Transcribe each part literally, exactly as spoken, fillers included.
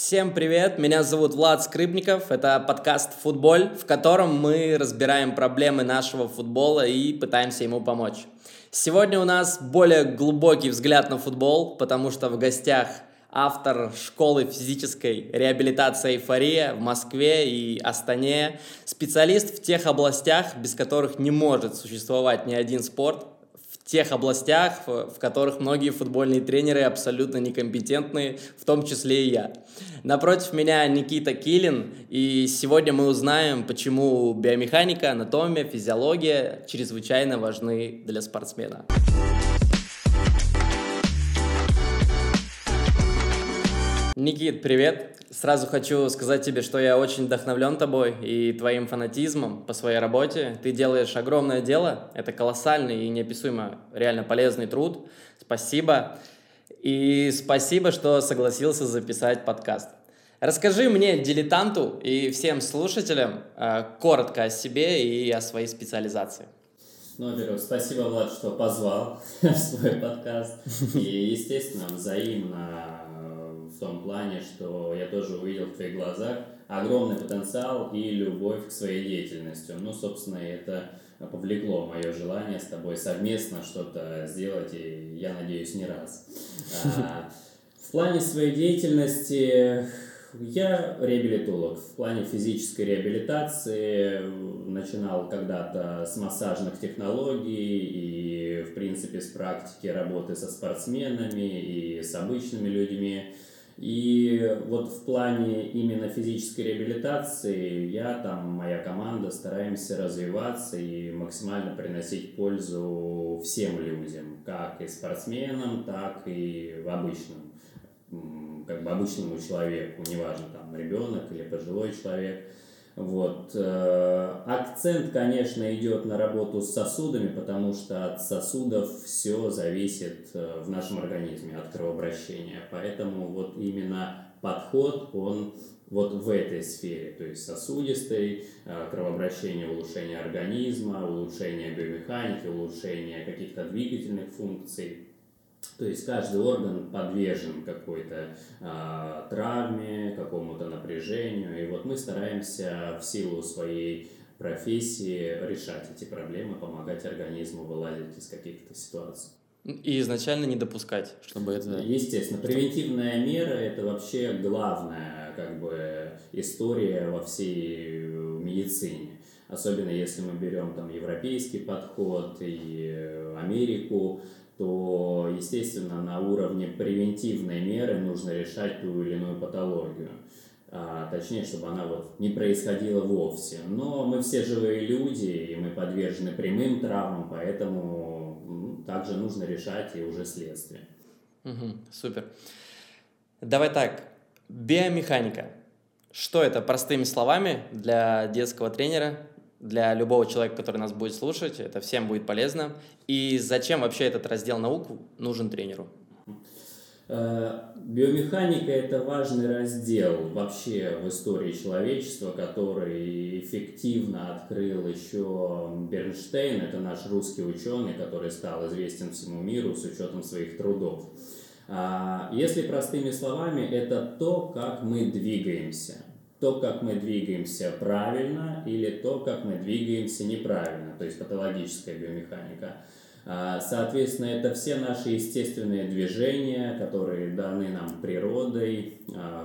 Всем привет, меня зовут Влад Скрипников, это подкаст «Футболь», в котором мы разбираем проблемы нашего футбола и пытаемся ему помочь. Сегодня у нас более глубокий взгляд на футбол, потому что в гостях автор школы физической реабилитации «Эйфория» в Москве и Астане, специалист в тех областях, без которых не может существовать ни один спорт, в тех областях, в которых многие футбольные тренеры абсолютно некомпетентны, в том числе и я. Напротив меня Никита Килин, и сегодня мы узнаем, почему биомеханика, анатомия, физиология чрезвычайно важны для спортсмена. Никит, привет! Сразу хочу сказать тебе, что я очень вдохновлен тобой и твоим фанатизмом по своей работе. Ты делаешь огромное дело, это колоссальный и неописуемо реально полезный труд. Спасибо. И спасибо, что согласился записать подкаст. Расскажи мне, дилетанту и всем слушателям, коротко о себе и о своей специализации. Ну, во-первых, спасибо, Влад, что позвал в свой подкаст. И, естественно, взаимно в том плане, что я тоже увидел в твоих глазах огромный потенциал и любовь к своей деятельности. Ну, собственно, это повлекло мое желание с тобой совместно что-то сделать, и я надеюсь, не раз. В плане своей деятельности я реабилитолог. В плане физической реабилитации начинал когда-то с массажных технологий и, в принципе, с практики работы со спортсменами и с обычными людьми. И вот в плане именно физической реабилитации я, там, моя команда стараемся развиваться и максимально приносить пользу всем людям, как и спортсменам, так и обычным, как бы обычному человеку, неважно, там, ребенок или пожилой человек. Вот. Акцент, конечно, идет на работу с сосудами, потому что от сосудов все зависит в нашем организме, от кровообращения. Поэтому вот именно подход, он вот в этой сфере, то есть сосудистой, кровообращение, улучшение организма, улучшение биомеханики, улучшение каких-то двигательных функций. То есть каждый орган подвержен какой-то а, травме, какому-то напряжению, и вот мы стараемся в силу своей профессии решать эти проблемы, помогать организму вылазить из каких-то ситуаций. И изначально не допускать, чтобы это... Естественно, превентивная мера – это вообще главная, как бы, история во всей медицине. Особенно если мы берем там европейский подход и Америку, то, естественно, на уровне превентивной меры нужно решать ту или иную патологию. А, точнее, чтобы она вот не происходила вовсе. Но мы все живые люди, и мы подвержены прямым травмам, поэтому ну, также нужно решать и уже следствие. Угу, супер. Давай так, биомеханика. Что это, простыми словами, для детского тренера? Для любого человека, который нас будет слушать, это всем будет полезно. И зачем вообще этот раздел наук нужен тренеру? Биомеханика – это важный раздел вообще в истории человечества, который эффективно открыл еще Бернштейн, это наш русский ученый, который стал известен всему миру с учетом своих трудов. Если простыми словами, это то, как мы двигаемся. То, как мы двигаемся правильно, или то, как мы двигаемся неправильно, то есть патологическая биомеханика. Соответственно, это все наши естественные движения, которые даны нам природой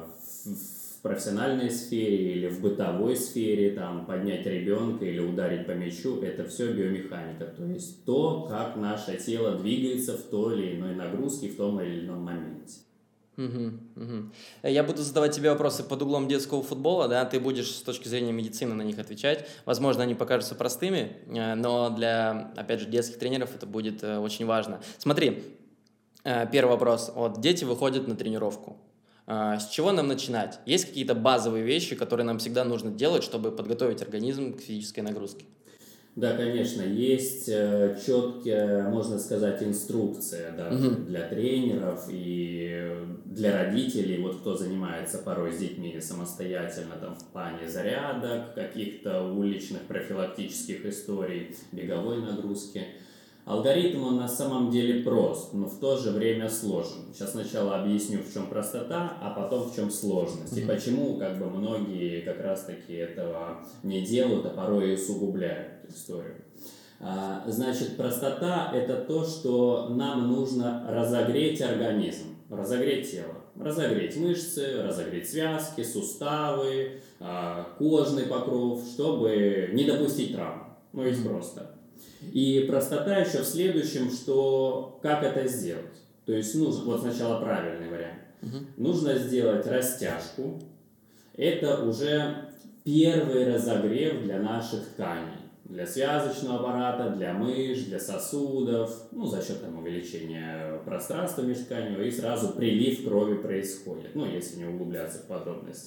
в профессиональной сфере или в бытовой сфере, там, поднять ребенка или ударить по мячу, это все биомеханика, то есть то, как наше тело двигается в той или иной нагрузке, в том или ином моменте. Угу, угу. Я буду задавать тебе вопросы под углом детского футбола, да, ты будешь с точки зрения медицины на них отвечать. Возможно, они покажутся простыми, но для, опять же, детских тренеров это будет очень важно. Смотри, первый вопрос. Вот дети выходят на тренировку. С чего нам начинать? Есть какие-то базовые вещи, которые нам всегда нужно делать, чтобы подготовить организм к физической нагрузке? Да, конечно, есть четкая, можно сказать, инструкция, да, mm-hmm. для тренеров и для родителей, вот кто занимается порой с детьми самостоятельно там, в плане зарядок, каких-то уличных профилактических историй, беговой нагрузки. Алгоритм, он на самом деле прост, но в то же время сложен. Сейчас сначала объясню, в чем простота, а потом в чем сложность. Mm-hmm. И почему как бы многие как раз-таки этого не делают, а порой и усугубляют эту историю. А, значит, простота – это то, что нам нужно разогреть организм, разогреть тело. Разогреть мышцы, разогреть связки, суставы, а, кожный покров, чтобы не допустить травм. Ну, ведь mm-hmm. просто. И простота еще в следующем, что как это сделать. То есть нужно, вот сначала правильный вариант. Uh-huh. Нужно сделать растяжку. Это уже первый разогрев для наших тканей. Для связочного аппарата, для мышц, для сосудов. Ну, за счет там, увеличения пространства межтканевого. И сразу прилив крови происходит. Ну, если не углубляться в подробности.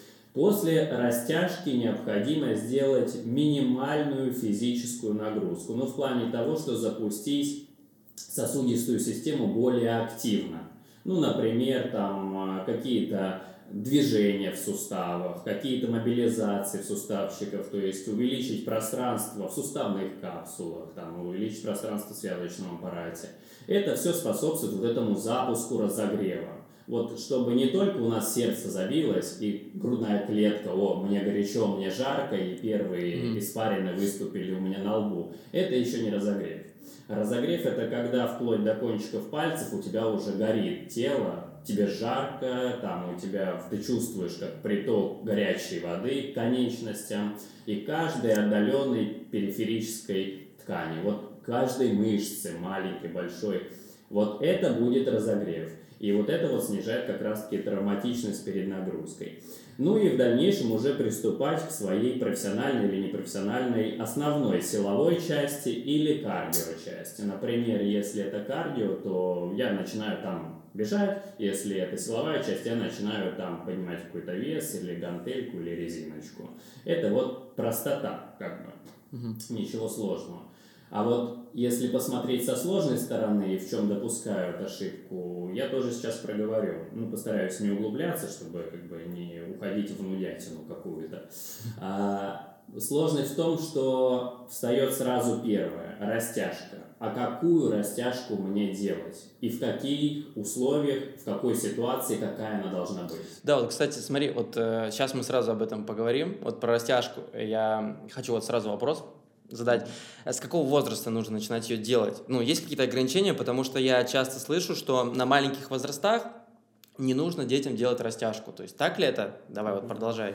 После растяжки необходимо сделать минимальную физическую нагрузку, ну, в плане того, что запустить сосудистую систему более активно. Ну, например, там какие-то движения в суставах, какие-то мобилизации в суставчиков, то есть увеличить пространство в суставных капсулах, там, увеличить пространство в связочном аппарате. Это все способствует вот этому запуску разогрева. Вот, чтобы не только у нас сердце забилось и грудная клетка, о, мне горячо, мне жарко, и первые mm. испарины выступили у меня на лбу, это еще не разогрев. Разогрев – это когда вплоть до кончиков пальцев у тебя уже горит тело, тебе жарко, там у тебя, ты чувствуешь как приток горячей воды к конечностям и каждой отдаленной периферической ткани, вот каждой мышцы, маленькой, большой, вот это будет разогрев. И вот это вот снижает как раз-таки травматичность перед нагрузкой. Ну и в дальнейшем уже приступать к своей профессиональной или непрофессиональной основной силовой части или кардио-части. Например, если это кардио, то я начинаю там бежать, если это силовая часть, я начинаю там поднимать какой-то вес или гантельку или резиночку. Это вот простота, как бы, угу. Ничего сложного. А вот если посмотреть со сложной стороны, в чем допускают ошибку, я тоже сейчас проговорю. Ну, постараюсь не углубляться, чтобы как бы не уходить в нудятину какую-то. А, сложность в том, что встает сразу первое – растяжка. А какую растяжку мне делать? И в каких условиях, в какой ситуации, какая она должна быть? Да, вот, кстати, смотри, вот э, сейчас мы сразу об этом поговорим. Вот про растяжку я хочу вот сразу вопрос задать. С какого возраста нужно начинать ее делать? Ну, есть какие-то ограничения, потому что я часто слышу, что на маленьких возрастах не нужно детям делать растяжку. То есть так ли это? Давай вот продолжай.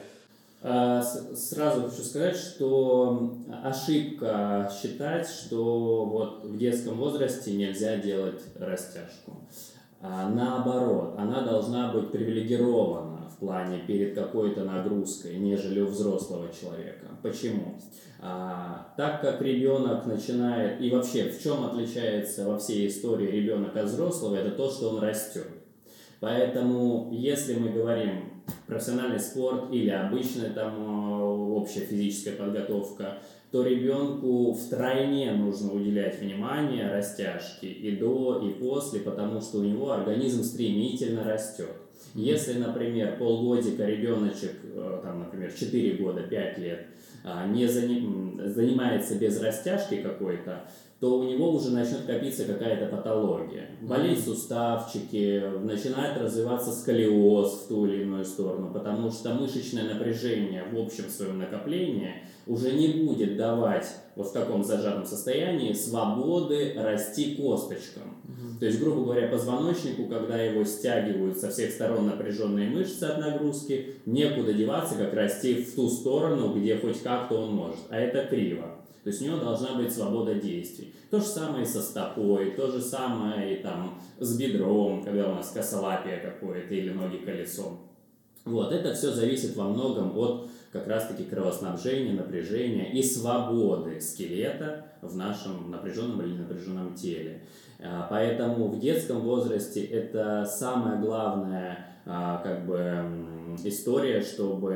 Сразу хочу сказать, что ошибка считать, что вот в детском возрасте нельзя делать растяжку. Наоборот, она должна быть привилегирована в плане перед какой-то нагрузкой, нежели у взрослого человека. Почему? А, так как ребенок начинает, и вообще в чем отличается во всей истории ребенок от взрослого, это то, что он растет. Поэтому, если мы говорим профессиональный спорт или обычная там общая физическая подготовка, то ребенку втройне нужно уделять внимание растяжке и до, и после, потому что у него организм стремительно растет. Если, например, полгодика ребеночек, там, например, четыре года, пять лет, не занимается без растяжки какой-то, то у него уже начнет копиться какая-то патология. Болеть суставчики, начинает развиваться сколиоз в ту или иную сторону, потому что мышечное напряжение в общем своем накоплении уже не будет давать вот в таком зажатом состоянии свободы расти косточкам. Mm-hmm. То есть, грубо говоря, позвоночнику, когда его стягивают со всех сторон напряженные мышцы от нагрузки, некуда деваться, как расти в ту сторону, где хоть как-то он может. А это криво. То есть у него должна быть свобода действий. То же самое и со стопой, то же самое и там с бедром, когда у нас косолапие какое-то или ноги колесом. Вот, это все зависит во многом от как раз-таки кровоснабжения, напряжения и свободы скелета в нашем напряженном или напряженном теле. Поэтому в детском возрасте это самая главная как бы история, чтобы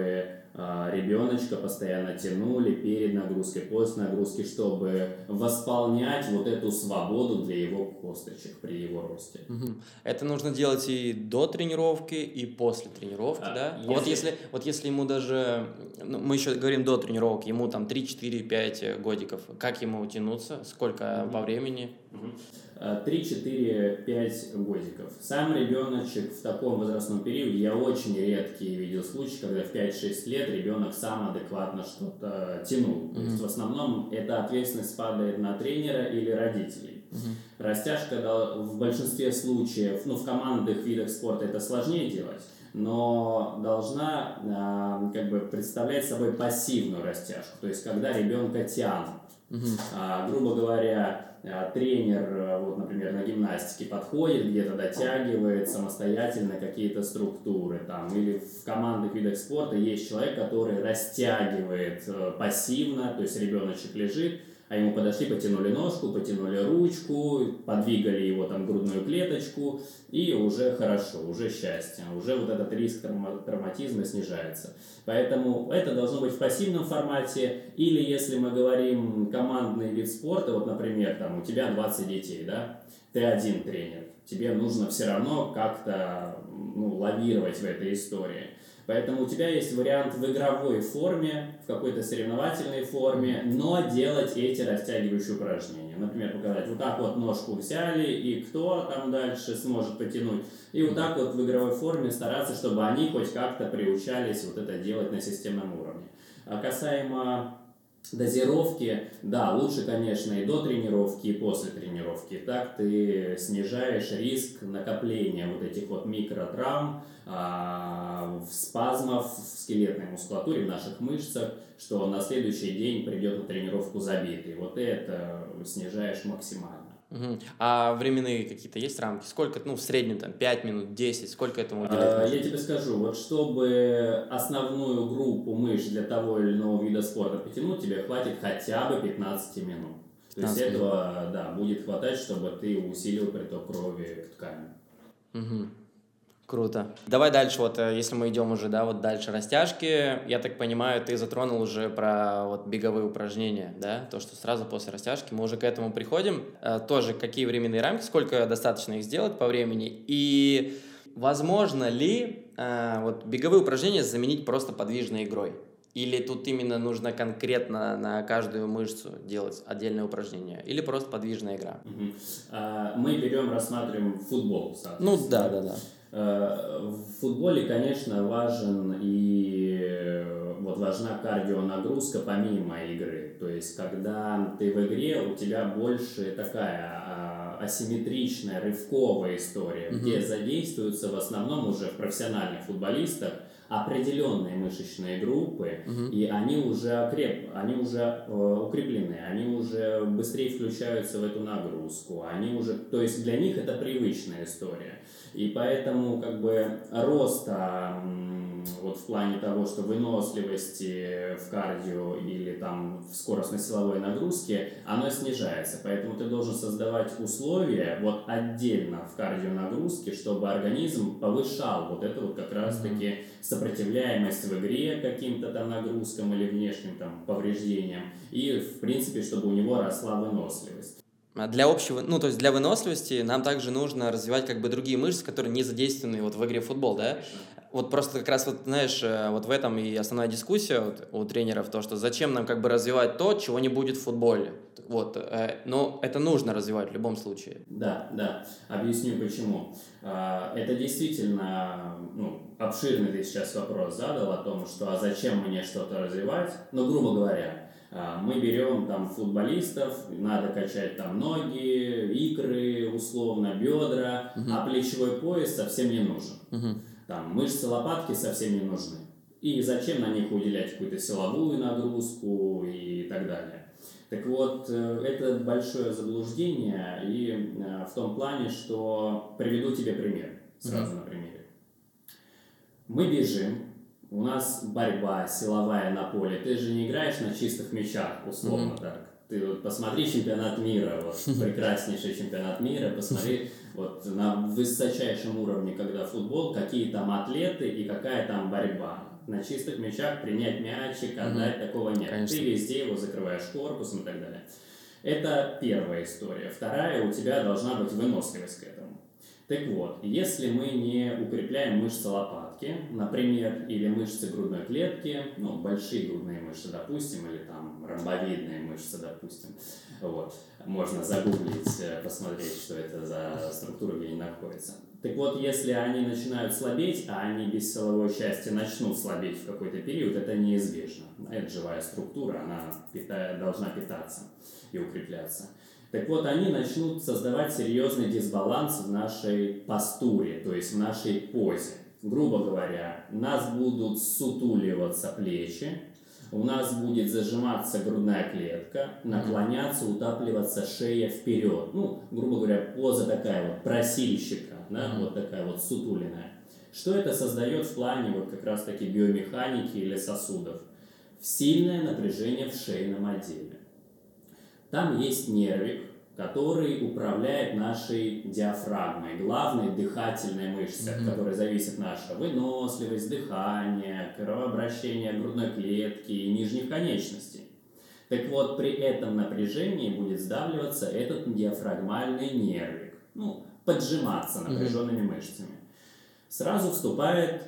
ребеночка постоянно тянули перед нагрузкой, после нагрузки, чтобы восполнять вот эту свободу для его косточек при его росте. Угу. Это нужно делать и до тренировки, и после тренировки, а, да? Если... Вот, если, вот если ему даже, ну, мы еще говорим до тренировки, ему там три, четыре, пять годиков, как ему тянуться, сколько угу. по времени? три, четыре, пять годиков. Сам ребеночек в таком возрастном периоде, я очень редкие видел случаи, когда в пять-шесть лет ребенок сам адекватно что-то тянул. Mm-hmm. То есть в основном эта ответственность падает на тренера или родителей. Mm-hmm. Растяжка в большинстве случаев, ну в командных видах спорта это сложнее делать, но должна как бы представлять собой пассивную растяжку, то есть когда ребенка тянут. Mm-hmm. А, грубо говоря, тренер, вот, например, на гимнастике подходит, где-то дотягивает самостоятельно какие-то структуры, там, или в командных видах спорта есть человек, который растягивает пассивно, то есть ребеночек лежит, а ему подошли, потянули ножку, потянули ручку, подвигали его там грудную клеточку, и уже хорошо, уже счастье, уже вот этот риск травматизма снижается. Поэтому это должно быть в пассивном формате, или если мы говорим командный вид спорта, вот, например, там у тебя двадцать детей, да, ты один тренер, тебе нужно все равно как-то ну, лавировать в этой истории. Поэтому у тебя есть вариант в игровой форме, в какой-то соревновательной форме, но делать эти растягивающие упражнения. Например, показать, вот так вот ножку взяли, и кто там дальше сможет потянуть. И вот так вот в игровой форме стараться, чтобы они хоть как-то приучались вот это делать на системном уровне. А касаемо дозировки, да, лучше, конечно, и до тренировки, и после тренировки. Так ты снижаешь риск накопления вот этих вот микротравм, а, спазмов в скелетной мускулатуре, в наших мышцах, что на следующий день придет на тренировку забитый. Вот это снижаешь максимально. Угу. А временные какие-то есть рамки? Сколько, ну, в среднем, там, пять минут, десять, сколько этому уделять? А, я тебе скажу, вот чтобы основную группу мышц для того или иного вида спорта потянуть, тебе хватит хотя бы пятнадцать минут. То есть этого, да, будет хватать, чтобы ты усилил приток крови к ткани. Угу. Круто. Давай дальше, вот, если мы идем уже, да, вот дальше растяжки, я так понимаю, ты затронул уже про вот беговые упражнения, да, то, что сразу после растяжки, мы уже к этому приходим, тоже какие временные рамки, сколько достаточно их сделать по времени, и возможно ли вот беговые упражнения заменить просто подвижной игрой? Или тут именно нужно конкретно на каждую мышцу делать отдельное упражнение? Или просто подвижная игра? Угу. А, мы берем, рассматриваем футбол, соответственно. Ну да, да, да. В футболе, конечно, важен и вот важна кардионагрузка помимо игры. То есть, когда ты в игре, у тебя больше такая асимметричная, рывковая история, mm-hmm. где задействуются в основном уже в профессиональных футболистах определенные мышечные группы, uh-huh. и они уже, окреп, они уже э, укреплены, они уже быстрее включаются в эту нагрузку, они уже, то есть для них это привычная история. И поэтому как бы роста вот в плане того, что выносливости в кардио или там в скоростно-силовой нагрузке, оно снижается. Поэтому ты должен создавать условия вот отдельно в кардионагрузке, чтобы организм повышал вот это вот как раз-таки mm-hmm. сопротивляемость в игре к каким-то там нагрузкам или внешним там повреждениям. И, в принципе, чтобы у него росла выносливость. Для общего, ну, то есть для выносливости нам также нужно развивать как бы другие мышцы, которые не задействованы вот в игре в футбол, да? Вот просто как раз вот, знаешь, вот в этом и основная дискуссия вот у тренеров, то, что зачем нам как бы развивать то, чего не будет в футболе. Вот, но это нужно развивать в любом случае. Да, да. Объясню почему. Это действительно, ну, обширный ты сейчас вопрос задал о том, что а зачем мне что-то развивать, ну, грубо говоря. Мы берем там футболистов, надо качать там ноги, икры, условно, бедра, uh-huh. а плечевой пояс совсем не нужен. Uh-huh. Там мышцы лопатки совсем не нужны. И зачем на них уделять какую-то силовую нагрузку и так далее. Так вот, это большое заблуждение и в том плане, что приведу тебе пример, сразу uh-huh. на примере. Мы бежим. У нас борьба силовая на поле. Ты же не играешь на чистых мячах, условно mm-hmm. так. Ты вот посмотри чемпионат мира, вот, прекраснейший чемпионат мира, посмотри Вот на высочайшем уровне, когда футбол, какие там атлеты и какая там борьба. На чистых мячах принять мячик, отдать, угу. такого нет. Конечно. Ты везде его закрываешь корпусом и так далее. Это первая история. Вторая, у тебя должна быть выносливость к этому. Так вот, если мы не укрепляем мышцы лопатки, например, или мышцы грудной клетки, ну, большие грудные мышцы, допустим, или там ромбовидные мышцы, допустим, вот, можно загуглить, посмотреть, что это за структура, где они находятся. Так вот, если они начинают слабеть, а они без силовой части начнут слабеть в какой-то период, это неизбежно. Это живая структура, она питает, должна питаться и укрепляться. Так вот, они начнут создавать серьезный дисбаланс в нашей постуре, то есть в нашей позе. Грубо говоря, у нас будут сутуливаться плечи, у нас будет зажиматься грудная клетка, наклоняться, утапливаться шея вперед. Ну, грубо говоря, поза такая вот просильщика, да, вот такая вот сутуленная. Что это создает в плане вот как раз таки биомеханики или сосудов? Сильное напряжение в шейном отделе. Там есть нервик, который управляет нашей диафрагмой, главной дыхательной мышцей, mm-hmm. от которой зависит наша выносливость, дыхание, кровообращение грудной клетки и нижних конечностей. Так вот, при этом напряжении будет сдавливаться этот диафрагмальный нервик, ну, поджиматься напряженными mm-hmm. мышцами. Сразу вступает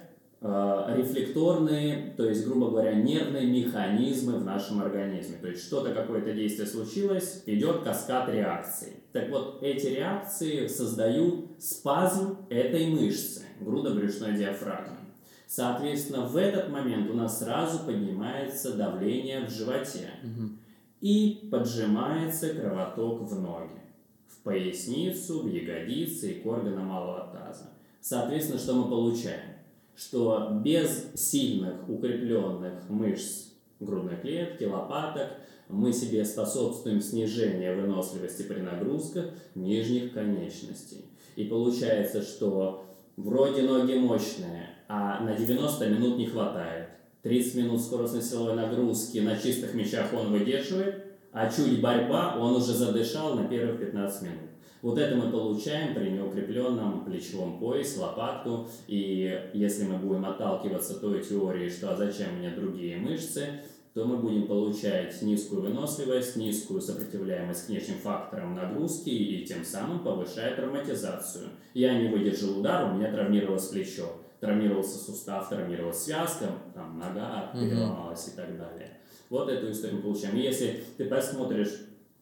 рефлекторные, то есть, грубо говоря, нервные механизмы в нашем организме. То есть, что-то, какое-то действие случилось, идет каскад реакций. Так вот, эти реакции создают спазм этой мышцы, грудо-брюшной диафрагмы. Соответственно, в этот момент у нас сразу поднимается давление в животе угу. и поджимается кровоток в ноги, в поясницу, в ягодицы и к органам малого таза. Соответственно, что мы получаем? Что без сильных укрепленных мышц грудной клетки, лопаток, мы себе способствуем снижению выносливости при нагрузках нижних конечностей. И получается, что вроде ноги мощные, а на девяносто минут не хватает. тридцать минут скоростной силовой нагрузки на чистых мячах он выдерживает, а чуть борьба, он уже задышал на первых пятнадцать минут. Вот это мы получаем при неукрепленном плечевом поясе, лопатку. И если мы будем отталкиваться той теории, что а зачем мне другие мышцы, то мы будем получать низкую выносливость, низкую сопротивляемость к внешним факторам нагрузки и тем самым повышает травматизацию. Я не выдержал удар, у меня травмировалось плечо, травмировался сустав, травмировалась связка, там, нога переломалась и так далее. Вот эту историю мы получаем. И если ты посмотришь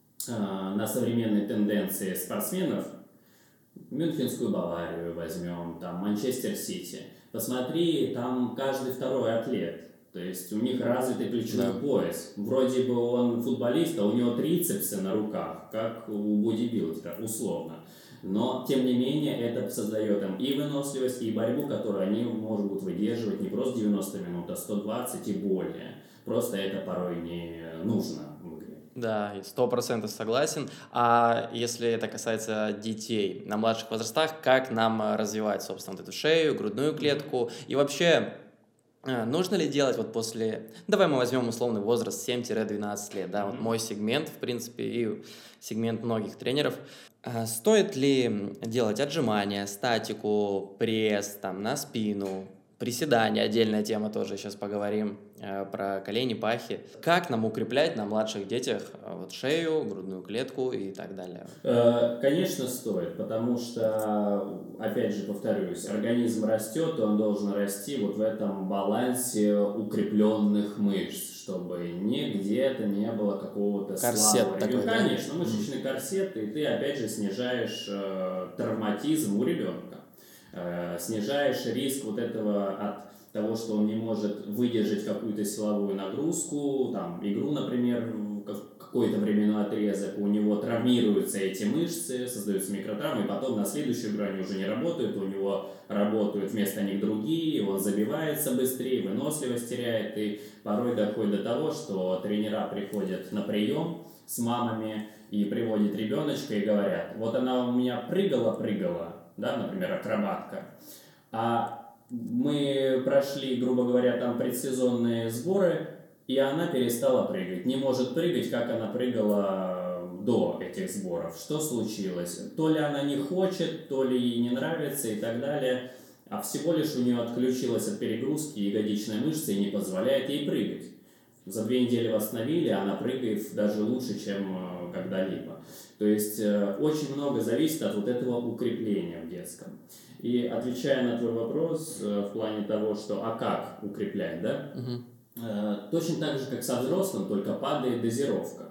на современные тенденции спортсменов, Мюнхенскую Баварию возьмем, там Манчестер Сити, посмотри, там каждый второй атлет, то есть у них развитый плечевой да. пояс. Вроде бы он футболист, а у него трицепсы на руках, как у бодибилдера, условно. Но, тем не менее, это создает им и выносливость, и борьбу, которую они могут выдерживать не просто девяносто минут, а сто двадцать и более. Просто это порой не нужно. Да, сто процентов согласен. А если это касается детей на младших возрастах, как нам развивать, собственно, вот эту шею, грудную клетку? И вообще, нужно ли делать вот после... Давай мы возьмем условный возраст семь-двенадцать лет, да, вот мой сегмент, в принципе, и сегмент многих тренеров. Стоит ли делать отжимания, статику, пресс, там, на спину, приседания, отдельная тема тоже, сейчас поговорим э, про колени, пахи. Как нам укреплять на младших детях вот, шею, грудную клетку и так далее? Конечно, стоит, потому что, опять же, повторюсь, организм растет, и он должен расти вот в этом балансе укрепленных мышц, чтобы нигде-то не было какого-то слабого ребенка. Конечно, мышечный mm-hmm. корсет, и ты, опять же, снижаешь э, травматизм у ребенка. Снижаешь риск вот этого от того, что он не может выдержать какую-то силовую нагрузку, там, игру, например, какой-то временной отрезок, у него травмируются эти мышцы, создаются микротравмы, и потом на следующую игру они уже не работают, у него работают вместо них другие, он забивается быстрее, выносливость теряет, и порой доходит до того, что тренера приходят на прием с мамами и приводят ребеночка и говорят, вот она у меня прыгала-прыгала, да, например, акробатка, а мы прошли, грубо говоря, там предсезонные сборы, и она перестала прыгать. Не может прыгать, как она прыгала до этих сборов, что случилось. То ли она не хочет, то ли ей не нравится и так далее. А всего лишь у нее отключилась от перегрузки ягодичная мышца и не позволяет ей прыгать. За две недели восстановили, она прыгает даже лучше, чем э, когда-либо. То есть э, очень много зависит от вот этого укрепления в детском. И отвечая на твой вопрос э, в плане того, что а как укреплять, да? Угу. Э, точно так же, как со взрослым, только падает дозировка.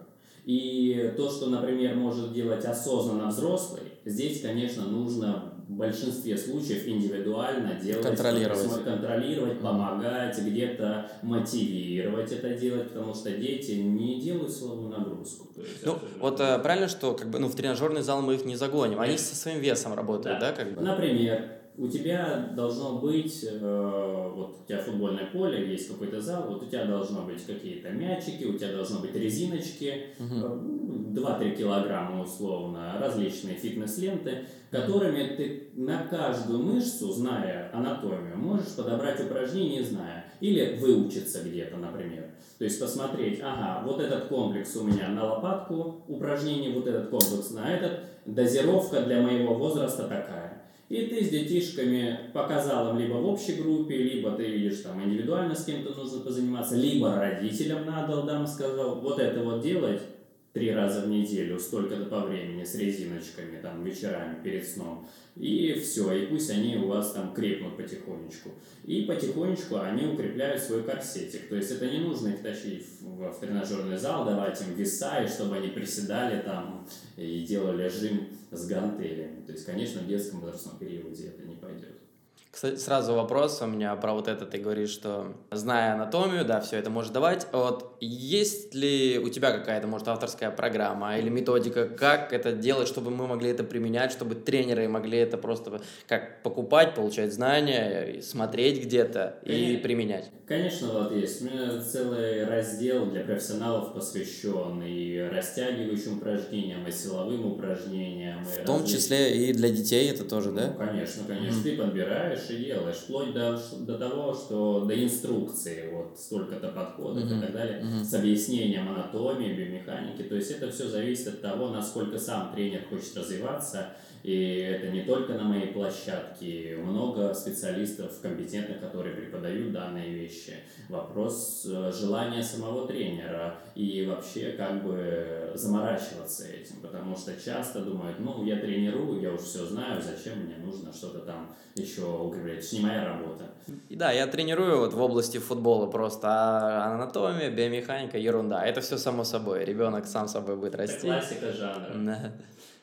И то, что, например, может делать осознанно взрослый, здесь, конечно, нужно в большинстве случаев индивидуально делать, контролировать, контролировать помогать, где-то мотивировать это делать, потому что дети не делают силовую нагрузку. То есть ну, это... вот правильно, что как бы, ну, в тренажерный зал мы их не загоним, они со своим весом работают, да? да? Как бы? Например, у тебя должно быть, э, вот у тебя футбольное поле, есть какой-то зал, вот у тебя должно быть какие-то мячики, у тебя должно быть резиночки, uh-huh. два-три килограмма условно, различные фитнес-ленты, которыми ты на каждую мышцу, зная анатомию, можешь подобрать упражнения, зная, или выучиться где-то, например. То есть посмотреть, ага, вот этот комплекс у меня на лопатку упражнений, вот этот комплекс на этот, дозировка для моего возраста такая. И ты с детишками показал им либо в общей группе, либо ты видишь, там индивидуально с кем-то нужно позаниматься, либо родителям надо, дам, сказал, вот это вот делать три раза в неделю, столько-то по времени, с резиночками, там, вечерами перед сном. И все, и пусть они у вас там крепнут потихонечку. И потихонечку они укрепляют свой корсетик. То есть это не нужно их тащить в, в тренажерный зал, давать им веса, и чтобы они приседали там и делали жим с гантелями. То есть, конечно, в детском возрастном периоде это не пойдет. Кстати, сразу вопрос у меня про вот это. Ты говоришь, что зная анатомию, да, все это может давать. Вот есть ли у тебя какая-то, может, авторская программа или методика, как это делать, чтобы мы могли это применять, чтобы тренеры могли это просто как покупать, получать знания, смотреть где-то и применять? Конечно, вот есть. У меня целый раздел для профессионалов посвящен и растягивающим упражнениям, и силовым упражнениям. В том числе и для детей это тоже, ну, да? Конечно, конечно. Mm-hmm. Ты подбираешь и делаешь, вплоть до, до того, что до инструкции, вот столько-то подходов mm-hmm. и так далее, mm-hmm. с объяснением анатомии, биомеханики. То есть это все зависит от того, насколько сам тренер хочет развиваться. И это не только на моей площадке, много специалистов компетентных, которые преподают данные вещи. Вопрос желания самого тренера и вообще как бы заморачиваться этим, потому что часто думают, ну я тренирую, я уже все знаю, зачем мне нужно что-то там еще укреплять, это не моя работа. Да, я тренирую вот в области футбола просто, а анатомия, биомеханика, ерунда, это все само собой, ребенок сам собой будет расти. Это классика жанра.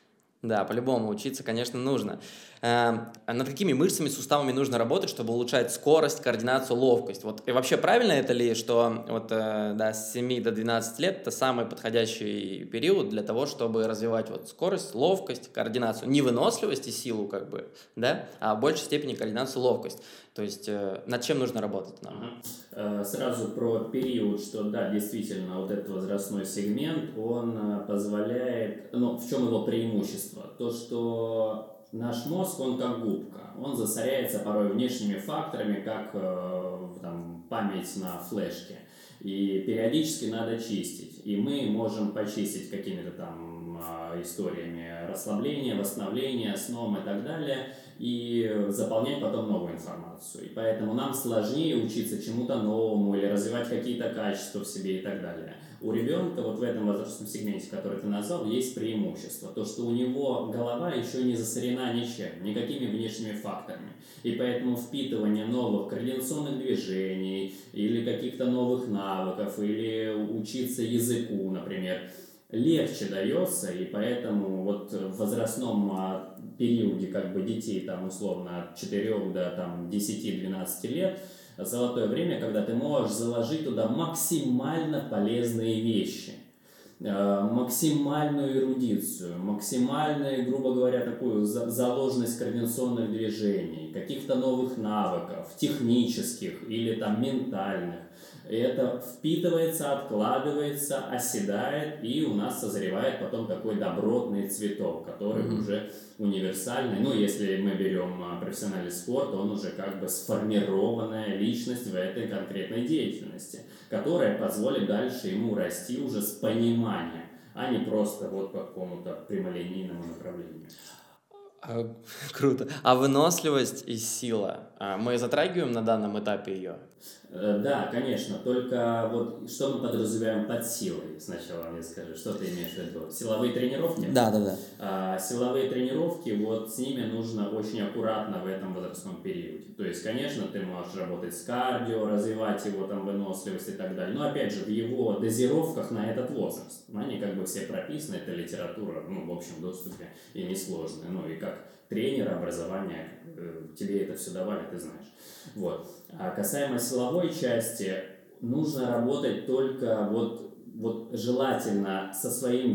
Да, по-любому учиться, конечно, нужно. А над какими мышцами, суставами нужно работать, чтобы улучшать скорость, координацию, ловкость? Вот, и вообще правильно это ли, что вот, да, с семи до двенадцати лет это самый подходящий период для того, чтобы развивать вот скорость, ловкость, координацию, не выносливость и силу, как бы, да, а в большей степени координацию, ловкость. То есть над чем нужно работать нам? Сразу про период, что да, действительно, вот этот возрастной сегмент, он позволяет, ну, в чем его преимущество? То, что наш мозг, он как губка, он засоряется порой внешними факторами, как там, память на флешке, и периодически надо чистить, и мы можем почистить какими-то там историями расслабления, восстановления, сном и так далее, и заполнять потом новую информацию. И поэтому нам сложнее учиться чему-то новому или развивать какие-то качества в себе и так далее. У ребенка вот в этом возрастном сегменте, который ты назвал, есть преимущество. То, что у него голова еще не засорена ничем, никакими внешними факторами. И поэтому впитывание новых координационных движений или каких-то новых навыков, или учиться языку, например, легче дается, и поэтому вот в возрастном периоде как бы детей там условно от четырёх до там десяти-двенадцати лет золотое время, когда ты можешь заложить туда максимально полезные вещи, максимальную эрудицию, максимальную, грубо говоря, такую заложенность координационных движений, каких-то новых навыков, технических или там ментальных. И это впитывается, откладывается, оседает, и у нас созревает потом такой добротный цветок, который mm-hmm. уже универсальный. Ну, если мы берем профессиональный спорт, он уже как бы сформированная личность в этой конкретной деятельности, которая позволит дальше ему расти уже с пониманием. а не просто вот по какому-то прямолинейному направлению. А, круто. А выносливость и сила, а, мы затрагиваем на данном этапе ее? Да, конечно, только вот что мы подразумеваем под силой? Сначала мне скажи, что ты имеешь в виду? Силовые тренировки? Да, да, да. А, силовые тренировки, вот с ними нужно очень аккуратно в этом возрастном периоде. То есть, конечно, ты можешь работать с кардио, развивать его там выносливость и так далее, но опять же в его дозировках на этот возраст. Они как бы все прописаны, это литература, ну, в общем доступе и несложная. Ну и как тренера, образования, тебе это все давали, ты знаешь. Вот. А касаемо силовой части, нужно работать только вот, вот желательно со своим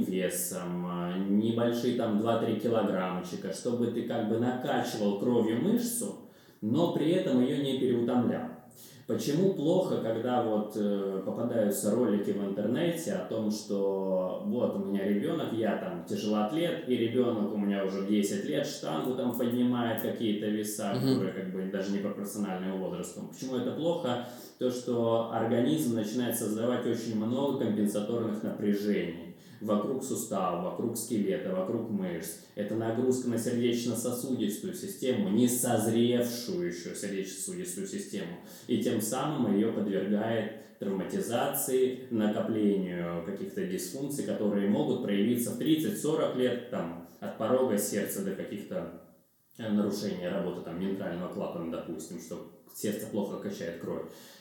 весом, небольшие там два-три килограммчика, чтобы ты как бы накачивал кровью мышцу, но при этом ее не переутомлял. Почему плохо, когда вот э, попадаются ролики в интернете о том, что вот у меня ребенок, я там тяжелоатлет, и ребенок у меня уже десять лет штангу там поднимает какие-то веса, mm-hmm. которые как бы даже не пропорциональны его возрасту. Почему это плохо? То, что организм начинает создавать очень много компенсаторных напряжений вокруг сустава, вокруг скелета, вокруг мышц. Это нагрузка на сердечно-сосудистую систему, не созревшую еще сердечно-сосудистую систему. И тем самым ее подвергает травматизации, накоплению каких-то дисфункций, которые могут проявиться в тридцать-сорок лет, там, от порога сердца до каких-то нарушений работы там, ментального клапана, допустим, что сердце плохо качает кровь.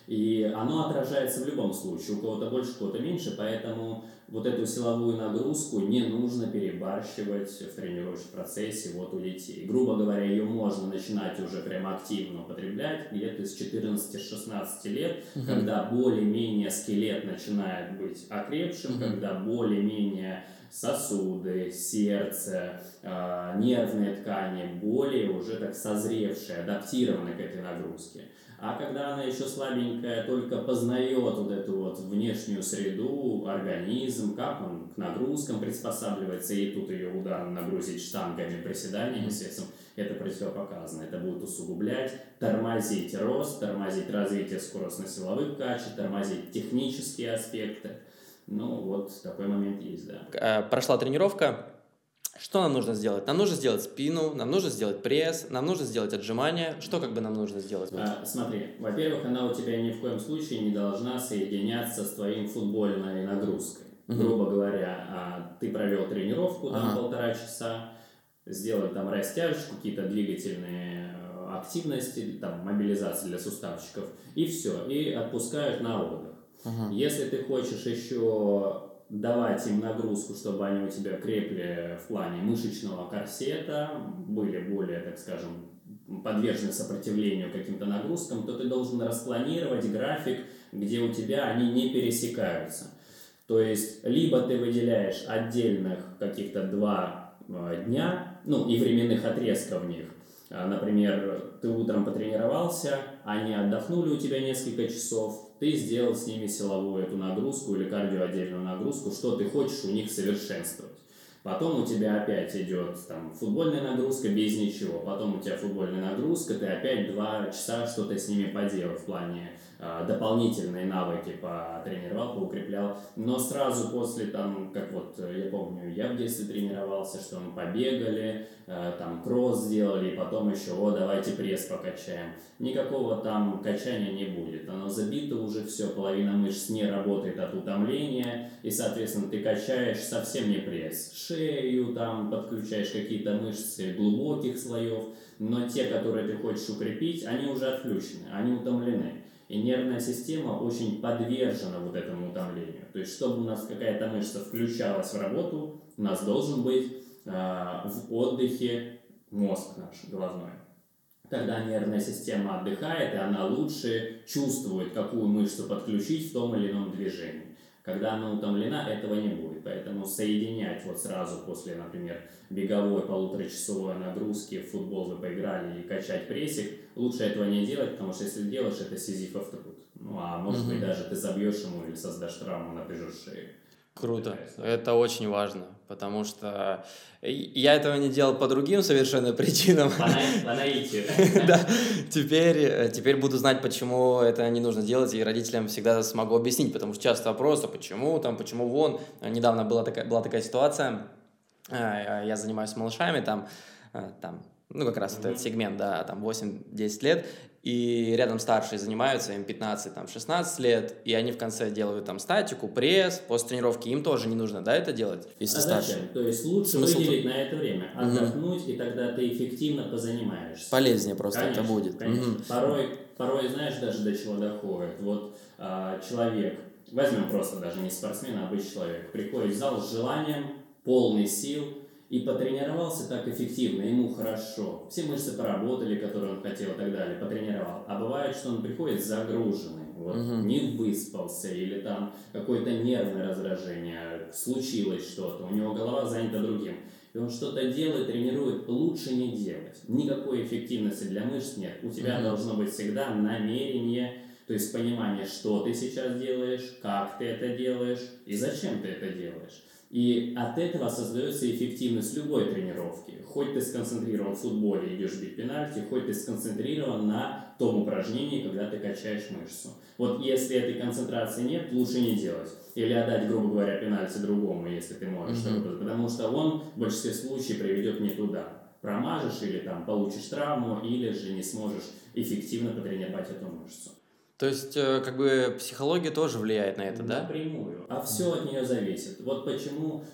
И оно отражается в любом случае, у кого-то больше, у кого-то меньше, поэтому вот эту силовую нагрузку не нужно перебарщивать в тренировочном процессе вот у детей. Грубо говоря, ее можно начинать уже прямо активно употреблять где-то с четырнадцати-шестнадцати лет, угу. когда более-менее скелет начинает быть окрепшим, угу. когда более-менее сосуды, сердце, э, нервные ткани более уже так созревшие, адаптированы к этой нагрузке. А когда она еще слабенькая, только познает вот эту вот внешнюю среду, организм, как он к нагрузкам приспосабливается, и тут ее ударно нагрузить штангами, приседаниями, естественно, это противопоказано. Это будет усугублять, тормозить рост, тормозить развитие скоростно-силовых качеств, тормозить технические аспекты. Ну, вот такой момент есть, да. Прошла тренировка. Что нам нужно сделать? Нам нужно сделать спину, нам нужно сделать пресс, нам нужно сделать отжимания. Что как бы нам нужно сделать? А, смотри, во-первых, она у тебя ни в коем случае не должна соединяться с твоей футбольной нагрузкой. Uh-huh. Грубо говоря, а, ты провел тренировку там uh-huh. полтора часа, сделал там растяжку, какие-то двигательные активности, там мобилизация для суставчиков, и все, и отпускают на отдых. Uh-huh. Если ты хочешь еще давать им нагрузку, чтобы они у тебя крепли в плане мышечного корсета, были более, так скажем, подвержены сопротивлению каким-то нагрузкам, то ты должен распланировать график, где у тебя они не пересекаются. То есть, либо ты выделяешь отдельных каких-то два дня, ну и временных отрезков в них. Например, ты утром потренировался, они отдохнули у тебя несколько часов, ты сделал с ними силовую эту нагрузку или кардиоотдельную нагрузку, что ты хочешь у них совершенствовать. Потом у тебя опять идет там, футбольная нагрузка без ничего, потом у тебя футбольная нагрузка, ты опять два часа что-то с ними поделал в плане э, дополнительные навыки потренировал, поукреплял. Но сразу после, там, как вот я помню, я в детстве тренировался, что мы побегали, э, там кросс сделали, и потом еще, о, давайте пресс покачаем. Никакого там качания не будет, оно забито уже все, половина мышц не работает от утомления, и, соответственно, ты качаешь совсем не пресс. Шею, там подключаешь какие-то мышцы глубоких слоев, но те, которые ты хочешь укрепить, они уже отключены, они утомлены. И нервная система очень подвержена вот этому утомлению. То есть, чтобы у нас какая-то мышца включалась в работу, у нас должен быть э, в отдыхе мозг наш головной. Тогда нервная система отдыхает, и она лучше чувствует, какую мышцу подключить в том или ином движении. Когда она утомлена, этого не будет. Поэтому соединять вот сразу после, например, беговой полуторачасовой нагрузки в футбол вы поиграли и качать прессик, лучше этого не делать, потому что если делаешь, это сизифов труд. Ну, а может mm-hmm. быть, даже ты забьешь ему или создашь травму, напряжешь шею. Круто. Это очень важно, потому что я этого не делал по другим совершенно причинам. По наитию. Да, теперь, теперь буду знать, почему это не нужно делать, и родителям всегда смогу объяснить, потому что часто вопрос, а почему там, почему вон. Недавно была такая, была такая ситуация, э, я занимаюсь с малышами, там, э, там, ну, как раз Мгм. этот сегмент, да, там восемь-десять лет, и рядом старшие занимаются, им пятнадцать, там, шестнадцать лет, и они в конце делают там статику, пресс, после тренировки, им тоже не нужно, да, это делать, если А старшие? зачем? То есть лучше Смысл выделить на это время, Мгм. отдохнуть, и тогда ты эффективно позанимаешься. Полезнее просто это Конечно, будет. конечно. Мгм. Порой, порой, знаешь, даже до чего доходит. Вот а, человек, возьмем просто даже не спортсмена, а обычный человек, приходит в зал с желанием, полный сил, и потренировался так эффективно, ему хорошо. Все мышцы поработали, которые он хотел и так далее, потренировал. А бывает, что он приходит загруженный, вот, Мгм. не выспался, или там какое-то нервное раздражение, случилось что-то, у него голова занята другим. И он что-то делает, тренирует, лучше не делать. Никакой эффективности для мышц нет. У тебя Мгм. должно быть всегда намерение, то есть понимание, что ты сейчас делаешь, как ты это делаешь и зачем ты это делаешь. И от этого создается эффективность любой тренировки. Хоть ты сконцентрирован в футболе и идешь бить пенальти, хоть ты сконцентрирован на том упражнении, когда ты качаешь мышцу. Вот если этой концентрации нет, лучше не делать. Или отдать, грубо говоря, пенальти другому, если ты можешь. Мгм. Потому что он в большинстве случаев приведет не туда. Промажешь или там получишь травму, или же не сможешь эффективно потренировать эту мышцу. То есть, э, как бы психология тоже влияет на это, да? Напрямую. А все от нее зависит. Вот почему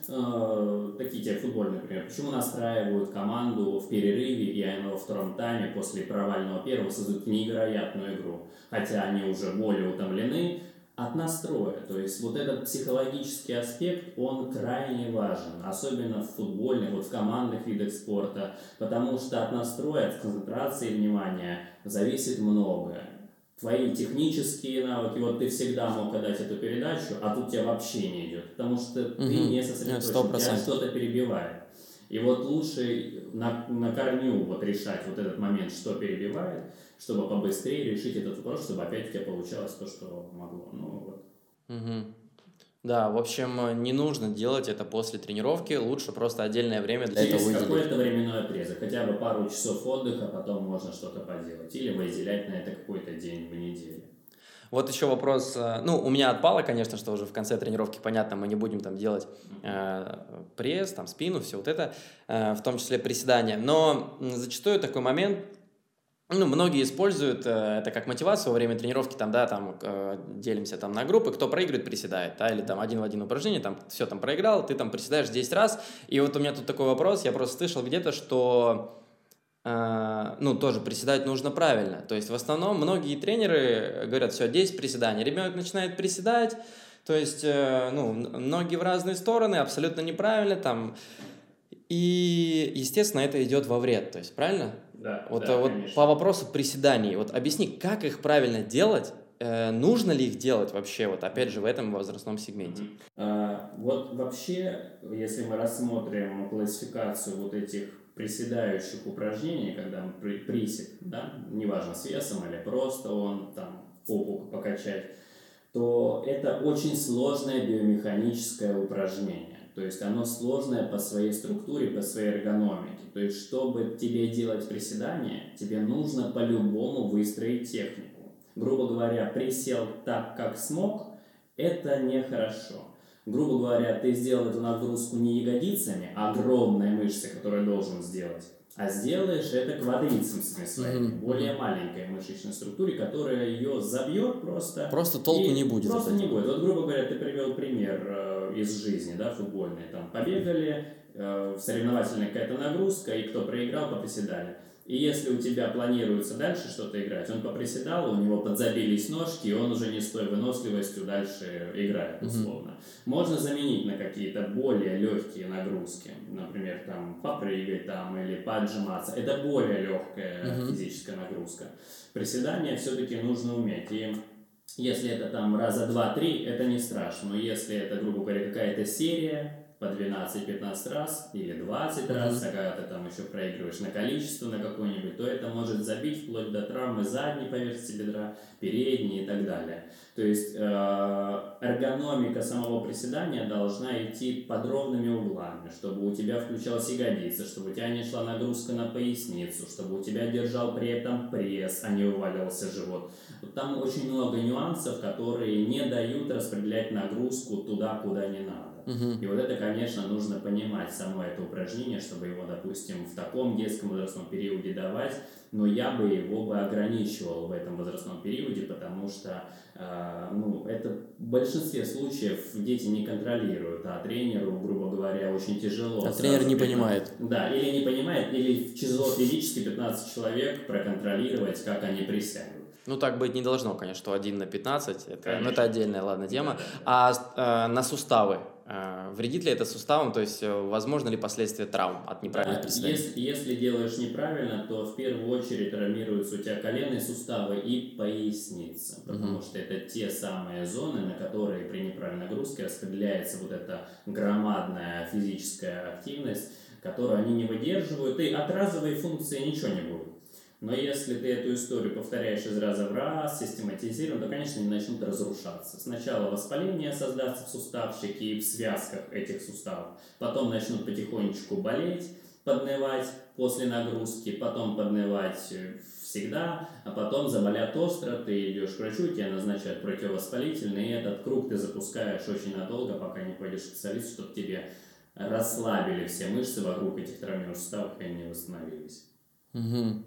э, такие те футбольные, например, почему настраивают команду в перерыве, и они во втором тайме после провального первого создают невероятную игру. Хотя они уже более утомлены от настроя. То есть вот этот психологический аспект, он крайне важен. Особенно в футбольных, вот в командных видах спорта. Потому что от настроя, от концентрации внимания зависит многое. Твои технические навыки, вот ты всегда мог отдать эту передачу, а тут тебя вообще не идет, потому что ты Мгм. не Нет, сто сосредоточен, тебя процентов. что-то перебивает. И вот лучше на, на корню вот решать вот этот момент, что перебивает, чтобы побыстрее решить этот вопрос, чтобы опять у тебя получалось то, что могло. Ну, вот. Мгм. Да, в общем, э, не нужно делать это после тренировки, лучше просто отдельное время для этого Через выделить. какой-то временной отрезок, хотя бы пару часов отдыха, потом можно что-то поделать. Или выделять на это какой-то день в неделе. Вот еще вопрос, э, ну, у меня отпало, конечно, что уже в конце тренировки, понятно, мы не будем там делать э, пресс, там, спину, все вот это, э, в том числе приседания, но м, зачастую такой момент, ну, многие используют э, это как мотивацию во время тренировки, там, да, там, э, делимся там на группы, кто проигрывает, приседает, да, или там один в один упражнение, там, все, там, проиграл, ты там приседаешь десять раз, и вот у меня тут такой вопрос, я просто слышал где-то, что а, ну, тоже приседать нужно правильно. То есть, в основном, многие тренеры говорят, все, десять приседаний. Ребенок начинает приседать, то есть, э, ну, н- ноги в разные стороны, абсолютно неправильно, там, и, естественно, это идет во вред, то есть, правильно? Да, Вот, да, э, вот конечно. по вопросу приседаний, вот объясни, как их правильно делать, э, нужно ли их делать вообще, вот опять же, в этом возрастном сегменте? Мгм. А, вот вообще, если мы рассмотрим классификацию вот этих приседающих упражнений, когда мы при, присед, да, неважно с весом или просто он там попу покачать, то это очень сложное биомеханическое упражнение. То есть оно сложное по своей структуре, по своей эргономике. То есть чтобы тебе делать приседания, тебе нужно по-любому выстроить технику. Грубо говоря, присел так, как смог, это нехорошо. Грубо говоря, ты сделал эту нагрузку не ягодицами, а огромной мышцей, которую должен сделать, а сделаешь это квадрицепсами своими, Мгм, более мгм. маленькой мышечной структуре, которая ее забьет просто. Просто толку И не будет от просто не этого. будет. Вот, грубо говоря, ты привел пример э, из жизни, да, футбольный. Там побегали, э, соревновательная какая-то нагрузка, и кто проиграл, поприседали. И если у тебя планируется дальше что-то играть, он поприседал, у него подзабились ножки, и он уже не с той выносливостью дальше играет, условно. Можно заменить на какие-то более легкие нагрузки, например, там попрыгать там или поджиматься. Это более легкая Мгм. физическая нагрузка. Приседания все-таки нужно уметь. И если это там раза два-три, это не страшно. Но если это, грубо говоря, какая-то серия, по двенадцать-пятнадцать раз или двадцать mm-hmm. раз, а когда ты там еще проигрываешь на количество на какое-нибудь, то это может забить вплоть до травмы задней поверхности бедра, передней и так далее. То есть э, эргономика самого приседания должна идти под ровными углами, чтобы у тебя включалась ягодица, чтобы у тебя не шла нагрузка на поясницу, чтобы у тебя держал при этом пресс, а не уваливался живот. Вот там очень много нюансов, которые не дают распределять нагрузку туда, куда не надо. Uh-huh. И вот это, конечно, нужно понимать, само это упражнение, чтобы его, допустим, в таком детском возрастном периоде давать, но я бы его бы ограничивал в этом возрастном периоде, потому что э, ну, это в большинстве случаев дети не контролируют, а тренеру, грубо говоря, очень тяжело. А тренер не понимает. Да, или не понимает, или в число физически пятнадцать человек проконтролировать, как они присядут. Ну, так быть не должно, конечно, что один на пятнадцать, это, ну, это отдельная, ладно, тема. Да, да, да. А э, на суставы? Э, вредит ли это суставам, то есть э, возможно ли последствия травм от неправильных да, приседаний? Если, если делаешь неправильно, то в первую очередь травмируются у тебя коленные суставы и поясница, потому угу. что это те самые зоны, на которые при неправильной нагрузке распределяется вот эта громадная физическая активность, которую они не выдерживают, и от разовой функции ничего не будет. Но если ты эту историю повторяешь из раза в раз, систематизированно, то, конечно, они начнут разрушаться. Сначала воспаление создастся в суставчике и в связках этих суставов, потом начнут потихонечку болеть, поднывать после нагрузки, потом поднывать всегда, а потом заболят остро, ты идешь к врачу, тебе назначают противовоспалительный, и этот круг ты запускаешь очень надолго, пока не пойдешь к специалисту, чтобы тебе расслабили все мышцы вокруг этих травмированных суставов, и они восстановились. Угу.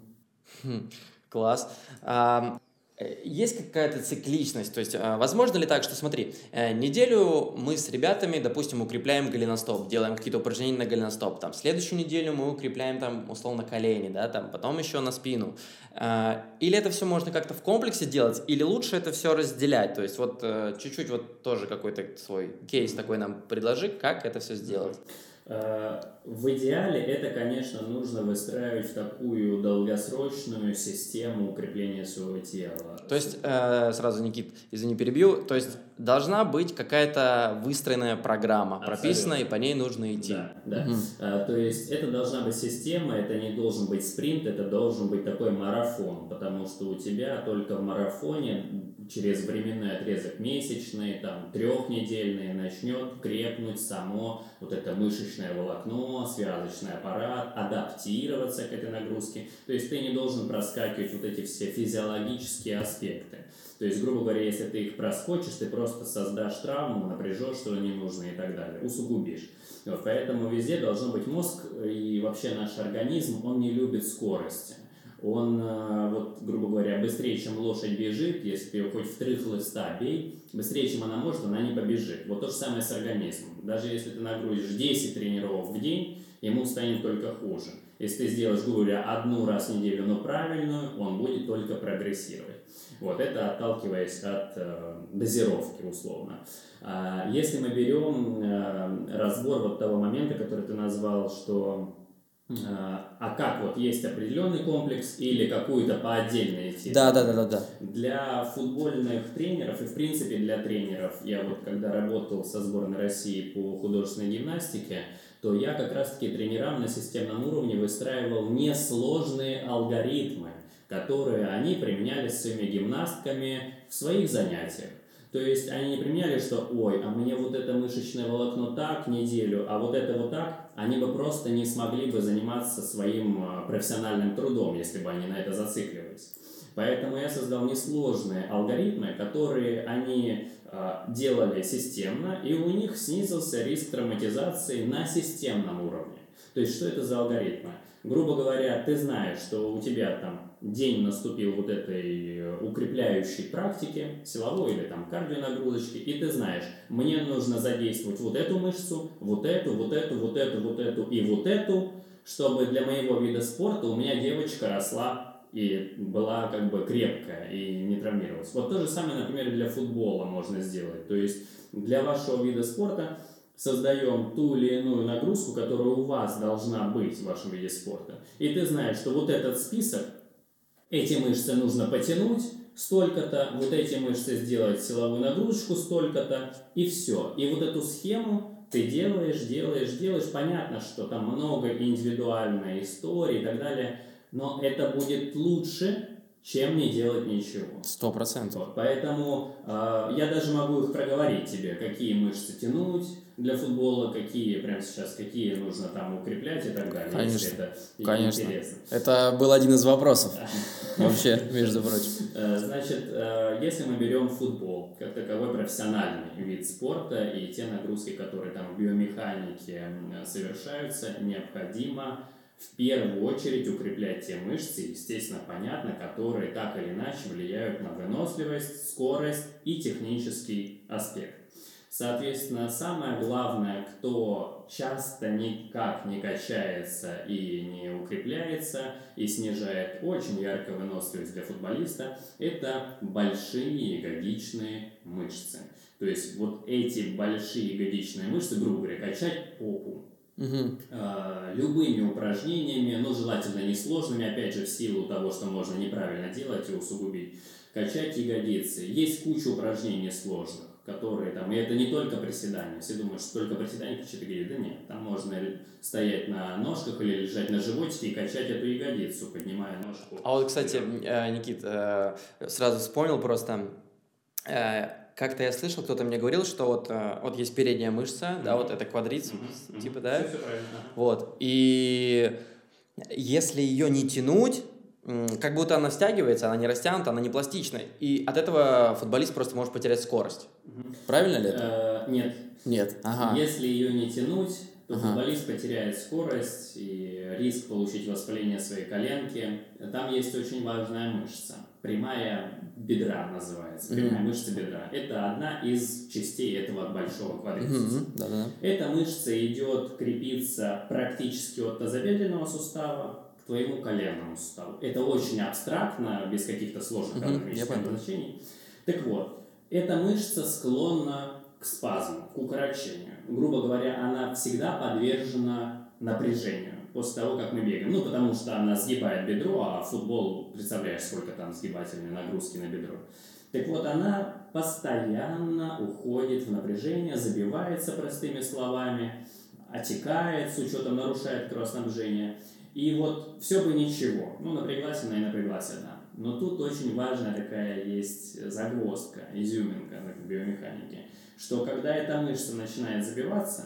Класс. А, есть какая-то цикличность? То есть, возможно ли так, что, смотри, неделю мы с ребятами, допустим, укрепляем голеностоп, делаем какие-то упражнения на голеностоп, там, следующую неделю мы укрепляем, там, условно, колени, да, там, потом еще на спину. Или это все можно как-то в комплексе делать, или лучше это все разделять? То есть, вот чуть-чуть вот тоже какой-то свой кейс такой нам предложи, как это все сделать? В идеале это, конечно, нужно выстраивать в такую долгосрочную систему укрепления своего тела. То есть, э, сразу, Никит, извини, перебью, то есть должна быть какая-то выстроенная программа, абсолютно прописана, и по ней нужно идти. Да, да. Угу. А, то есть это должна быть система, это не должен быть спринт, это должен быть такой марафон, потому что у тебя только в марафоне через временной отрезок месячный, там, трехнедельный начнет крепнуть само вот это мышечное волокно, связочный аппарат, адаптироваться к этой нагрузке. То есть ты не должен проскакивать вот эти все физиологические аспекты. То есть, грубо говоря, если ты их проскочишь, ты просто создашь травму, напряжешь, что не нужно и так далее, усугубишь. Вот, поэтому везде должен быть мозг, и вообще наш организм, он не любит скорости. Он, вот, грубо говоря, быстрее, чем лошадь бежит, если ты ее хоть в три хлыста бей, быстрее, чем она может, она не побежит. Вот то же самое с организмом. Даже если ты нагрузишь десять тренировок в день, ему станет только хуже. Если ты сделаешь, грубо говоря, одну раз в неделю, но правильную, он будет только прогрессировать. Вот это отталкиваясь от э, дозировки, условно. А если мы берем э, разбор вот того момента, который ты назвал, что а как вот есть определенный комплекс или какую-то по отдельной идти? Да, да, да, да, да. Для футбольных тренеров и в принципе для тренеров, я вот когда работал со сборной России по художественной гимнастике, то я как раз-таки тренерам на системном уровне выстраивал несложные алгоритмы, которые они применяли с своими гимнастками в своих занятиях. То есть они не применяли, что ой, а мне вот это мышечное волокно так неделю, а вот это вот так, они бы просто не смогли бы заниматься своим профессиональным трудом, если бы они на это зацикливались. Поэтому я создал несложные алгоритмы, которые они э, делали системно, и у них снизился риск травматизации на системном уровне. То есть что это за алгоритмы? Грубо говоря, ты знаешь, что у тебя там день наступил вот этой укрепляющей практики, силовой или там кардионагрузочки, и ты знаешь, мне нужно задействовать вот эту мышцу, вот эту, вот эту, вот эту, вот эту и вот эту, чтобы для моего вида спорта у меня девочка росла и была как бы крепкая и не травмировалась. Вот то же самое, например, для футбола можно сделать. То есть для вашего вида спорта создаем ту или иную нагрузку, которая у вас должна быть в вашем виде спорта. И ты знаешь, что вот этот список, эти мышцы нужно потянуть столько-то, вот эти мышцы сделать силовую нагрузку столько-то, и все. И вот эту схему Ты делаешь, делаешь, делаешь. Понятно, что там много индивидуальной истории и так далее, но это будет лучше, чем не делать ничего. Сто процентов. Вот, поэтому э, я даже могу их проговорить тебе, какие мышцы тянуть для футбола, какие прямо сейчас, какие нужно там укреплять и так далее. Конечно, если это конечно. Интересно. Это был один из вопросов вообще, между прочим. Значит, если мы берем футбол как таковой профессиональный вид спорта и те нагрузки, которые там в биомеханике совершаются, необходимо в первую очередь укреплять те мышцы, естественно, понятно, которые так или иначе влияют на выносливость, скорость и технический аспект. Соответственно, самое главное, кто часто никак не качается и не укрепляется, и снижает очень ярко выносливость для футболиста, это большие ягодичные мышцы. То есть вот эти большие ягодичные мышцы, грубо говоря, качать попу, Угу. э, любыми упражнениями, но желательно несложными, опять же, в силу того, что можно неправильно делать и усугубить, качать ягодицы. Есть куча упражнений сложных, которые там, и это не только приседания. Все думают, что только приседания качать ягодицы. Да нет, там можно стоять на ножках или лежать на животике и качать эту ягодицу, поднимая ножку. А вот, кстати, Никит, сразу вспомнил просто, как-то я слышал, кто-то мне говорил, что вот, вот есть передняя мышца, mm-hmm. да, вот это квадрицепс, mm-hmm. типа, да? Все, все правильно. Вот, и если ее не тянуть, как будто она стягивается, она не растянута, она не пластичная, и от этого футболист просто может потерять скорость. Mm-hmm. Правильно ли это? Uh, нет. Нет, ага. Если ее не тянуть, то ага. футболист потеряет скорость и риск получить воспаление своей коленки. Там есть очень важная мышца. Прямая бедра называется. Прямая mm-hmm. мышца бедра. Это одна из частей этого большого квадрицепса. Mm-hmm. Да-да. Эта мышца идет крепиться практически от тазобедренного сустава к твоему коленному суставу. Это очень абстрактно, без каких-то сложных mm-hmm. анатомических обозначений. Так вот, эта мышца склонна к спазму, к укорочению. Грубо говоря, она всегда подвержена напряжению после того, как мы бегаем. Ну, потому что она сгибает бедро, а футбол, представляешь, сколько там сгибательной нагрузки на бедро. Так вот, она постоянно уходит в напряжение, забивается, простыми словами, отекает, с учетом нарушает кровоснабжение. И вот все бы ничего. Ну, напряглась она и напряглась она. Но тут очень важная такая есть загвоздка, изюминка в биомеханике, что когда эта мышца начинает забиваться,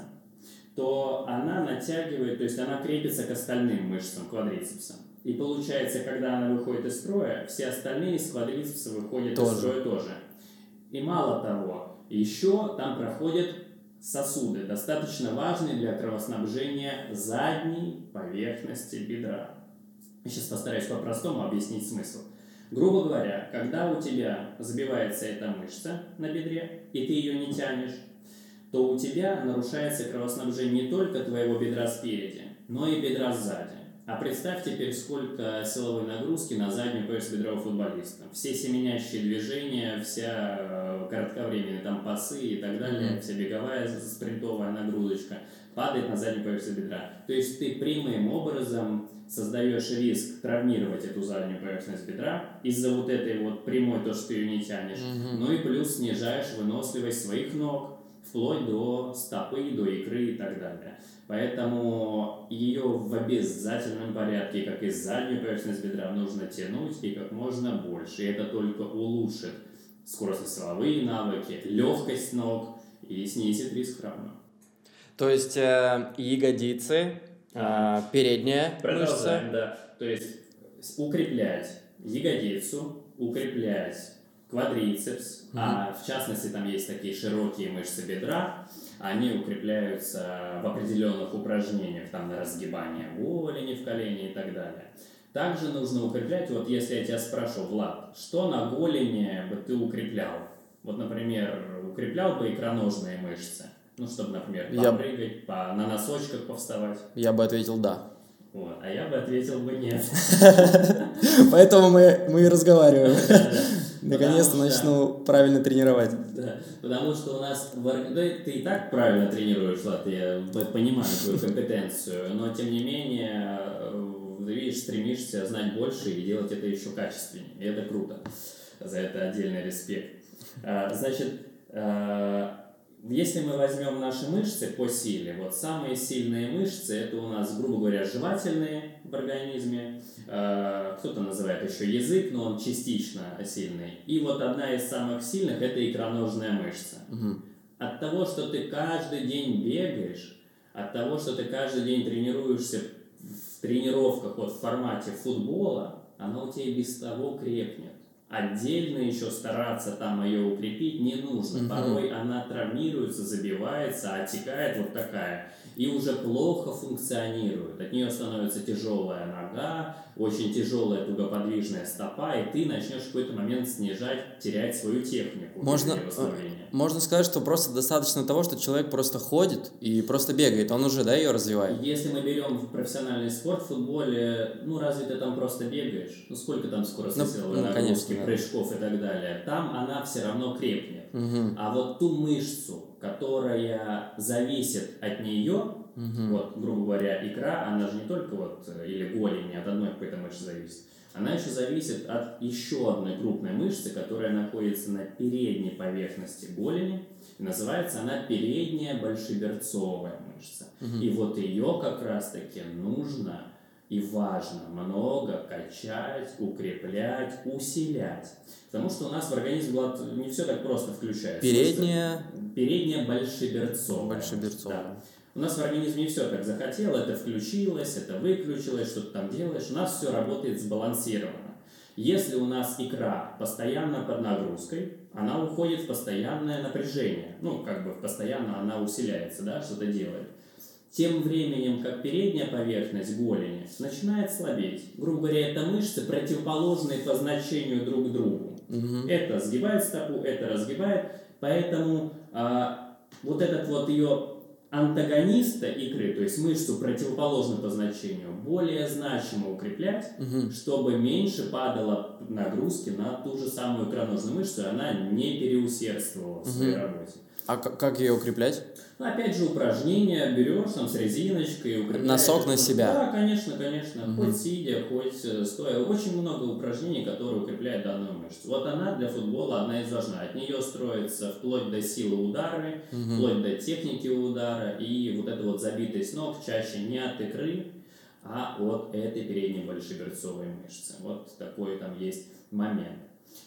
то она натягивает, то есть она крепится к остальным мышцам квадрицепса. И получается, когда она выходит из строя, все остальные из квадрицепса выходят тоже. из строя тоже. И мало того, еще там проходят сосуды, достаточно важные для кровоснабжения задней поверхности бедра. Я сейчас постараюсь по-простому объяснить смысл. Грубо говоря, когда у тебя забивается эта мышца на бедре, и ты ее не тянешь, то у тебя нарушается кровоснабжение не только твоего бедра спереди, но и бедра сзади. А представь теперь, сколько силовой нагрузки на заднюю поверхность бедрового футболиста. Все семенящие движения, вся кратковременные там пасы и так далее, mm-hmm. вся беговая спринтовая нагрузочка падает на заднюю поверхность бедра. То есть ты прямым образом создаешь риск травмировать эту заднюю поверхность бедра из-за вот этой вот прямой, то, что ты ее не тянешь. Mm-hmm. Ну и плюс снижаешь выносливость своих ног, вплоть до стопы, до икры и так далее. Поэтому ее в обязательном порядке, как и заднюю поверхность бедра, нужно тянуть и как можно больше. И это только улучшит скоростно-силовые навыки, легкость ног и снизит риск травмы. То есть э, ягодицы, э, передняя мышца. Да. То есть укреплять ягодицу, укреплять квадрицепс, mm-hmm. а в частности там есть такие широкие мышцы бедра, они укрепляются в определенных упражнениях, там на разгибание голени в колене и так далее. Также нужно укреплять, вот если я тебя спрошу, Влад, что на голени бы ты укреплял? Вот, например, укреплял бы икроножные мышцы, ну, чтобы, например, попрыгать, я... по, на носочках повставать. Я бы ответил «да». Вот, а я бы ответил бы «нет». Поэтому мы, мы и разговариваем. Наконец-то начну правильно тренировать. Да, потому что у нас... Да, ты и так правильно тренируешь, Влад, я понимаю твою компетенцию, но тем не менее, ты видишь, стремишься знать больше и делать это еще качественнее. И это круто. За это отдельный респект. Значит, Если мы возьмем наши мышцы по силе, вот самые сильные мышцы, это у нас, грубо говоря, жевательные в организме, кто-то называет еще язык, но он частично сильный. И вот одна из самых сильных – это икроножная мышца. Угу. От того, что ты каждый день бегаешь, от того, что ты каждый день тренируешься в тренировках вот в формате футбола, она у тебя и без того крепнет. Отдельно еще стараться там ее укрепить не нужно. Угу. Порой она травмируется, забивается, отекает вот такая. И уже плохо функционирует. От нее становится тяжелая нога, очень тяжелая тугоподвижная стопа, и ты начнешь в какой-то момент снижать, терять свою технику. Можно, можно сказать, что просто достаточно того, что человек просто ходит и просто бегает, он уже, да, ее развивает? Если мы берем профессиональный спорт в футболе, ну разве ты там просто бегаешь? Ну сколько там скоростной силовой ну, нагрузки, да. прыжков и так далее? Там она все равно крепнет. Угу. А вот ту мышцу, которая зависит от нее, угу. вот, грубо говоря, икра, она же не только вот, или голень, не от одной какой-то мышцы зависит, она еще зависит от еще одной крупной мышцы, которая находится на передней поверхности голени. И называется она передняя большеберцовая мышца. Угу. И вот ее как раз-таки нужно и важно много качать, укреплять, усилять. Потому что у нас в организме Влад, не все так просто включается. Передняя... Передняя большеберцовая. Большеберцовая. Да. У нас в организме не все так захотело, это включилось, это выключилось, что ты там делаешь. У нас все работает сбалансированно. Если у нас икра постоянно под нагрузкой, она уходит в постоянное напряжение. Ну, как бы постоянно она усиляется, да, что-то делает. Тем временем, как передняя поверхность голени начинает слабеть. Грубо говоря, это мышцы противоположные по значению друг другу. Угу. Это сгибает стопу, это разгибает. Поэтому а, вот этот вот ее антагониста икры, то есть мышцу противоположную по значению, более значимо укреплять, угу. чтобы меньше падало нагрузки на ту же самую икроножную мышцу, и она не переусердствовала в своей угу. работе. А как ее укреплять? Ну, опять же, упражнения берешь там с резиночкой, укрепляешь. Носок на себя. Да, конечно, конечно. Угу. Хоть сидя, хоть стоя. Очень много упражнений, которые укрепляют данную мышцу. Вот она для футбола одна из важна. От нее строится вплоть до силы удара, угу. вплоть до техники удара. И вот эта вот забитость ног чаще не от икры, а от этой передней большеберцовой мышцы. Вот такой там есть момент.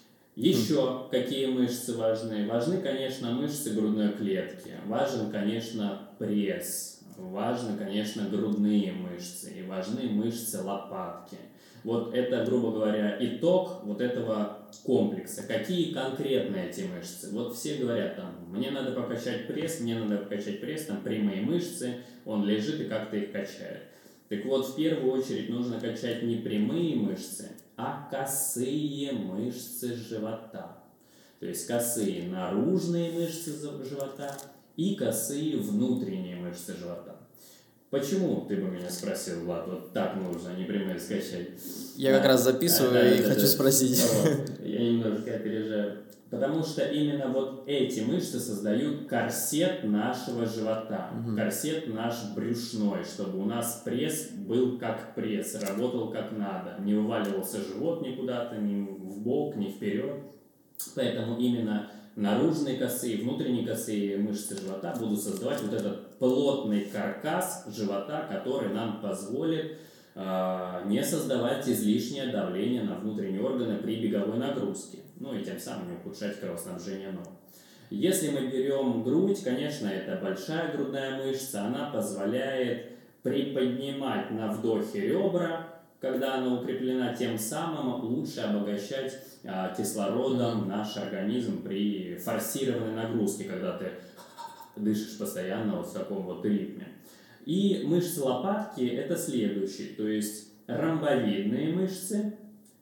Еще какие мышцы важны? Важны, конечно, мышцы грудной клетки. Важен, конечно, пресс. Важны, конечно, грудные мышцы. И важны мышцы лопатки. Вот это, грубо говоря, итог вот этого комплекса. Какие конкретно эти мышцы? Вот все говорят там, мне надо покачать пресс, мне надо покачать пресс, там прямые мышцы, он лежит и как-то их качает. Так вот, в первую очередь нужно качать не прямые мышцы, а косые мышцы живота. То есть косые наружные мышцы живота и косые внутренние мышцы живота. Почему, ты бы меня спросил, Влад, вот так нужно, не прямые скачать? Я как раз записываю да, и да, хочу да, спросить. Вот, я немножко опережаю. Потому что именно вот эти мышцы создают корсет нашего живота, угу. корсет наш брюшной, чтобы у нас пресс был как пресс, работал как надо, не вываливался живот никуда-то, ни в бок, ни вперед. Поэтому именно наружные косые, внутренние косые мышцы живота будут создавать вот этот плотный каркас живота, который нам позволит э, не создавать излишнее давление на внутренние органы при беговой нагрузке, ну и тем самым не ухудшать кровоснабжение ног. Если мы берем грудь, конечно, это большая грудная мышца, она позволяет приподнимать на вдохе ребра, когда она укреплена, тем самым лучше обогащать а, кислородом наш организм при форсированной нагрузке, когда ты дышишь постоянно вот в таком вот ритме. И мышцы лопатки это следующие, то есть ромбовидные мышцы,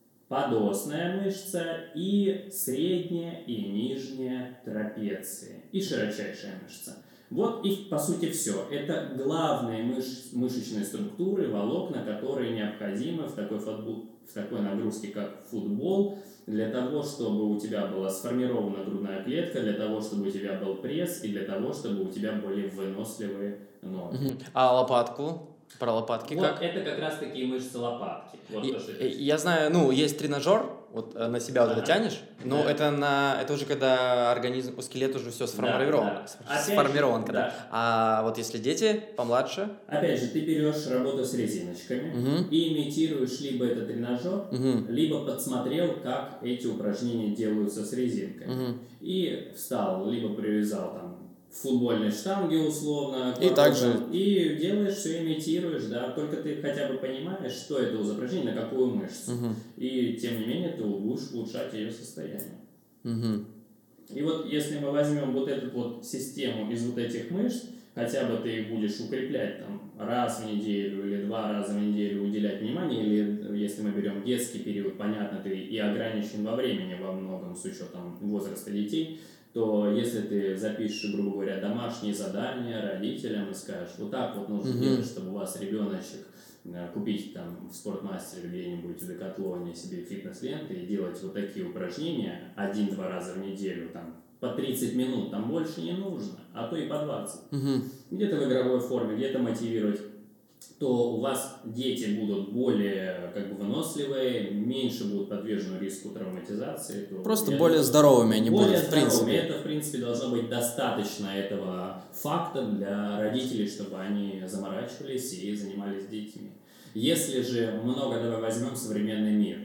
подосная мышца и средняя и нижняя трапеции, и широчайшая мышца. Вот и по сути все. Это главные мыш мышечные структуры, волокна, которые необходимы в такой, футбол, в такой нагрузке, как футбол, для того, чтобы у тебя была сформирована грудная клетка, для того, чтобы у тебя был пресс и для того, чтобы у тебя были выносливые ноги. А лопатку? Про лопатки вот как? Это как раз такие мышцы лопатки. Вот я, то, что я знаю, ну, есть тренажер, вот на себя вот это тянешь, но да. это, на, это уже когда организм, скелет уже все сформирован, Да, да. сформирован. Когда. Да. А вот если дети помладше... Опять же, ты берешь работу с резиночками угу. и имитируешь либо это тренажер, угу. либо подсмотрел, как эти упражнения делаются с резинкой. Угу. И встал, либо привязал там футбольной штанги условно, и также и делаешь все, имитируешь, да, только ты хотя бы понимаешь, что это за упражнение, на какую мышцу, угу. и тем не менее ты будешь улучшать ее состояние. Угу. И вот если мы возьмем вот эту вот систему из вот этих мышц, хотя бы ты их будешь укреплять там раз в неделю или два раза в неделю уделять внимание, или если мы берем детский период, понятно, ты и ограничен во времени во многом с учетом возраста детей, то если ты запишешь, грубо говоря, домашние задания родителям и скажешь, вот так вот нужно mm-hmm. делать, чтобы у вас ребеночек купить там в спортмастере где-нибудь в Декатлоне себе фитнес-ленты и делать вот такие упражнения один-два раза в неделю, там, по тридцать минут, там больше не нужно, а то и по двадцать. Mm-hmm. Где-то в игровой форме, где-то мотивировать, то у вас дети будут более как бы выносливые, меньше будут подвержены риску травматизации. То Просто более думаю, здоровыми они более будут, в здоровыми. принципе. Это, в принципе, должно быть достаточно этого факта для родителей, чтобы они заморачивались и занимались детьми. Если же много, давай возьмем современный мир,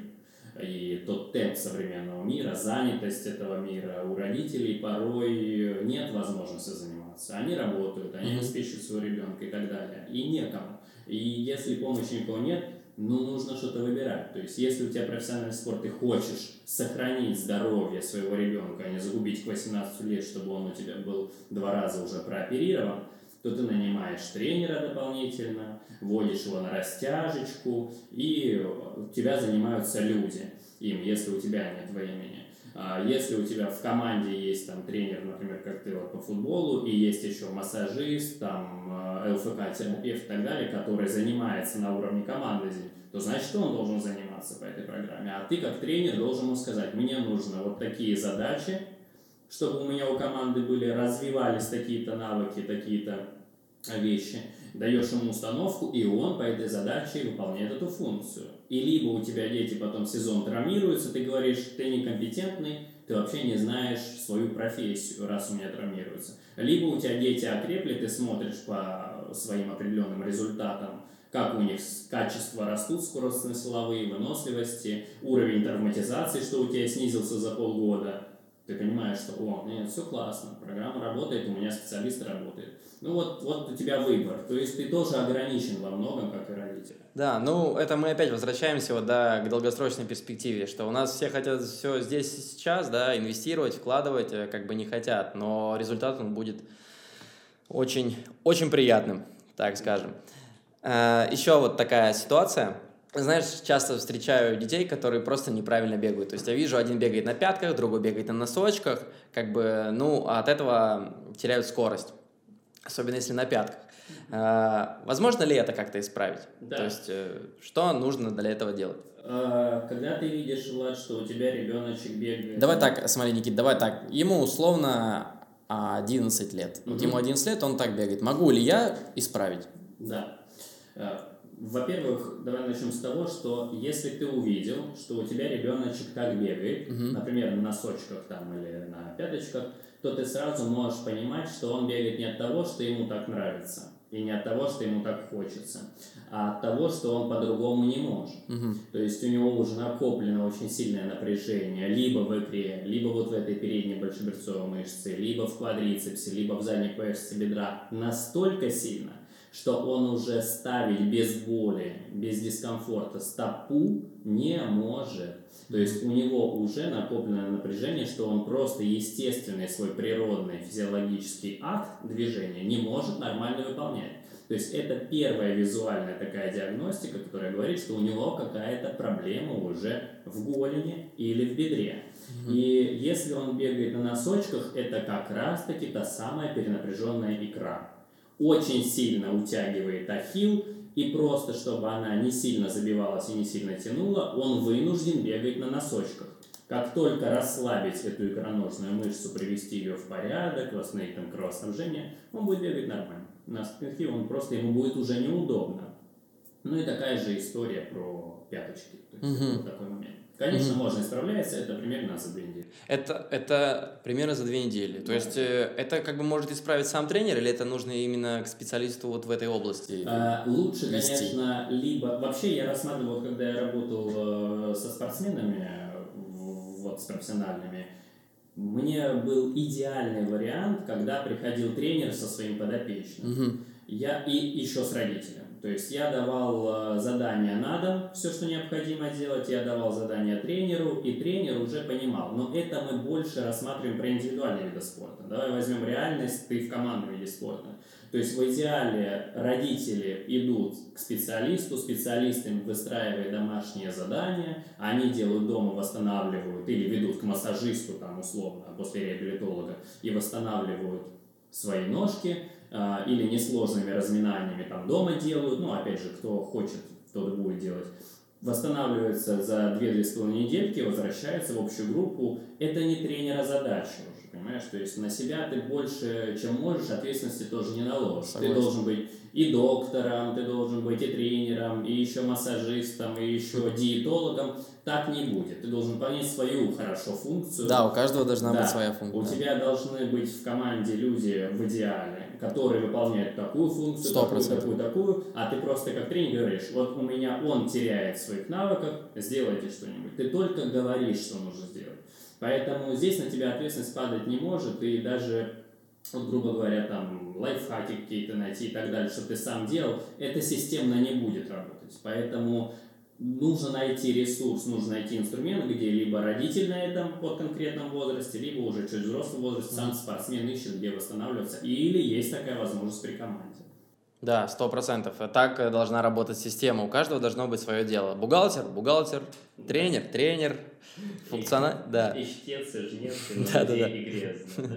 и тот темп современного мира, занятость этого мира, у родителей порой нет возможности заниматься. Они работают, они обеспечивают своего ребенка и так далее. И некому. И если помощи никого нет, ну, нужно что-то выбирать. То есть, если у тебя профессиональный спорт, ты хочешь сохранить здоровье своего ребенка, а не загубить к восемнадцати лет, чтобы он у тебя был два раза уже прооперирован, то ты нанимаешь тренера дополнительно, вводишь его на растяжечку, и у тебя занимаются люди им, если у тебя нет времени. Если у тебя в команде есть там тренер, например, как ты вот по футболу, и есть еще массажист, там ЛФК-терапевт и так далее, который занимается на уровне команды, то значит, он должен заниматься по этой программе. А ты как тренер должен ему сказать, мне нужно вот такие задачи, чтобы у меня у команды были, развивались такие-то навыки, такие-то вещи. Даешь ему установку, и он по этой задаче выполняет эту функцию. И либо у тебя дети потом сезон травмируются, ты говоришь, ты некомпетентный, ты вообще не знаешь свою профессию, раз у меня травмируются. Либо у тебя дети окрепли, ты смотришь по своим определенным результатам, как у них качества растут, скоростно-силовые, выносливости, уровень травматизации, что у тебя снизился за полгода. Ты понимаешь, что, о, нет, все классно, программа работает, у меня специалист работает. Ну вот, вот у тебя выбор, то есть ты тоже ограничен во многом, как и родитель. Да, ну это мы опять возвращаемся вот, да, к долгосрочной перспективе, что у нас все хотят все здесь и сейчас, да, инвестировать, вкладывать, как бы не хотят, но результат он будет очень, очень приятным, так скажем. Еще вот такая ситуация. Знаешь, часто встречаю детей, которые просто неправильно бегают. То есть я вижу, один бегает на пятках, другой бегает на носочках, как бы, ну, от этого теряют скорость, особенно если на пятках. А, возможно ли это как-то исправить? Да. То есть что нужно для этого делать? А, когда ты видишь, Влад, что у тебя ребеночек бегает... Давай так, смотри, Никит, давай так. Ему условно одиннадцать лет. Вот ему одиннадцать лет, он так бегает. Могу ли я исправить? Да. Во-первых, давай начнем с того, что если ты увидел, что у тебя ребеночек так бегает, uh-huh. например, на носочках там или на пяточках, то ты сразу можешь понимать, что он бегает не от того, что ему так нравится, и не от того, что ему так хочется, а от того, что он по-другому не может. Uh-huh. То есть у него уже накоплено очень сильное напряжение либо в икре, либо вот в этой передней большеберцовой мышце, либо в квадрицепсе, либо в задней пояснице бедра настолько сильно, что он уже ставить без боли, без дискомфорта стопу не может. То есть у него уже накопленное напряжение, что он просто естественный свой природный физиологический акт движения не может нормально выполнять. То есть это первая визуальная такая диагностика, которая говорит, что у него какая-то проблема уже в голени или в бедре. Mm-hmm. И если он бегает на носочках, это как раз-таки та самая перенапряженная икра. Очень сильно утягивает ахилл, и просто, чтобы она не сильно забивалась и не сильно тянула, он вынужден бегать на носочках. Как только расслабить эту икроножную мышцу, привести ее в порядок, восстановить там кровоснабжение, он будет бегать нормально. На спинке он просто, ему будет уже неудобно. Ну и такая же история про пяточки. То есть mm-hmm. вот такой момент. Конечно, Мгм. можно исправляться, это примерно за две недели. Это, это примерно за две недели. То Да. есть э, это как бы может исправить сам тренер, или это нужно именно к специалисту вот в этой области А, Лучше, вести? конечно, либо... Вообще я рассматривал, вот когда я работал э, со спортсменами, э, в- вот с профессиональными, мне был идеальный вариант, когда приходил тренер со своим подопечным. Мгм. Я и еще с родителем. То есть я давал э, задания на дом, все, что необходимо делать, я давал задания тренеру, и тренер уже понимал. Но это мы больше рассматриваем про индивидуальные виды спорта. Давай возьмем реальность, ты в командном виде спорта. То есть в идеале родители идут к специалисту, специалист им выстраивает домашние задания, они делают дома, восстанавливают или ведут к массажисту, там условно, после реабилитолога, и восстанавливают свои ножки, а, или несложными разминаниями там дома делают, ну опять же, кто хочет, тот будет делать. Восстанавливается за две-две с половиной недельки, возвращается в общую группу. Это не тренера задача уже, понимаешь? То есть на себя ты больше, чем можешь, ответственности тоже не наложишь. Согласен. Ты должен быть и доктором, ты должен быть и тренером, и еще массажистом, и еще диетологом. Так не будет. Ты должен понять свою хорошо функцию. Да, у каждого должна Да. быть своя функция. У тебя должны быть в команде люди в идеале, которые выполняют такую функцию, Сто такую, процентов. такую, такую, а ты просто как тренер говоришь, вот у меня он теряет в своих навыках, сделайте что-нибудь. Ты только говоришь, что нужно сделать. Поэтому здесь на тебя ответственность падать не может, и даже, вот, грубо говоря, там лайфхаки какие-то найти и так далее, что ты сам делал, это системно не будет работать. Поэтому нужно найти ресурс, нужно найти инструмент, где либо родитель на этом под конкретном возрасте, либо уже чуть взрослый возраст, сам спортсмен ищет, где восстанавливаться, или есть такая возможность при команде. Да, сто процентов. Так э, должна работать система. У каждого должно быть свое дело. Бухгалтер, бухгалтер, тренер, тренер, функционал, да. И чтец, и жнец, и Да, да, да. и грязно.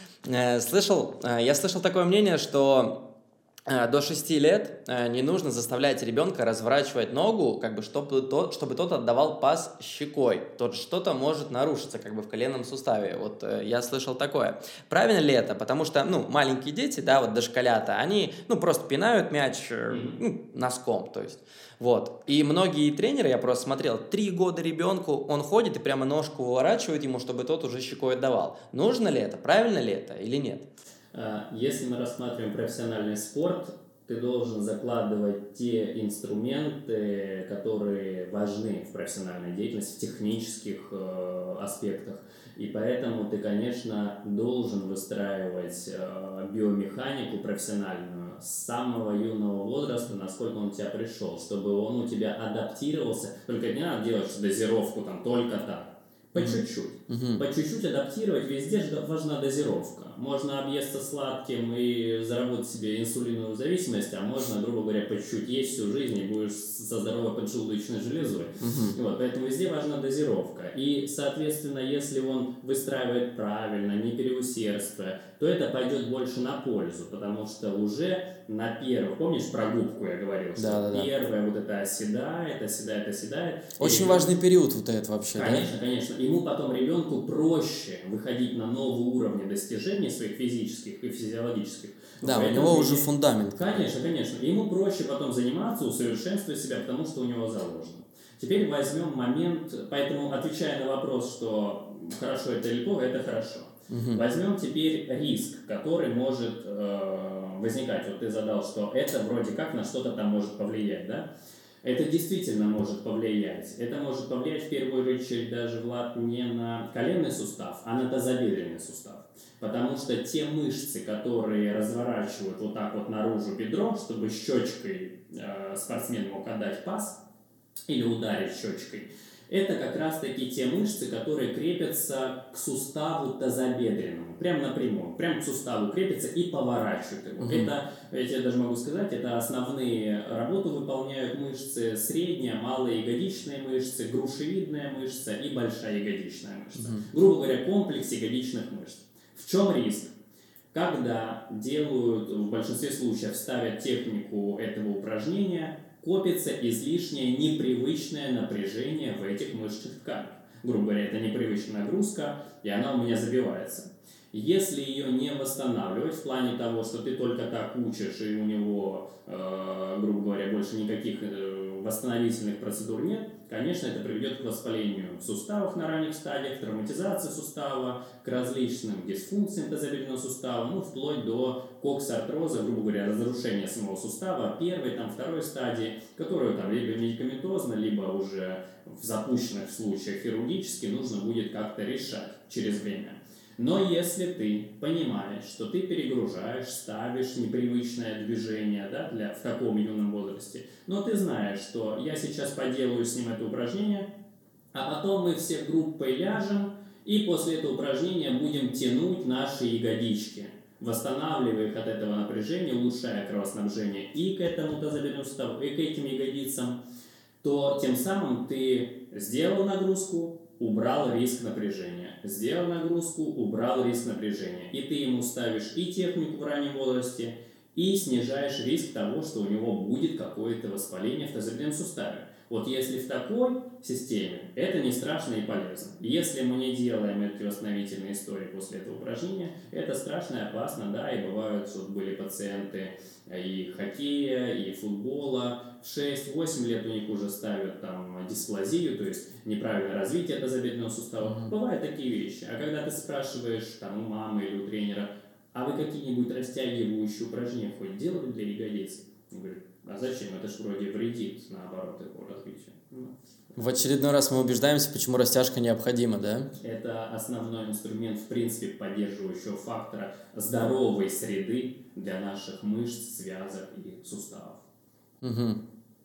Э, Слышал, э, я слышал такое мнение, что э, до шести лет э, не нужно заставлять ребенка разворачивать ногу, как бы, чтобы тот, чтобы тот отдавал пас щекой. Тот что-то может нарушиться как бы в коленном суставе. Вот э, я слышал такое. Правильно ли это? Потому что, ну, маленькие дети, да, вот дошколята, они, ну, просто пинают мяч э, ну, носком, то есть. Вот. И многие тренеры, я просто смотрел, три года ребенку, он ходит и прямо ножку выворачивает ему, чтобы тот уже щекой отдавал. Нужно ли это? Правильно ли это или нет? Если мы рассматриваем профессиональный спорт, ты должен закладывать те инструменты, которые важны в профессиональной деятельности, в технических э, аспектах. И поэтому ты, конечно, должен выстраивать э, биомеханику профессиональную с самого юного возраста, насколько он у тебя пришел, чтобы он у тебя адаптировался. Только не надо делать дозировку там только так. По чуть-чуть. Мгм. По чуть-чуть адаптировать. Везде же важна дозировка. Можно объесться сладким и заработать себе инсулиновую зависимость, а можно, грубо говоря, по чуть-чуть есть всю жизнь и будешь со здоровой поджелудочной железой. Мгм. Вот, поэтому везде важна дозировка. И, соответственно, если он выстраивает правильно, не переусердствуя, то это пойдет больше на пользу, потому что уже на первых, помнишь про губку я говорил, что Да, да, да. первое вот это оседает, оседает, оседает. Очень И важный период вот этот вообще, Конечно, конечно. Ему потом ребенку проще выходить на новые уровни достижений своих физических и физиологических. да? Да, у Поэтому него и- уже фундамент. Конечно, конечно. Ему проще потом заниматься, усовершенствовать себя, потому что у него заложено. Теперь возьмем момент, поэтому отвечая на вопрос, что хорошо это или плохо, это хорошо. Мгм. Возьмем теперь риск, который может э, возникать. Вот ты задал, что это вроде как на что-то там может повлиять, да? Это действительно может повлиять. Это может повлиять в первую очередь даже, Влад, не на коленный сустав, а на тазобедренный сустав. Потому что те мышцы, которые разворачивают вот так вот наружу бедро, чтобы щечкой э, спортсмен мог отдать пас или ударить щечкой, это как раз таки те мышцы, которые крепятся к суставу тазобедренному, прям напрямую, прям к суставу крепятся и поворачивают его. Мгм. Это, я тебе даже могу сказать, это основные работу выполняют мышцы средняя, малая ягодичная мышцы, грушевидная мышца и большая ягодичная мышца. Мгм. Грубо говоря, комплекс ягодичных мышц. В чем риск? Когда делают, в большинстве случаев ставят технику этого упражнения, копится излишнее непривычное напряжение в этих мышечных тканях. Грубо говоря, это непривычная нагрузка, и она у меня забивается. Если ее не восстанавливать в плане того, что ты только так учишь, и у него, э, грубо говоря, больше никаких э, восстановительных процедур нет, конечно, это приведет к воспалению суставов на ранних стадиях, травматизации сустава, к различным дисфункциям тазобедренного сустава, ну, вплоть до коксартроза, грубо говоря, разрушения самого сустава первой, там, второй стадии, которую там либо медикаментозно, либо уже в запущенных случаях хирургически нужно будет как-то решать через время. Но если ты понимаешь, что ты перегружаешь, ставишь непривычное движение, да, для, в таком юном возрасте, но ты знаешь, что я сейчас поделаю с ним это упражнение, а потом мы все группой ляжем и после этого упражнения будем тянуть наши ягодички, восстанавливая их от этого напряжения, улучшая кровоснабжение и к этому тазобедренному суставу, и к этим ягодицам, то тем самым ты сделал нагрузку, убрал риск напряжения. Сделал нагрузку, убрал риск напряжения. И ты ему ставишь и технику в раннем возрасте, и снижаешь риск того, что у него будет какое-то воспаление в тазобедренном суставе. Вот если в такой системе, это не страшно и полезно. Если мы не делаем эти восстановительные истории после этого упражнения, это страшно и опасно, да, и бывают, что были пациенты и хоккея, и футбола, в шесть-восемь лет у них уже ставят там дисплазию, то есть неправильное развитие тазобедренного сустава. Mm-hmm. Бывают такие вещи. А когда ты спрашиваешь там у мамы или у тренера, а вы какие-нибудь растягивающие упражнения хоть делали для ягодиц? Он говорит, а зачем? Это же вроде вредит, наоборот, его развитию. Ну. В очередной раз мы убеждаемся, почему растяжка необходима, да? Это основной инструмент, в принципе, поддерживающего фактора здоровой среды для наших мышц, связок и суставов. Угу.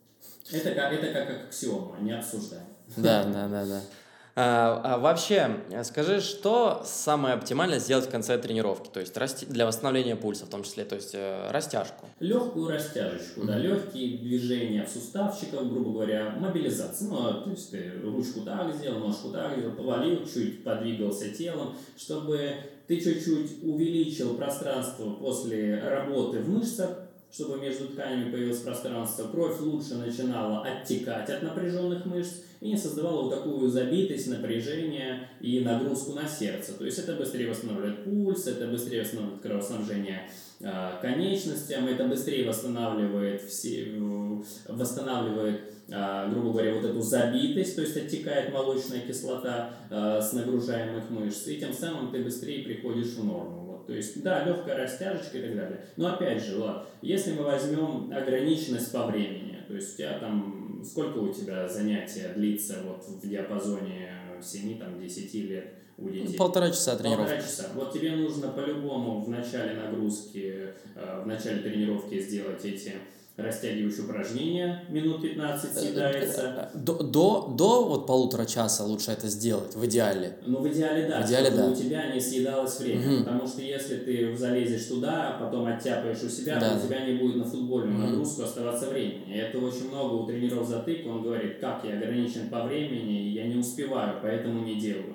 Это, как, это как аксиома, не обсуждаем. Да, да, да, да. А, а вообще, скажи, что самое оптимально сделать в конце тренировки, то есть расти, для восстановления пульса в том числе, то есть э, растяжку? Легкую растяжечку, mm-hmm. да, легкие движения в суставчиках, грубо говоря, мобилизация. Ну, то есть ты ручку так сделал, ножку так сделал, повалил, чуть подвигался телом, чтобы ты чуть-чуть увеличил пространство после работы в мышцах, чтобы между тканями появилось пространство, кровь лучше начинала оттекать от напряженных мышц и не создавала вот такую забитость, напряжение и нагрузку на сердце. То есть это быстрее восстанавливает пульс, это быстрее восстанавливает кровоснабжение э, конечностям, это быстрее восстанавливает, все, восстанавливает э, грубо говоря, вот эту забитость, то есть оттекает молочная кислота э, с нагружаемых мышц, и тем самым ты быстрее приходишь в норму. То есть, да, легкая растяжечка и так далее. Но опять же, Влад, если мы возьмем ограниченность по времени, то есть у тебя там, сколько у тебя занятия длится вот в диапазоне семи-десяти лет у детей? Полтора часа тренировки. Полтора часа. Вот тебе нужно по-любому в начале нагрузки, в начале тренировки сделать эти растягивающие упражнения, минут пятнадцать съедается. До, до, до вот полутора часа лучше это сделать, в идеале. Ну, в идеале, да, в идеале, чтобы да. у тебя не съедалось время. Угу. Потому что если ты залезешь туда, а потом оттяпаешь у себя, да. то у тебя не будет на футбольную угу. нагрузку оставаться времени. И это очень много у тренеров затык. Он говорит, как я ограничен по времени, я не успеваю, поэтому не делаю.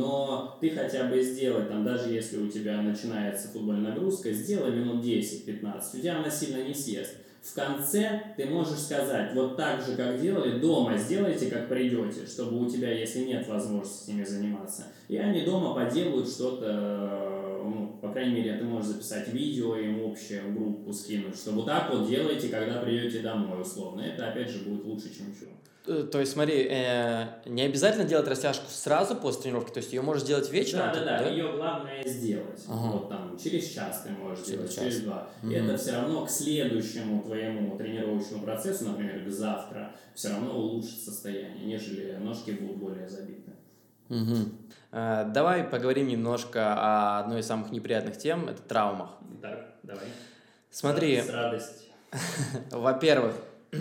Но ты хотя бы сделай, там, даже если у тебя начинается футбольная нагрузка, сделай минут десять-пятнадцать, у тебя она сильно не съест. В конце ты можешь сказать, вот так же, как делали, дома сделайте, как придете, чтобы у тебя, если нет возможности с ними заниматься, и они дома поделают что-то, ну, по крайней мере, ты можешь записать видео, им общую группу скинуть, что вот так вот делайте, когда придете домой, условно. Это, опять же, будет лучше, чем ничего. То есть, смотри, э, не обязательно делать растяжку сразу после тренировки, то есть ее можешь делать вечером? Да, да, да, да? ее главное сделать. Ага. Вот там через час ты можешь через делать, час. через два. Угу. И это все равно к следующему твоему тренировочному процессу, например, к завтра, все равно улучшит состояние, нежели ножки будут более забиты. Угу. Э, давай поговорим немножко о одной из самых неприятных тем, это травмах. Так, давай. Смотри. С радостью. Во-первых,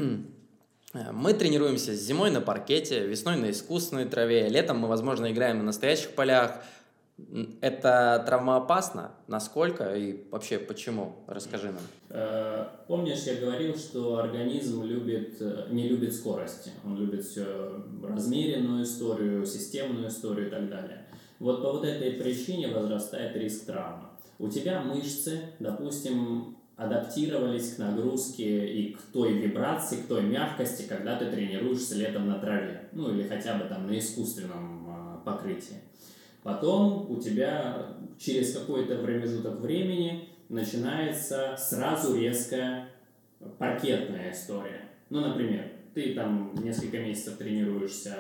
мы тренируемся зимой на паркете, весной на искусственной траве, летом мы, возможно, играем на настоящих полях. Это травмоопасно? Насколько и вообще почему? Расскажи нам. Помнишь, я говорил, что организм любит, не любит скорости. Он любит все размеренную историю, системную историю и так далее. Вот по вот этой причине возрастает риск травмы. У тебя мышцы, допустим, адаптировались к нагрузке и к той вибрации, к той мягкости, когда ты тренируешься летом на траве, ну или хотя бы там на искусственном покрытии. Потом у тебя через какой-то промежуток времени начинается сразу резкая паркетная история. Ну, например, ты там несколько месяцев тренируешься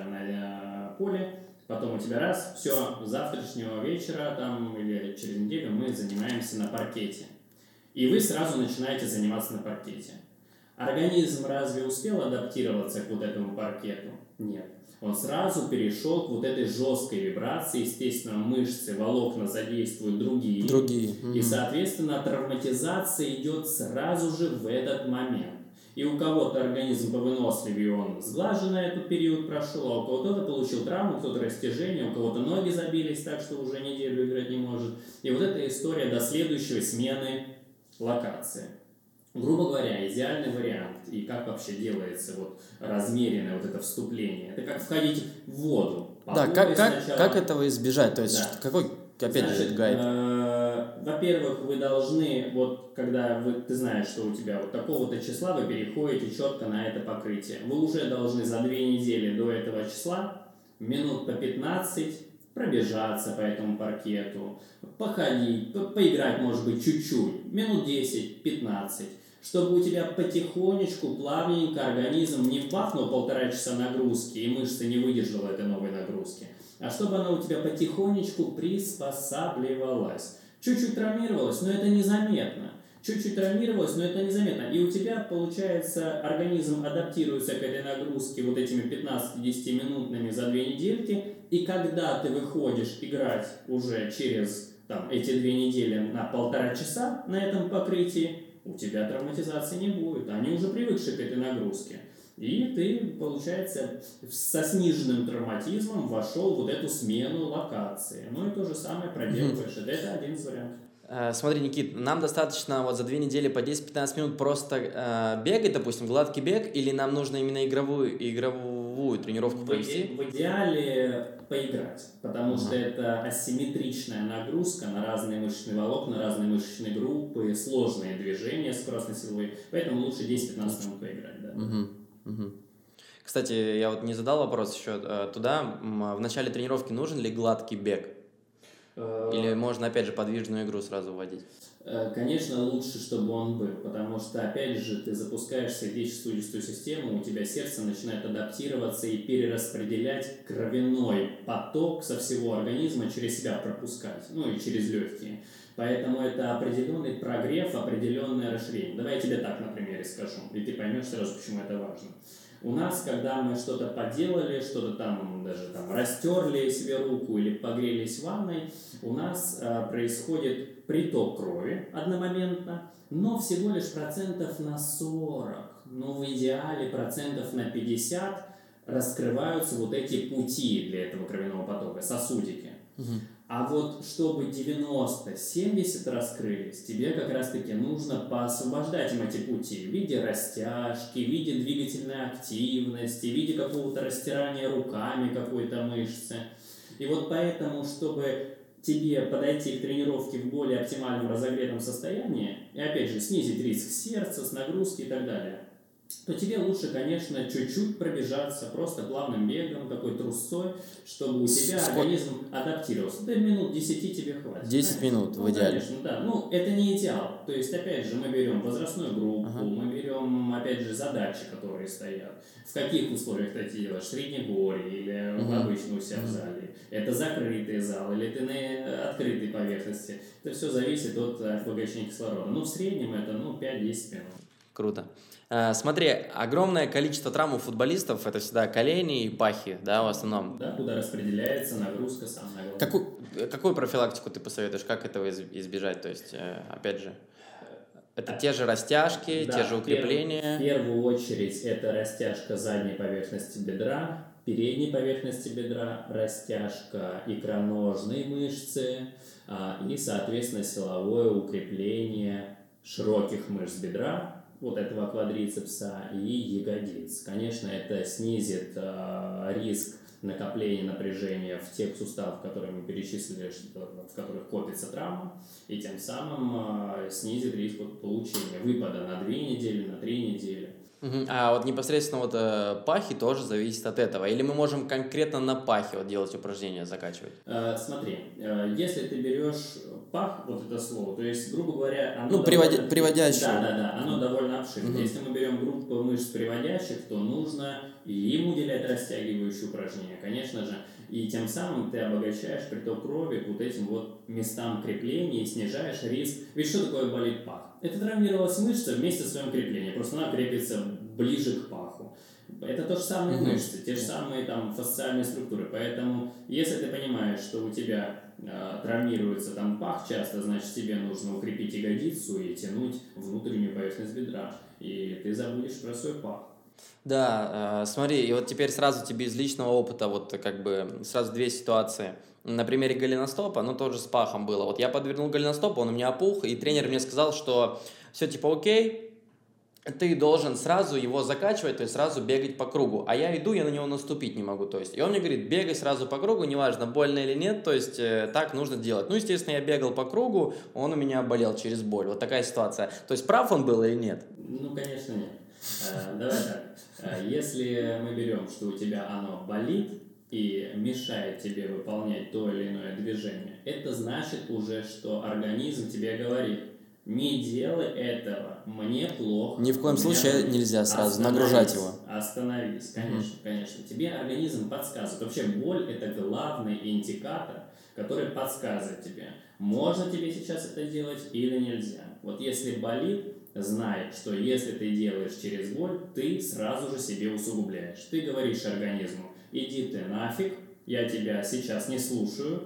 на поле, потом у тебя раз, все, с завтрашнего вечера там, или через неделю мы занимаемся на паркете. И вы сразу начинаете заниматься на паркете. Организм разве успел адаптироваться к вот этому паркету? Нет. Он сразу перешел к вот этой жесткой вибрации. Естественно, мышцы, волокна задействуют другие. Другие. И, соответственно, травматизация идет сразу же в этот момент. И у кого-то организм повыносливее, он сглаженно этот период прошел, а у кого-то получил травму, кто-то растяжение, у кого-то ноги забились так, что уже неделю играть не может. И вот эта история до следующей смены локации. Грубо говоря, идеальный вариант, и как вообще делается вот размеренное вот это вступление, это как входить в воду. Да, как, как, сначала... как этого избежать? То есть, да. какой, опять Значит, же, гайд? Э, во-первых, вы должны, вот когда вы, ты знаешь, что у тебя вот такого-то числа, вы переходите четко на это покрытие. Вы уже должны за две недели до этого числа минут по пятнадцать пробежаться по этому паркету, походить, по поиграть, может быть, чуть-чуть, минут десять-пятнадцать, чтобы у тебя потихонечку, плавненько организм не вбахнул полтора часа нагрузки и мышцы не выдержала этой новой нагрузки, а чтобы она у тебя потихонечку приспосабливалась. Чуть-чуть травмировалась, но это незаметно. Чуть-чуть травмировалась, но это незаметно. И у тебя, получается, организм адаптируется к этой нагрузке вот этими пятнадцати-десятиминутными за две недельки. И когда ты выходишь играть уже через там, эти две недели на полтора часа на этом покрытии, у тебя травматизации не будет. Они уже привыкшие к этой нагрузке. И ты, получается, со сниженным травматизмом вошел в вот эту смену локации. Ну и то же самое проделываешь. Mm-hmm. Это один из вариантов. Смотри, Никит, нам достаточно вот за две недели по десять-пятнадцать минут просто э, бегать, допустим, гладкий бег, или нам нужно именно игровую, игровую тренировку провести? В, в идеале поиграть, потому uh-huh. что это асимметричная нагрузка на разные мышечные волокна, разные мышечные группы, сложные движения скоростно-силовые, поэтому лучше десять-пятнадцать минут поиграть. Да. Uh-huh. Uh-huh. Кстати, я вот не задал вопрос еще э, туда, в начале тренировки нужен ли гладкий бег? Или можно, опять же, подвижную игру сразу вводить? Конечно, лучше, чтобы он был, потому что, опять же, ты запускаешь сердечно-сосудистую систему, у тебя сердце начинает адаптироваться и перераспределять кровяной поток со всего организма, через себя пропускать, ну и через легкие. Поэтому это определенный прогрев, определенное расширение. Давай я тебе так на примере скажу, и ты поймешь сразу, почему это важно. У нас, когда мы что-то поделали, что-то там даже там растерли себе руку или погрелись в ванной, у нас э, происходит приток крови одномоментно, но всего лишь процентов на сорок, ну в идеале процентов на пятьдесят раскрываются вот эти пути для этого кровяного потока, сосудики. Угу. А вот чтобы девяносто-семьдесят раскрылись, тебе как раз-таки нужно поосвобождать им эти пути в виде растяжки, в виде двигательной активности, в виде какого-то растирания руками какой-то мышцы. И вот поэтому, чтобы тебе подойти к тренировке в более оптимальном разогретом состоянии, и опять же снизить риск сердца, с нагрузки и так далее, то тебе лучше, конечно, чуть-чуть пробежаться, просто плавным бегом, такой трусцой, чтобы у тебя Сколько? организм адаптировался. Да минут десять тебе хватит. десять конечно. Минут ну, в идеале. Конечно, да. Ну, это не идеал. То есть, опять же, мы берем возрастную группу, ага. мы берем, опять же, задачи, которые стоят. В каких условиях ты это делаешь? В Среднегорье или угу. обычно у себя угу. в зале? Это закрытый зал или ты на открытой поверхности? Это все зависит от обогащения кислорода. Ну, в среднем это ну, пять-десять минут. Круто. Смотри, огромное количество травм у футболистов – это всегда колени и пахи, да, в основном. Да, куда распределяется нагрузка самая главная. Какую, какую профилактику ты посоветуешь, как этого избежать? То есть, опять же, это те же растяжки, да, те же укрепления? В первую очередь это растяжка задней поверхности бедра, передней поверхности бедра, растяжка икроножной мышцы и, соответственно, силовое укрепление широких мышц бедра, вот этого квадрицепса и ягодиц. Конечно, это снизит э, риск накопления напряжения в тех суставах, которые мы перечислили, в которых копится травма, и тем самым э, снизит риск получения выпада на две недели, на три недели. Мгм. А вот непосредственно вот э, пахи тоже зависит от этого. Или мы можем конкретно на пахе вот делать упражнения, закачивать? Э, смотри, э, если ты берешь пах, вот это слово, то есть, грубо говоря, оно Ну, приводя- довольно... приводящее. Да, да, да, оно довольно обширное. Мгм. Если мы берем группу мышц приводящих, то нужно и им уделять растягивающие упражнения, конечно же, и тем самым ты обогащаешь приток крови к вот этим вот местам крепления и снижаешь риск. Ведь что такое болит пах? Это травмировалась мышца вместе с своим креплением, просто она крепится ближе к паху. Это то же самые Мгм. мышцы, те же самые там фасциальные структуры. Поэтому, если ты понимаешь, что у тебя э, травмируется там пах часто, значит тебе нужно укрепить ягодицу и тянуть внутреннюю поверхность бедра. И ты забудешь про свой пах. Да, э, смотри, и вот теперь сразу тебе из личного опыта, вот как бы сразу две ситуации. На примере голеностопа, ну тоже с пахом было. Вот я подвернул голеностоп, он у меня опух, и тренер мне сказал, что все типа окей, ты должен сразу его закачивать, то есть сразу бегать по кругу. А я иду, я на него наступить не могу. То есть, и он мне говорит, бегай сразу по кругу, неважно, больно или нет, то есть э, так нужно делать. Ну, естественно, я бегал по кругу, он у меня болел через боль. Вот такая ситуация. То есть прав он был или нет? Ну, конечно, нет. Э, Давай так. Э, Если мы берем, что у тебя оно болит и мешает тебе выполнять то или иное движение, это значит уже, что организм тебе говорит, не делай этого, мне плохо. Ни в коем у меня случае болит». нельзя сразу Остановись, нагружать его. Остановись, конечно, конечно. Тебе организм подсказывает. Вообще боль – это главный индикатор, который подсказывает тебе, можно тебе сейчас это делать или нельзя. Вот если болит, знай, что если ты делаешь через боль, ты сразу же себе усугубляешь. Ты говоришь организму, иди ты нафиг, я тебя сейчас не слушаю,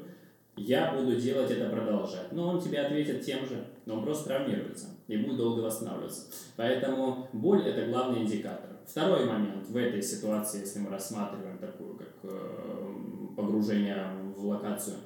я буду делать это, продолжать. Но он тебе ответит тем же, но он просто травмируется и будет долго восстанавливаться. Поэтому боль – это главный индикатор. Второй момент в этой ситуации, если мы рассматриваем такую, как э, погружение в локацию,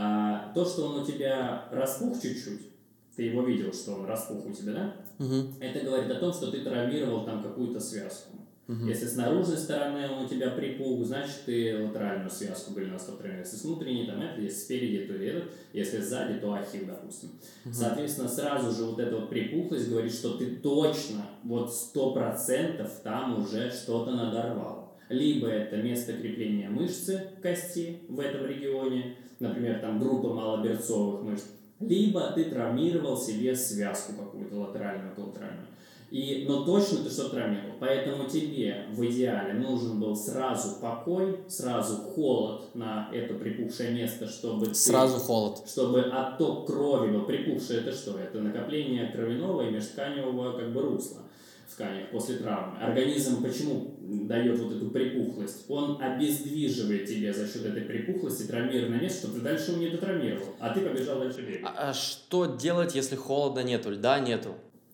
а, то, что он у тебя распух чуть-чуть, ты его видел, что он распух у тебя, да? Угу. Это говорит о том, что ты травмировал там какую-то связку. Угу. Если с наружной стороны он у тебя припух, значит ты латеральную связку голеностоп тренируешь. Если с внутренней, там это, если спереди, то этот, если сзади, то ахилл, допустим. Угу. Соответственно, сразу же вот эта вот припухлость говорит, что ты точно, вот сто процентов там уже что-то надорвал. Либо это место крепления мышцы кости в этом регионе, например, там группа малоберцовых мышц, либо ты травмировал себе связку какую-то латеральную, коллатеральную. И, но точно ты что травмировал. Поэтому тебе в идеале нужен был сразу покой, сразу холод на это припухшее место, чтобы Сразу ты, холод. чтобы отток крови был. Припухшее это что? Это накопление кровяного и межтканевого как бы русла в тканях после травмы. Организм почему дает вот эту припухлость? Он обездвиживает тебя за счет этой припухлости, травмированное место, чтобы ты дальше его не дотравмировал, а ты побежал дальше бегать. А, а что делать, если холода нету, льда нету?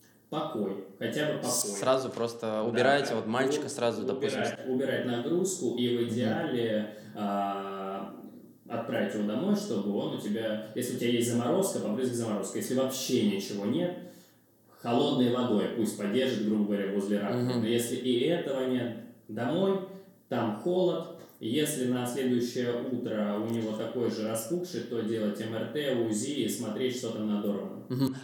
Покой, хотя бы покой. Сразу просто убираете, да, вот мальчика сразу, допустим. Убирать, убирать нагрузку и в идеале mm-hmm. а, отправить его домой, чтобы он у тебя, если у тебя есть заморозка, побрызгай заморозкой. Если вообще ничего нет, холодной водой пусть подержит, грубо говоря, возле раковины. Mm-hmm. Но если и этого нет, домой, там холод. Если на следующее утро у него такой же распухший, то делать эм эр тэ, УЗИ и смотреть, что там надорвано. Uh-huh.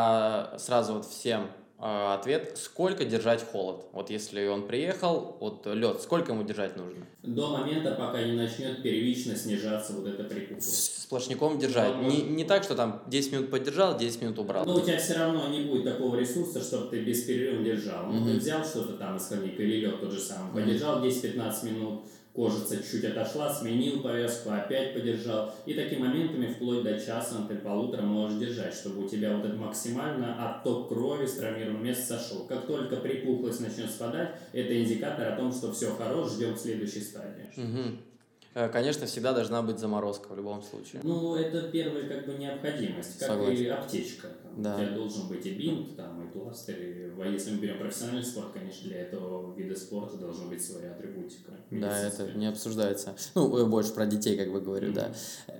А сразу вот всем э, ответ, сколько держать холод? Вот если он приехал, вот лед, сколько ему держать нужно? До момента, пока не начнет первично снижаться вот эта припухлость. Сплошняком держать. Но, не, не так, что там десять минут подержал, десять минут убрал. Но у тебя все равно не будет такого ресурса, чтобы ты без перерыва держал. Ну, mm-hmm. ты взял что-то там из хладника или лед тот же самый, mm-hmm. подержал десять-пятнадцать минут, кожица чуть-чуть отошла, сменил повязку, опять подержал. И такими моментами вплоть до часа, например, полутора можешь держать, чтобы у тебя вот этот максимально отток крови с травмированного места сошел. Как только припухлость начнет спадать, это индикатор о том, что все хорошо, ждем следующей стадии. Угу. Конечно, всегда должна быть заморозка в любом случае. Ну, это первая как бы необходимость, как Согласен. И аптечка. Там, да. У тебя должен быть и бинт, там, и пластырь. А если мы берем профессиональный спорт, конечно, для этого вида спорта должна быть своя атрибутика. Да, это не обсуждается. Ну, больше про детей, как бы говорю, mm-hmm. да.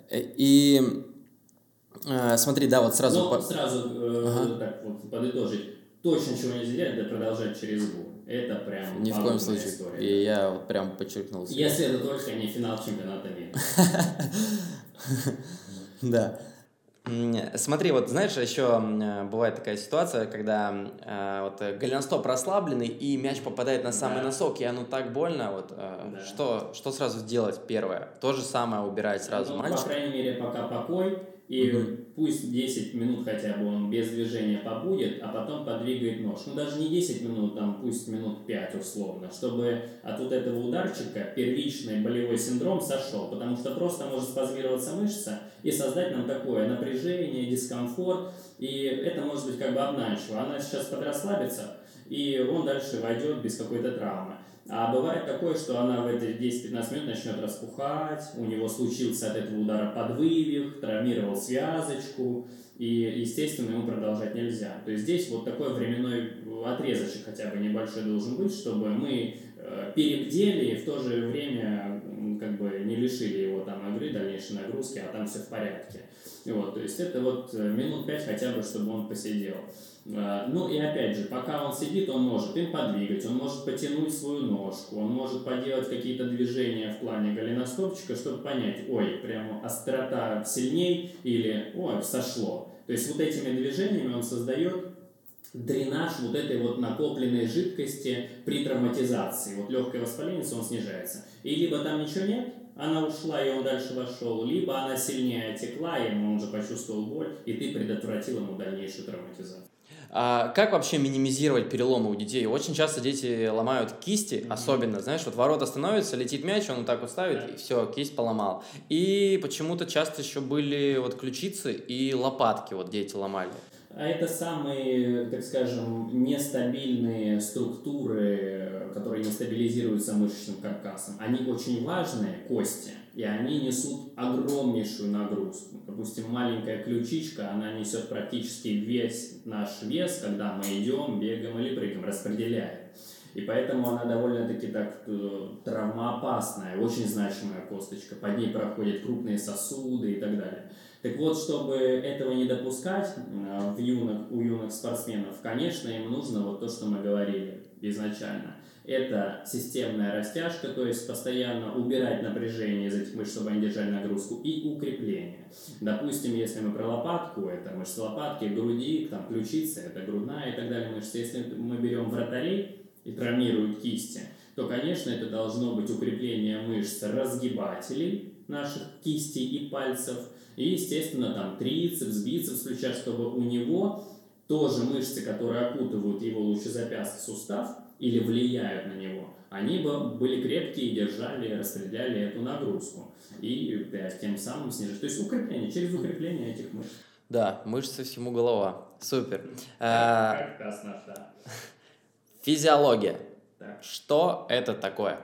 И э, смотри, да, вот сразу... Но по... сразу э, ага. так вот подытожить. Точно ничего нельзя делать, да продолжать через боль. Это прям ни в коем случае. История, и да. Я вот прям подчеркнул. Себе. Если это только не финал чемпионата мира. Да. Смотри, вот знаешь, еще бывает такая ситуация, когда э, вот э, голеностоп расслабленный, и мяч попадает на самый Да. носок, и оно так больно. Вот, э, Да. что, что сразу сделать первое? То же самое убирать сразу Ну, мальчик? по крайней мере, пока покой, и Мгм. пусть десять минут хотя бы он без движения побудет, а потом подвигает нож. Ну, даже не десять минут, там, пусть минут пять условно, чтобы от вот этого ударчика первичный болевой синдром сошел, потому что просто может спазмироваться мышца и создать нам такое напряжение, дискомфорт, и это может быть как бы обманчиво. Она сейчас подрасслабится, и он дальше войдет без какой-то травмы. А бывает такое, что она в эти десять-пятнадцать минут начнет распухать, у него случился от этого удара подвывих, травмировал связочку, и, естественно, ему продолжать нельзя. То есть здесь вот такой временной отрезочек хотя бы небольшой должен быть, чтобы мы э, перебдели и в то же время как бы не лишили его там игры, дальнейшей нагрузки, а там все в порядке. Вот, то есть это вот минут пять хотя бы, чтобы он посидел. Ну и опять же, пока он сидит, он может им подвигать, он может потянуть свою ножку, он может поделать какие-то движения в плане голеностопчика, чтобы понять, ой, прямо острота сильней или ой, сошло. То есть вот этими движениями он создает дренаж вот этой вот накопленной жидкости при травматизации. Вот легкое воспаление, он снижается. И либо там ничего нет, она ушла, и он дальше вошел, либо она сильнее отекла, и он уже почувствовал боль, и ты предотвратил ему дальнейшую травматизацию. А как вообще минимизировать переломы у детей? Очень часто дети ломают кисти, mm-hmm. особенно, знаешь, вот ворота становятся, летит мяч, он вот так вот ставит, yeah. и все, кисть поломал. И почему-то часто еще были вот ключицы и лопатки, вот дети ломали. А это самые, так скажем, нестабильные структуры, которые не стабилизируются мышечным каркасом. Они очень важные, кости, и они несут огромнейшую нагрузку. Допустим, маленькая ключичка, она несет практически весь наш вес, когда мы идем, бегаем или прыгаем, распределяем. И поэтому она довольно-таки так травмоопасная, очень значимая косточка. Под ней проходят крупные сосуды и так далее. Так вот, чтобы этого не допускать в юных, у юных спортсменов, конечно, им нужно вот то, что мы говорили изначально. Это системная растяжка, то есть постоянно убирать напряжение из этих мышц, чтобы они держали нагрузку, и укрепление. Допустим, если мы про лопатку, это мышцы лопатки, груди, там, ключицы, это грудная и так далее мышцы. Если мы берем вратарей и травмируют кисти, то, конечно, это должно быть укрепление мышц разгибателей наших кистей и пальцев, и, естественно, там трицепс, бицепс включать, чтобы у него тоже мышцы, которые окутывают его лучезапястный сустав или влияют на него, они бы были крепкие и держали, распределяли эту нагрузку. И тем самым снижать. То есть укрепление, через укрепление этих мышц. Да, мышцы всему голова. Супер. Как раз наш, да. Физиология. Так. Что это такое?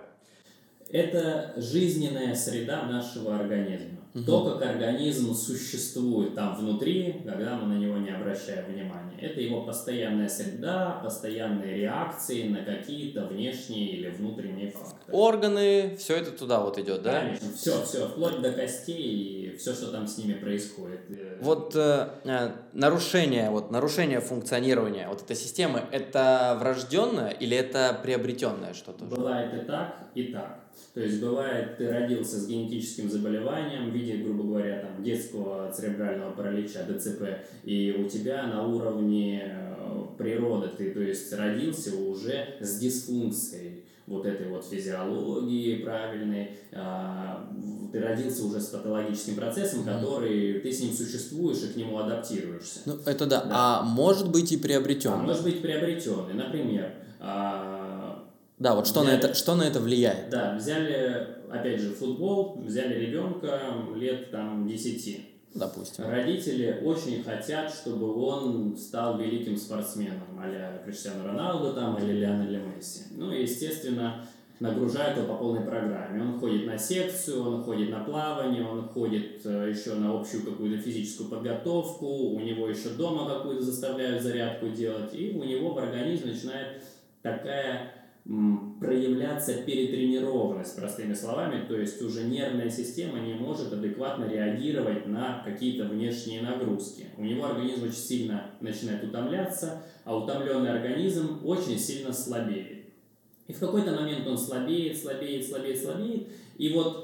Это жизненная среда нашего организма. Угу. То, как организм существует там внутри, когда мы на него не обращаем внимания. Это его постоянная среда, постоянные реакции на какие-то внешние или внутренние факторы. Органы, все это туда вот идет, да? Конечно, все, все, вплоть до костей и все, что там с ними происходит. Вот э, нарушение, вот нарушение функционирования вот этой системы, это врожденное или это приобретенное что-то? Бывает и так, и так. То есть бывает, ты родился с генетическим заболеванием в виде, грубо говоря, там, детского церебрального паралича, ДЦП, и у тебя на уровне природы ты, то есть, родился уже с дисфункцией вот этой вот физиологии правильной, ты родился уже с патологическим процессом, который ты с ним существуешь и к нему адаптируешься. Ну, это да. да. А может быть и приобретенный. А может быть приобретенный. Например, да, вот что, взяли, на это, что на это влияет? Да, взяли, опять же, футбол, взяли ребенка лет там десяти. Допустим. Родители очень хотят, чтобы он стал великим спортсменом, а-ля Криштиану Роналду там, или Лионель Месси. Ну, и, естественно, нагружают его по полной программе. Он ходит на секцию, он ходит на плавание, он ходит еще на общую какую-то физическую подготовку, у него еще дома какую-то заставляют зарядку делать, и у него в организме начинает такая проявляться перетренированность, простыми словами, то есть уже нервная система не может адекватно реагировать на какие-то внешние нагрузки. У него организм очень сильно начинает утомляться, а утомленный организм очень сильно слабеет. И в какой-то момент он слабеет, слабеет, слабеет, слабеет, и вот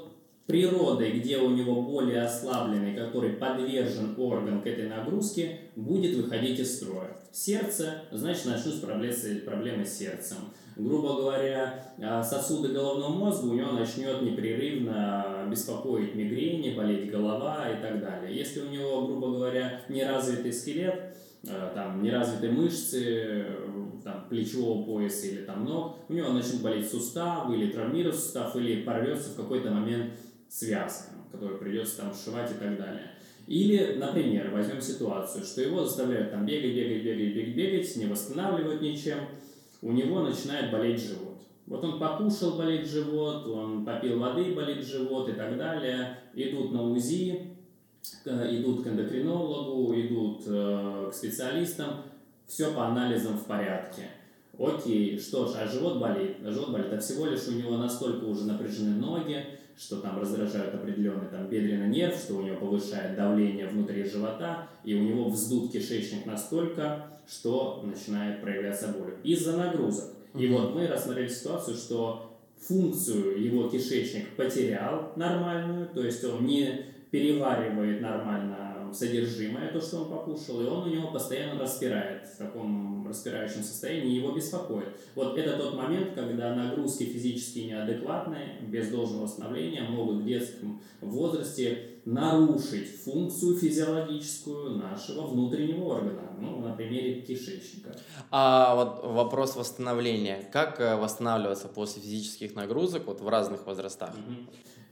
природой, где у него более ослабленный, который подвержен орган к этой нагрузке, будет выходить из строя. Сердце, значит, начнут проблемы, проблемы с сердцем. Грубо говоря, сосуды головного мозга у него начнет непрерывно беспокоить мигрени, болеть голова и так далее. Если у него, грубо говоря, неразвитый скелет, там, неразвитые мышцы там, плечевого пояса или там, ног, у него начнут болеть суставы или травмируется сустав, или порвется в какой-то момент связка, которую придется там сшивать и так далее. Или, например, возьмем ситуацию, что его заставляют там бегать, бегать, бегать, бегать, бегать, не восстанавливают ничем, у него начинает болеть живот. Вот он покушал, болит живот, он попил воды, болит живот и так далее. Идут на УЗИ, идут к эндокринологу, идут к специалистам, все по анализам в порядке. Окей, что ж, а живот болит? А живот болит, а всего лишь у него настолько уже напряжены ноги, что там раздражают определенный там, бедренный нерв, что у него повышает давление внутри живота, и у него вздут кишечник настолько, что начинает проявляться боль из-за нагрузок. И mm-hmm. вот мы рассмотрели ситуацию, что функцию его кишечник потерял нормальную, то есть он не переваривает нормально содержимое, то, что он покушал, и он у него постоянно распирает в таком распирающем состоянии, его беспокоит. Вот это тот момент, когда нагрузки физически неадекватные, без должного восстановления, могут в детском возрасте нарушить функцию физиологическую нашего внутреннего органа, ну, на примере кишечника. А вот вопрос восстановления. Как восстанавливаться после физических нагрузок вот в разных возрастах? Угу.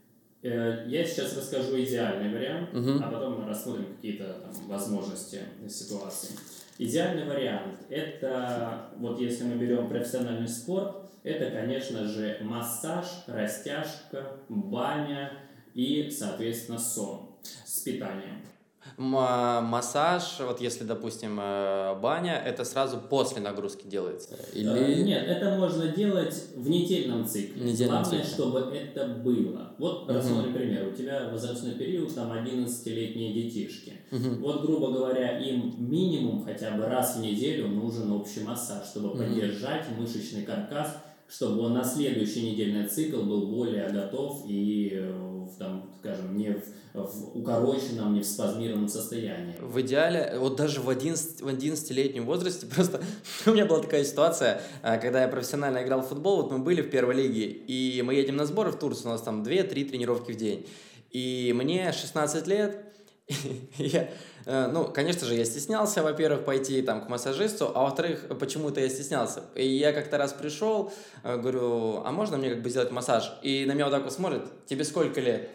Я сейчас расскажу идеальный вариант, uh-huh. а потом мы рассмотрим какие-то там возможности ситуации. Идеальный вариант – это, вот если мы берем профессиональный спорт, это, конечно же, массаж, растяжка, баня и, соответственно, сон с питанием. Массаж, вот если, допустим, баня, это сразу после нагрузки делается? Или... Нет, это можно делать в недельном цикле. Недельном Главное, цикле. чтобы это было. Вот, рассмотрим uh-huh. пример. У тебя возрастной период, там, одиннадцатилетние детишки. Uh-huh. Вот, грубо говоря, им минимум хотя бы раз в неделю нужен общий массаж, чтобы uh-huh. поддержать мышечный каркас, чтобы он на следующий недельный цикл был более готов и, там, скажем, не в, в укороченном, не в спазмированном состоянии. В идеале, вот даже в одиннадцатилетнем возрасте, просто у меня была такая ситуация, когда я профессионально играл в футбол, вот мы были в первой лиге, и мы едем на сборы в Турцию, у нас там две-три тренировки в день, и мне шестнадцать лет, я... Ну, конечно же, я стеснялся, во-первых, пойти там к массажисту, а во-вторых, почему-то я стеснялся. И я как-то раз пришел, говорю, а можно мне как бы сделать массаж? И на меня вот так вот смотрят, тебе сколько лет?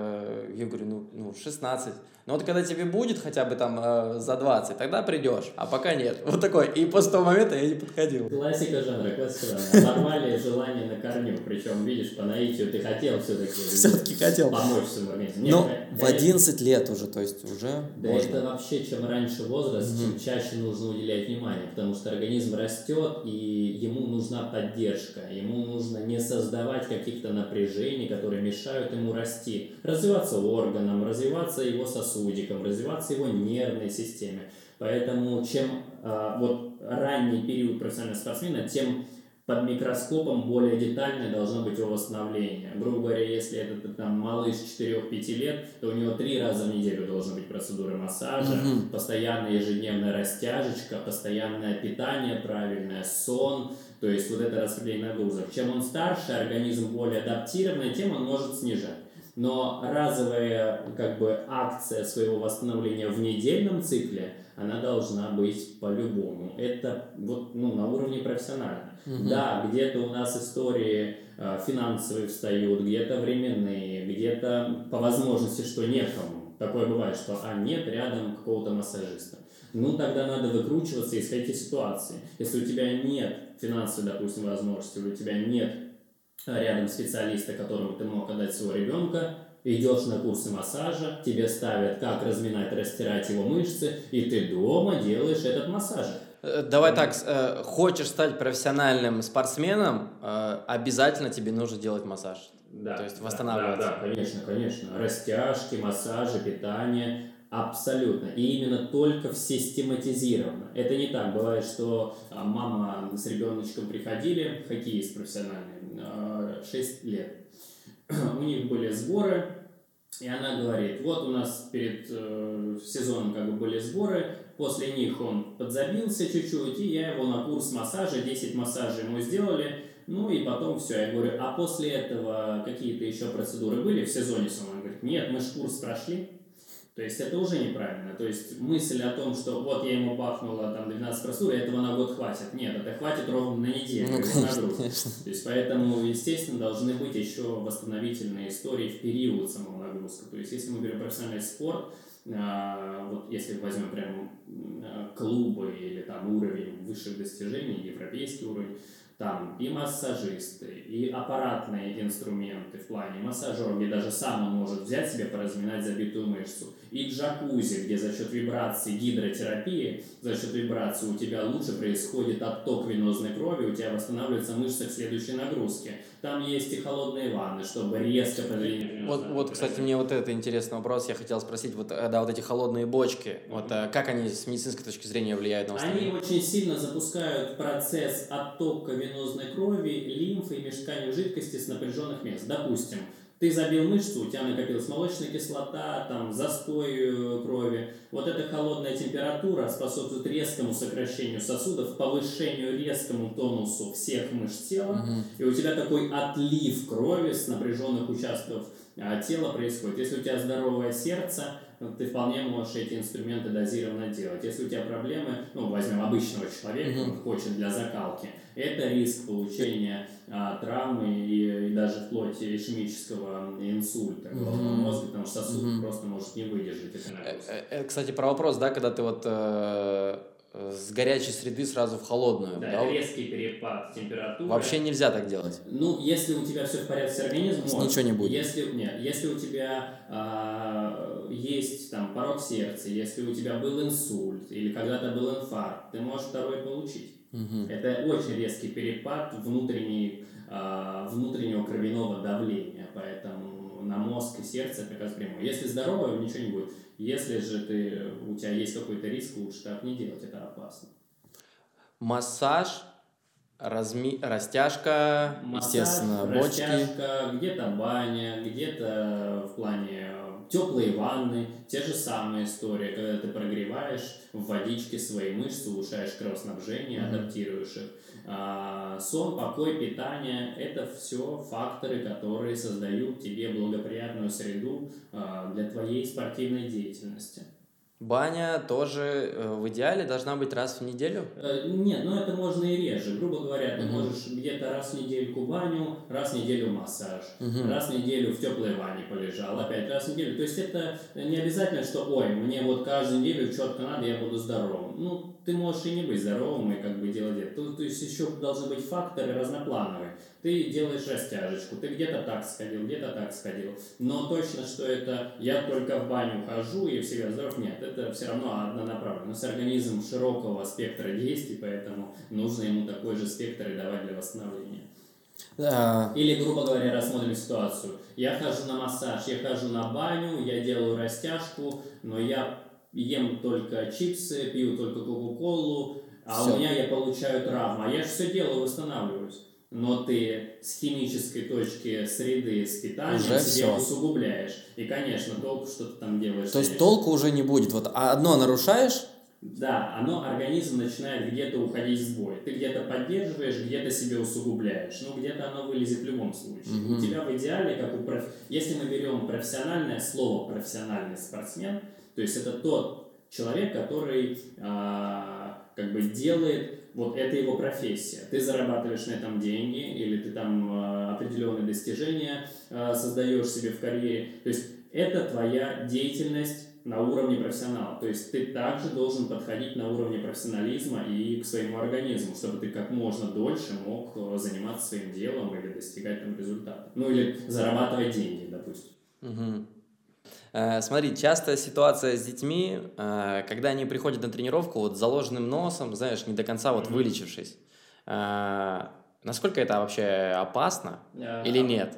Я говорю, ну, ну шестнадцать. Но вот когда тебе будет хотя бы там э, за двадцать, тогда придешь, а пока нет. Вот такой. И после того момента я не подходил. Классика жанра, классика жанра. Нормальное желание на корню. Причем, видишь, по наитию ты хотел все-таки, все-таки хотел помочь своему организму. Но в одиннадцать лет уже, то есть уже Да можно. Это вообще, чем раньше возраст, угу. чем чаще нужно уделять внимание, потому что организм растет, и ему нужна поддержка. Ему нужно не создавать каких-то напряжений, которые мешают ему расти. Развиваться органам, развиваться его сосудам, развиваться его нервной системе. Поэтому чем э, вот ранний период профессионального спортсмена, тем под микроскопом более детальное должно быть его восстановление. Грубо говоря, если это там малыш четыре-пять лет, то у него три раза в неделю должна быть процедура массажа, mm-hmm. постоянная ежедневная растяжечка, постоянное питание правильное, сон, то есть вот это распределение нагрузок. Чем он старше, организм более адаптированный, тем он может снижать. Но разовая как бы акция своего восстановления в недельном цикле, она должна быть по-любому. Это вот, ну, на уровне профессионально. Mm-hmm. Да, где-то у нас истории э, финансовые встают, где-то временные, где-то по возможности, что некому. Такое бывает, что а нет рядом какого-то массажиста. Ну, тогда надо выкручиваться и исходить из ситуации. Если у тебя нет финансовой, допустим, возможности, или у тебя нет рядом специалиста, которому ты мог отдать своего ребенка, идешь на курсы массажа, тебе ставят, как разминать, растирать его мышцы, и ты дома делаешь этот массаж. Давай так, хочешь стать профессиональным спортсменом, обязательно тебе нужно делать массаж. Да, то есть восстанавливаться. Да, да, конечно, конечно. Растяжки, массажи, питание. Абсолютно. И именно только систематизированно. Это не так. Бывает, что мама с ребеночком приходили, хоккеист профессиональный, шесть лет. у них были сборы, и она говорит, вот у нас перед э, сезоном как бы были сборы, после них он подзабился чуть-чуть, и я его на курс массажа, десять массажей ему сделали, ну и потом все. Я говорю, а после этого какие-то еще процедуры были в сезоне? Он говорит, нет, мы же курс прошли. То есть это уже неправильно. То есть мысль о том, что вот я ему бахнула там двенадцать процедур, и этого на год хватит. Нет, это хватит ровно на неделю. Ну, конечно, конечно. То есть поэтому, естественно, должны быть еще восстановительные истории в период самого нагрузки. То есть если мы берем профессиональный спорт, а, вот если возьмем прям клубы или там уровень высших достижений, европейский уровень, там и массажисты, и аппаратные инструменты в плане массажера, где даже сам он может взять себе, поразминать забитую мышцу, и джакузи, где за счет вибрации, гидротерапии, за счет вибрации у тебя лучше происходит отток венозной крови, у тебя восстанавливается мышца к следующей нагрузке. Там есть и холодные ванны, чтобы резко подвинуть. Вот, вот, кстати, мне вот это интересный вопрос, я хотел спросить, вот, да, вот эти холодные бочки, mm-hmm. вот, как они с медицинской точки зрения влияют на восстановление? Они очень сильно запускают процесс оттока венозной крови, лимфы и межтканевой жидкости с напряженных мест. Допустим, ты забил мышцу, у тебя накопилась молочная кислота, там, застой крови. Вот эта холодная температура способствует резкому сокращению сосудов, повышению резкому тонусу всех мышц тела. Mm-hmm. И у тебя такой отлив крови с напряженных участков тела происходит. Если у тебя здоровое сердце, ты вполне можешь эти инструменты дозированно делать. Если у тебя проблемы, ну, возьмем обычного человека, mm-hmm. он хочет для закалки, это риск получения а, травмы и, и даже вплоть ишемического инсульта головного mm-hmm. мозга, потому что сосуд mm-hmm. просто может не выдержать этой нагрузки. Кстати, про вопрос, да, когда ты вот э, с горячей среды сразу в холодную. Да, да? Это резкий перепад температуры. Вообще нельзя так делать. Ну, если у тебя все в порядке с организмом, может. Ничего не будет. Если, нет, если у тебя а, есть там порог сердца, если у тебя был инсульт или когда-то был инфаркт, ты можешь второй получить. Угу. Это очень резкий перепад внутренней, а, внутреннего кровяного давления, поэтому на мозг и сердце как раз прямое. Если здоровое, ничего не будет. Если же ты, у тебя есть какой-то риск, лучше так не делать, это опасно. Массаж, разми... растяжка, Массаж, естественно, бочки. Растяжка, где-то баня, где-то в плане теплые ванны, те же самые истории, когда ты прогреваешь в водичке свои мышцы, улучшаешь кровоснабжение, mm-hmm. адаптируешь их. А, сон, покой, питание – это все факторы, которые создают тебе благоприятную среду а, для твоей спортивной деятельности. Баня тоже э, в идеале должна быть раз в неделю? Э, нет, но это можно и реже. Грубо говоря, ты uh-huh. можешь где-то раз в недельку баню, раз в неделю массаж, uh-huh. раз в неделю в теплой ванне полежал, опять раз в неделю. То есть это не обязательно, что ой, мне вот каждую неделю четко надо, я буду здоровым. Ну, ты можешь и не быть здоровым и как бы делать это. То, то есть еще должны быть факторы разноплановые. Ты делаешь растяжечку, ты где-то так сходил, где-то так сходил. Но точно, что это я только в баню хожу и всегда здоров, нет. Это все равно однонаправленно. У нас организм широкого спектра действий, поэтому нужно ему такой же спектр и давать для восстановления. Да. Или, грубо говоря, рассмотрим ситуацию. Я хожу на массаж, я хожу на баню, я делаю растяжку, но я ем только чипсы, пью только кока-колу, а все. У меня я получаю травму. А я же все делаю, восстанавливаюсь. Но ты с химической точки среды, с питанием уже себе все. Усугубляешь. И, конечно, толку, что ты там делаешь. То есть толку уже не будет. Вот одно нарушаешь? Да, оно, организм начинает где-то уходить в сбой. Ты где-то поддерживаешь, где-то себе усугубляешь. Ну, где-то оно вылезет в любом случае. Угу. У тебя в идеале, как у проф... если мы берем профессиональное слово профессиональный спортсмен, то есть это тот человек, который а, как бы делает, вот это его профессия. Ты зарабатываешь на этом деньги, или ты там а, определенные достижения а, создаешь себе в карьере. То есть это твоя деятельность на уровне профессионала. То есть ты также должен подходить на уровне профессионализма и к своему организму, чтобы ты как можно дольше мог заниматься своим делом или достигать там результата. Ну или зарабатывать деньги, допустим. Угу. Э, смотри, частая ситуация с детьми, э, когда они приходят на тренировку вот с заложенным носом, знаешь, не до конца вот вылечившись. Э, насколько это вообще опасно а, или нет?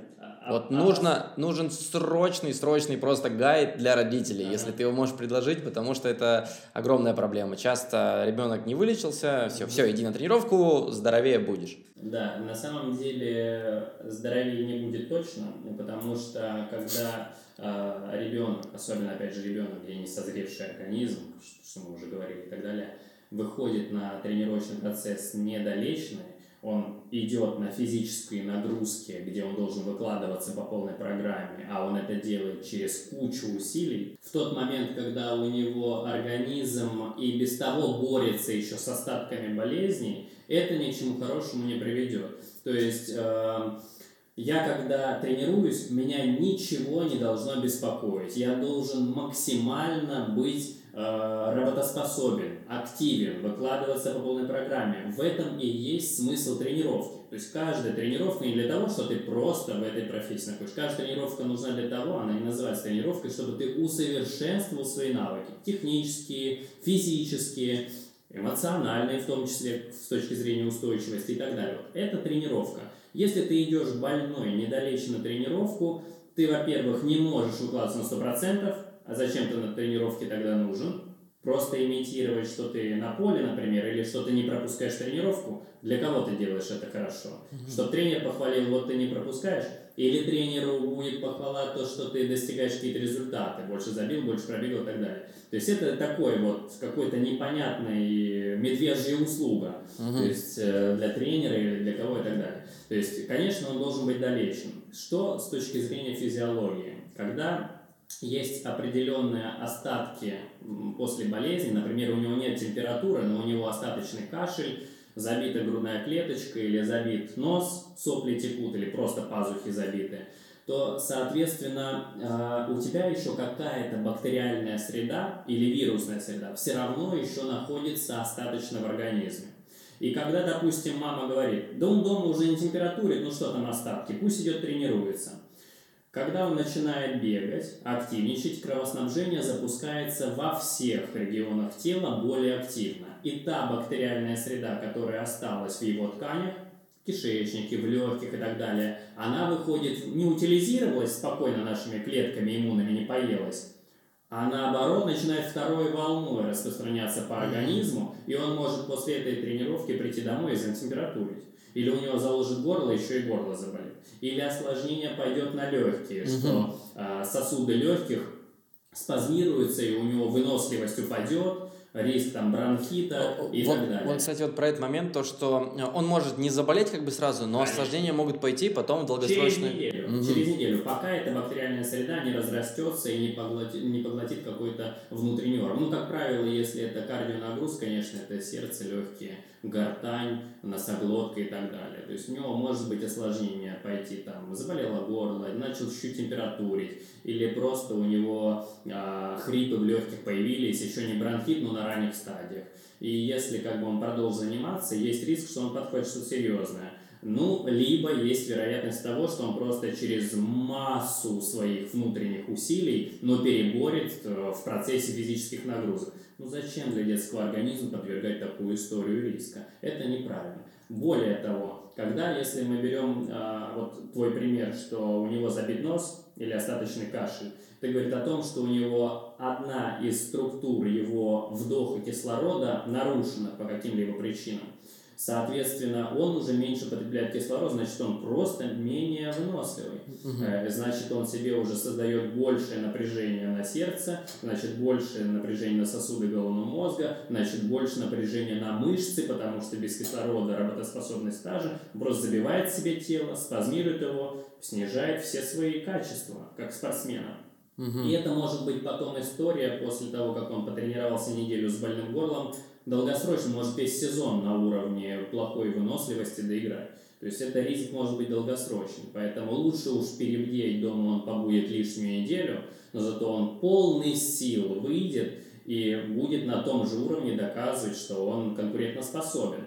Вот а, нужно, нужен срочный, срочный просто гайд для родителей, Ага. если ты его можешь предложить, потому что это огромная проблема. Часто ребенок не вылечился, все, все, иди на тренировку, здоровее будешь. Да, на самом деле здоровее не будет точно, потому что когда э, ребенок, особенно опять же ребенок, где не созревший организм, что мы уже говорили и так далее, выходит на тренировочный процесс недолеченный, он идет на физические нагрузки, где он должен выкладываться по полной программе, а он это делает через кучу усилий. В тот момент, когда у него организм и без того борется еще с остатками болезней, это ни к чему хорошему не приведет. То есть э, я, когда тренируюсь, меня ничего не должно беспокоить. Я должен максимально быть э, работоспособен, активен, выкладываться по полной программе. В этом и есть смысл тренировки. То есть каждая тренировка не для того, что ты просто в этой профессии находишься. Каждая тренировка нужна для того, она и называется тренировкой, чтобы ты усовершенствовал свои навыки. Технические, физические, эмоциональные, в том числе с точки зрения устойчивости и так далее. Вот это тренировка. Если ты идешь больной, недолечен на тренировку, ты, во-первых, не можешь выкладываться на сто процентов, а зачем ты на тренировке тогда нужен? Просто имитировать, что ты на поле, например, или что ты не пропускаешь тренировку. Для кого ты делаешь это хорошо? Mm-hmm. Чтобы тренер похвалил, вот ты не пропускаешь, или тренеру будет похвала то, что ты достигаешь какие-то результаты, больше забил, больше пробегал и так далее. То есть это такой вот какой-то непонятный медвежья услуга, uh-huh. то есть для тренера или для кого и так далее. То есть, конечно, он должен быть долечен. Что с точки зрения физиологии? Когда есть определенные остатки после болезни, например, у него нет температуры, но у него остаточный кашель, забита грудная клеточка или забит нос, сопли текут или просто пазухи забиты, то, соответственно, у тебя еще какая-то бактериальная среда или вирусная среда все равно еще находится остаточно в организме. И когда, допустим, мама говорит, да он дома уже не температурит, ну что там остатки, пусть идет тренируется. Когда он начинает бегать, активничать, кровоснабжение запускается во всех регионах тела более активно. И та бактериальная среда, которая осталась в его тканях, в кишечнике, в легких и так далее, она выходит, не утилизировалась спокойно нашими клетками иммунными, не поелась, а наоборот начинает второй волной распространяться по организму, и он может после этой тренировки прийти домой и затемпературить. Или у него заложит горло, еще и горло заболит. Или осложнение пойдет на легкие, угу. что э, сосуды легких спазмируются, и у него выносливость упадет, риск там бронхита и вот, так далее. Вот, кстати, вот про этот момент, то, что он может не заболеть как бы сразу, но Конечно. осложнения могут пойти потом в долгосрочную... Через неделю, угу. через неделю, пока эта бактериальная среда не разрастется и не поглотит, не поглотит какой-то внутренний орган. Ну, как правило, если это кардионагрузка, конечно, это сердце, легкие, гортань, носоглотка и так далее. То есть у него может быть осложнение пойти, там, заболело горло, начал чуть-чуть температурить, или просто у него а, хрипы в легких появились, еще не бронхит, но на ранних стадиях. И если как бы он продолжит заниматься, есть риск, что он подхватит что-то серьезное. Ну, либо есть вероятность того, что он просто через массу своих внутренних усилий, но переборет в процессе физических нагрузок. Ну, зачем для детского организма подвергать такую историю риска? Это неправильно. Более того, когда, если мы берем а, вот твой пример, что у него забит нос или остаточный кашель, это говорит о том, что у него одна из структур его вдоха кислорода нарушена по каким-либо причинам. Соответственно, он уже меньше потребляет кислород, значит, он просто менее выносливый. Uh-huh. Значит, он себе уже создает большее напряжение на сердце, значит, большее напряжение на сосуды головного мозга, значит, больше напряжения на мышцы, потому что без кислорода работоспособность та же, просто забивает себе тело, спазмирует его, снижает все свои качества, как спортсмена. Uh-huh. И это может быть потом история после того, как он потренировался неделю с больным горлом, долгосрочно, может весь сезон на уровне плохой выносливости доиграть. То есть это риск может быть долгосрочный. Поэтому лучше уж перебдеть, дома он побудет лишнюю неделю, но зато он полный сил выйдет и будет на том же уровне доказывать, что он конкурентоспособен.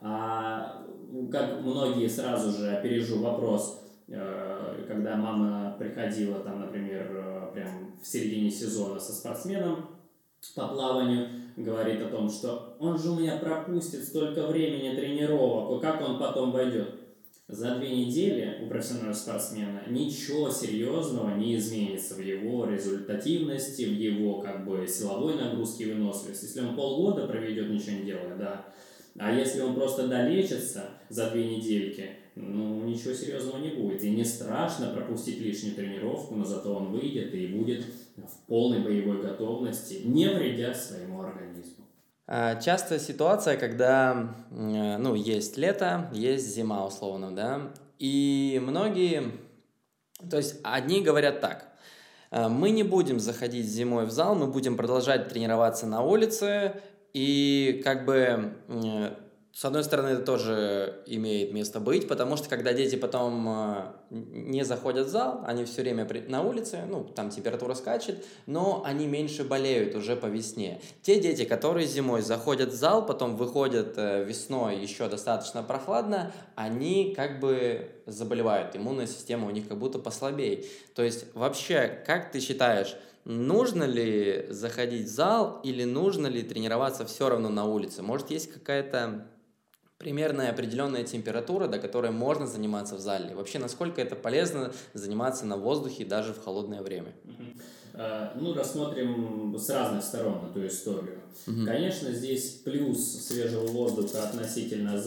А как многие сразу же, опережу вопрос, когда мама приходила, там, например, прям в середине сезона со спортсменом по плаванию, говорит о том, что он же у меня пропустит столько времени тренировок, как он потом войдет. За две недели у профессионального спортсмена ничего серьезного не изменится в его результативности, в его как бы силовой нагрузке и выносливости. Если он полгода проведет, ничего не делая, да. А если он просто долечится за две недельки, ну, ничего серьезного не будет. И не страшно пропустить лишнюю тренировку, но зато он выйдет и будет в полной боевой готовности, не вредя своему организму. Частая ситуация, когда, ну, есть лето, есть зима, условно, да, и многие, то есть одни говорят так: мы не будем заходить зимой в зал, мы будем продолжать тренироваться на улице, и как бы с одной стороны это тоже имеет место быть, потому что когда дети потом не заходят в зал, они все время на улице, ну, там температура скачет, но они меньше болеют уже по весне. Те дети, которые зимой заходят в зал, потом выходят весной еще достаточно прохладно, они как бы заболевают, иммунная система у них как будто послабее. То есть вообще, как ты считаешь, нужно ли заходить в зал или нужно ли тренироваться все равно на улице? Может, есть какая-то примерная определенная температура, до которой можно заниматься в зале? Вообще, насколько это полезно заниматься на воздухе даже в холодное время? Ну, рассмотрим с разных сторон эту историю. Uh-huh. Конечно, здесь плюс свежего воздуха относительно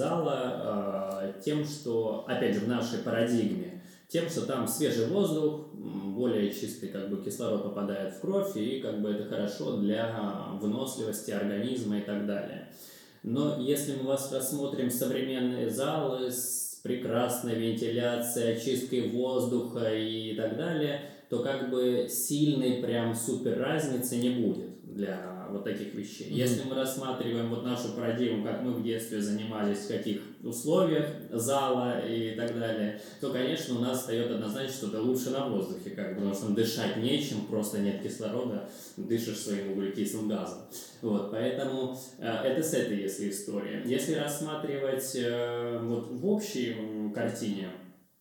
зала тем, что, опять же, в нашей парадигме, тем, что там свежий воздух, более чистый как бы кислород попадает в кровь, и как бы это хорошо для выносливости организма и так далее. Но если мы вас рассмотрим современные залы с прекрасной вентиляцией, очисткой воздуха и так далее, то как бы сильной прям супер разницы не будет для вот таких вещей. Mm-hmm. Если мы рассматриваем вот нашу парадигму, как мы в детстве занимались, в каких условиях зала и так далее, то, конечно, у нас встает однозначно что-то лучше на воздухе, как бы, потому что дышать нечем, просто нет кислорода, дышишь своим углекислым газом. Вот, поэтому э, это с этой, если история. Если рассматривать э, вот в общей э, картине,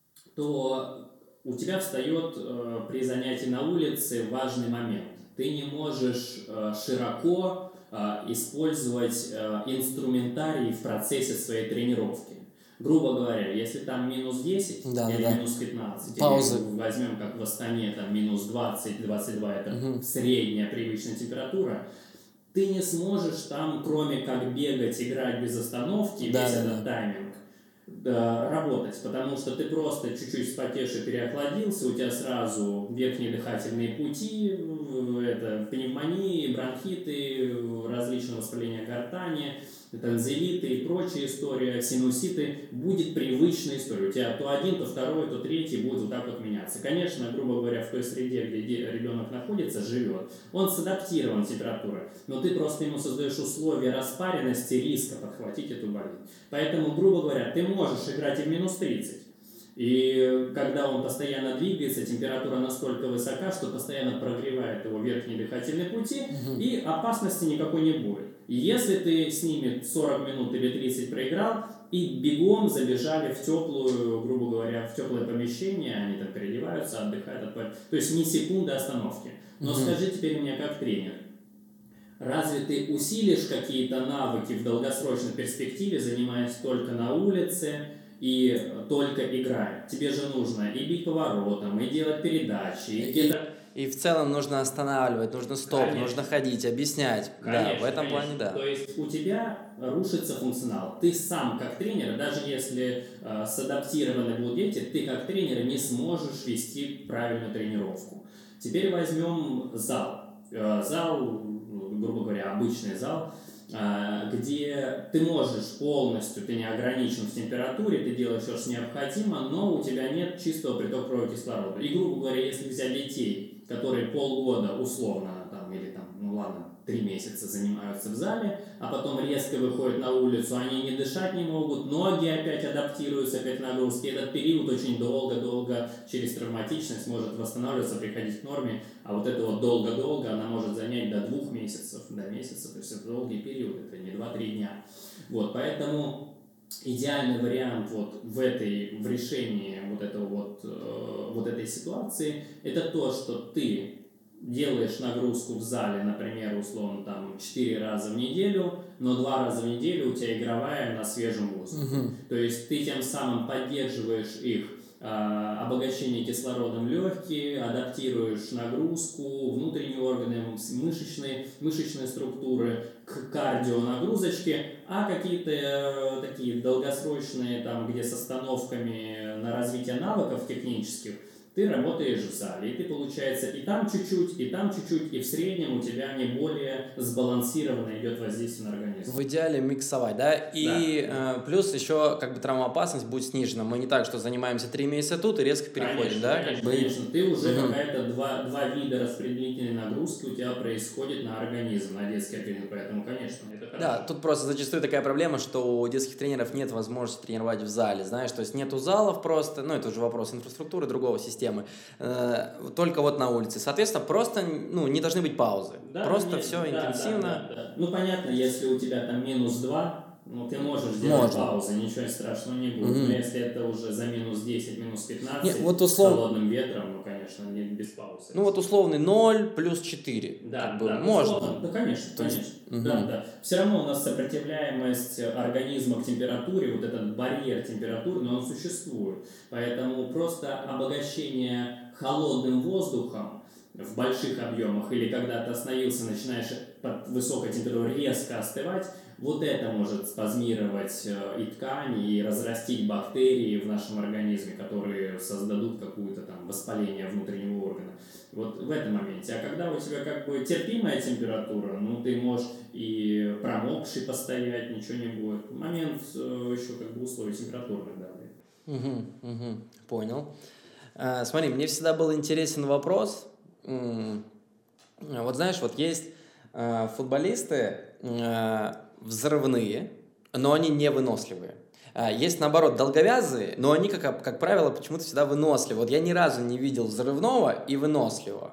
то у тебя встает э, при занятии на улице важный момент. Ты не можешь э, широко э, использовать э, инструментарий в процессе своей тренировки. Грубо говоря, если там минус десять да, или да. минус пятнадцать, Паузы. Или возьмем как в Астане там минус двадцать двадцать два, это угу. средняя привычная температура, ты не сможешь там, кроме как бегать, играть без остановки, да, весь да, этот да. тайминг, да, работать, потому что ты просто чуть-чуть вспотеешь и переохладился, у тебя сразу верхние дыхательные пути, это пневмонии, бронхиты, различные воспаления гортани, танзелиты и прочая история, синуситы, будет привычная история. У тебя то один, то второй, то третий будет вот так вот меняться. Конечно, грубо говоря, в той среде, где ребенок находится, живет, он садаптирован температурой, но ты просто ему создаешь условия распаренности, риска подхватить эту болезнь. Поэтому, грубо говоря, ты можешь играть и в минус тридцать. И когда он постоянно двигается, температура настолько высока, что постоянно прогревает его верхние дыхательные пути, угу. и опасности никакой не будет. И если ты с ними сорок минут или тридцать проиграл, и бегом забежали в теплую, грубо говоря, в теплое помещение, они там переодеваются, отдыхают, то есть ни секунды остановки. Но угу. скажи теперь мне как тренер, разве ты усилишь какие-то навыки в долгосрочной перспективе, занимаясь только на улице и только играя? Тебе же нужно и бить поворотом, и делать передачи, и где-то... И в целом нужно останавливать, нужно стоп, конечно. Нужно ходить, объяснять. Конечно, да, в этом конечно. плане, да. То есть у тебя рушится функционал. Ты сам как тренер, даже если э, садаптированы будут дети, ты как тренер не сможешь вести правильную тренировку. Теперь возьмем зал. Э, зал, грубо говоря, обычный зал, э, где ты можешь полностью, ты не ограничен в температуре, ты делаешь все, что необходимо, но у тебя нет чистого притока крови кислорода. И, грубо говоря, если взять детей, которые полгода условно, там, или там, ну ладно, три месяца занимаются в зале, а потом резко выходят на улицу, они не дышать не могут, ноги опять адаптируются, опять нагрузки. Этот период очень долго-долго через травматичность может восстанавливаться, приходить к норме, а вот это вот долго-долго она может занять до двух месяцев, до месяца, то есть это долгий период, это не два-три дня. Вот, поэтому идеальный вариант вот в этой, в решении вот этого вот, э, вот этой ситуации, это то, что ты делаешь нагрузку в зале, например, условно, там, четыре раза в неделю, но два раза в неделю у тебя игровая на свежем воздухе. Мгм. То есть ты тем самым поддерживаешь их а, обогащение кислородом легкие, адаптируешь нагрузку, внутренние органы, мышечные, мышечные структуры к кардионагрузочке, а какие-то э, такие долгосрочные, там, где с остановками на развитие навыков технических, ты работаешь в зале, и ты, получается, и там чуть-чуть, и там чуть-чуть, и в среднем у тебя не более сбалансированно идет воздействие на организм. В идеале миксовать, да? И Да. э, плюс еще как бы травмоопасность будет снижена. Мы не так, что занимаемся три месяца тут и резко переходим, Конечно, да? конечно, Как бы... конечно. Ты уже Мгм. какая-то два, два вида распределительной нагрузки у тебя происходит на организм, на детский организм, поэтому, конечно, это хорошо. Да, тут просто зачастую такая проблема, что у детских тренеров нет возможности тренировать в зале, знаешь, то есть нету залов просто, ну это уже вопрос инфраструктуры, другого системы, э, только вот на улице. Соответственно, просто, ну, не должны быть паузы, Да, просто нет, все да, интенсивно. да, да, да. Ну, понятно, если у тебя там минус два, ну, ты можешь делать Можно. паузы, ничего страшного не будет. Мгм. Но если это уже за минус десять, минус пятнадцать, Не, вот с услов- холодным ветром, ну, конечно, не без паузы. Ну вот условный ноль плюс четыре, Да, как бы да, можно. условно. Да, конечно, То есть, конечно. мгм. Да, да. Все равно у нас сопротивляемость организма к температуре, вот этот барьер температурный, он существует. Поэтому просто обогащение холодным воздухом в больших объемах, или когда ты остановился, начинаешь под высокой температурой резко остывать, вот это может спазмировать и ткани, и разрастить бактерии в нашем организме, которые создадут какое-то там воспаление внутреннего органа. Вот в этом моменте. А когда у тебя как бы терпимая температура, ну ты можешь и промокший постоять, ничего не будет. Момент э, еще как бы условий температурных данных. Угу, угу, понял. А, смотри, мне всегда был интересен вопрос. М, Вот знаешь, вот есть а, футболисты а, взрывные, но они не выносливые. А, Есть, наоборот, долговязые, но они, как, как правило, почему-то всегда выносливы. Вот я ни разу не видел взрывного и выносливого.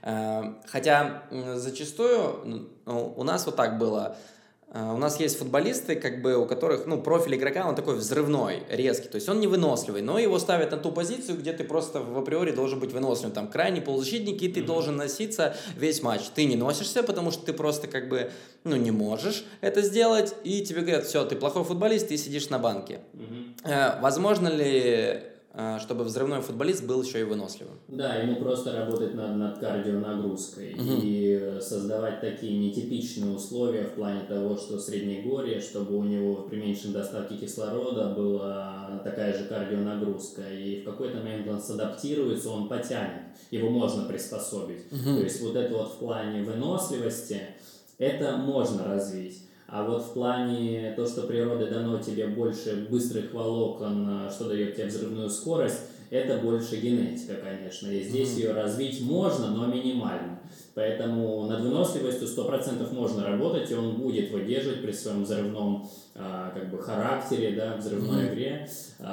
А, Хотя м, зачастую ну, у нас вот так было. А, У нас есть футболисты, как бы, у которых, ну, профиль игрока, он такой взрывной, резкий, то есть он не выносливый, но его ставят на ту позицию, где ты просто в априори должен быть выносливым, там, крайний полузащитник, и ты Мгм. должен носиться весь матч. Ты не носишься, потому что ты просто, как бы, ну, не можешь это сделать, и тебе говорят, все, ты плохой футболист, ты сидишь на банке. Мгм. Э, Возможно ли, э, чтобы взрывной футболист был еще и выносливым? Да, ему просто работать над, над кардионагрузкой Мгм. и создавать такие нетипичные условия в плане того, что среднегорье, чтобы у него при меньшем достатке кислорода была такая же кардионагрузка. И в какой-то момент он садаптируется, он потянет, его можно приспособить. Мгм. То есть вот это вот в плане выносливости, это можно развить. А вот в плане то, что природа дано тебе больше быстрых волокон, что дает тебе взрывную скорость, это больше генетика, конечно. И здесь Мгм. ее развить можно, но минимально. Поэтому над выносливостью сто процентов можно работать, и он будет выдерживать при своем взрывном а, как бы характере, да, взрывной Мгм. игре,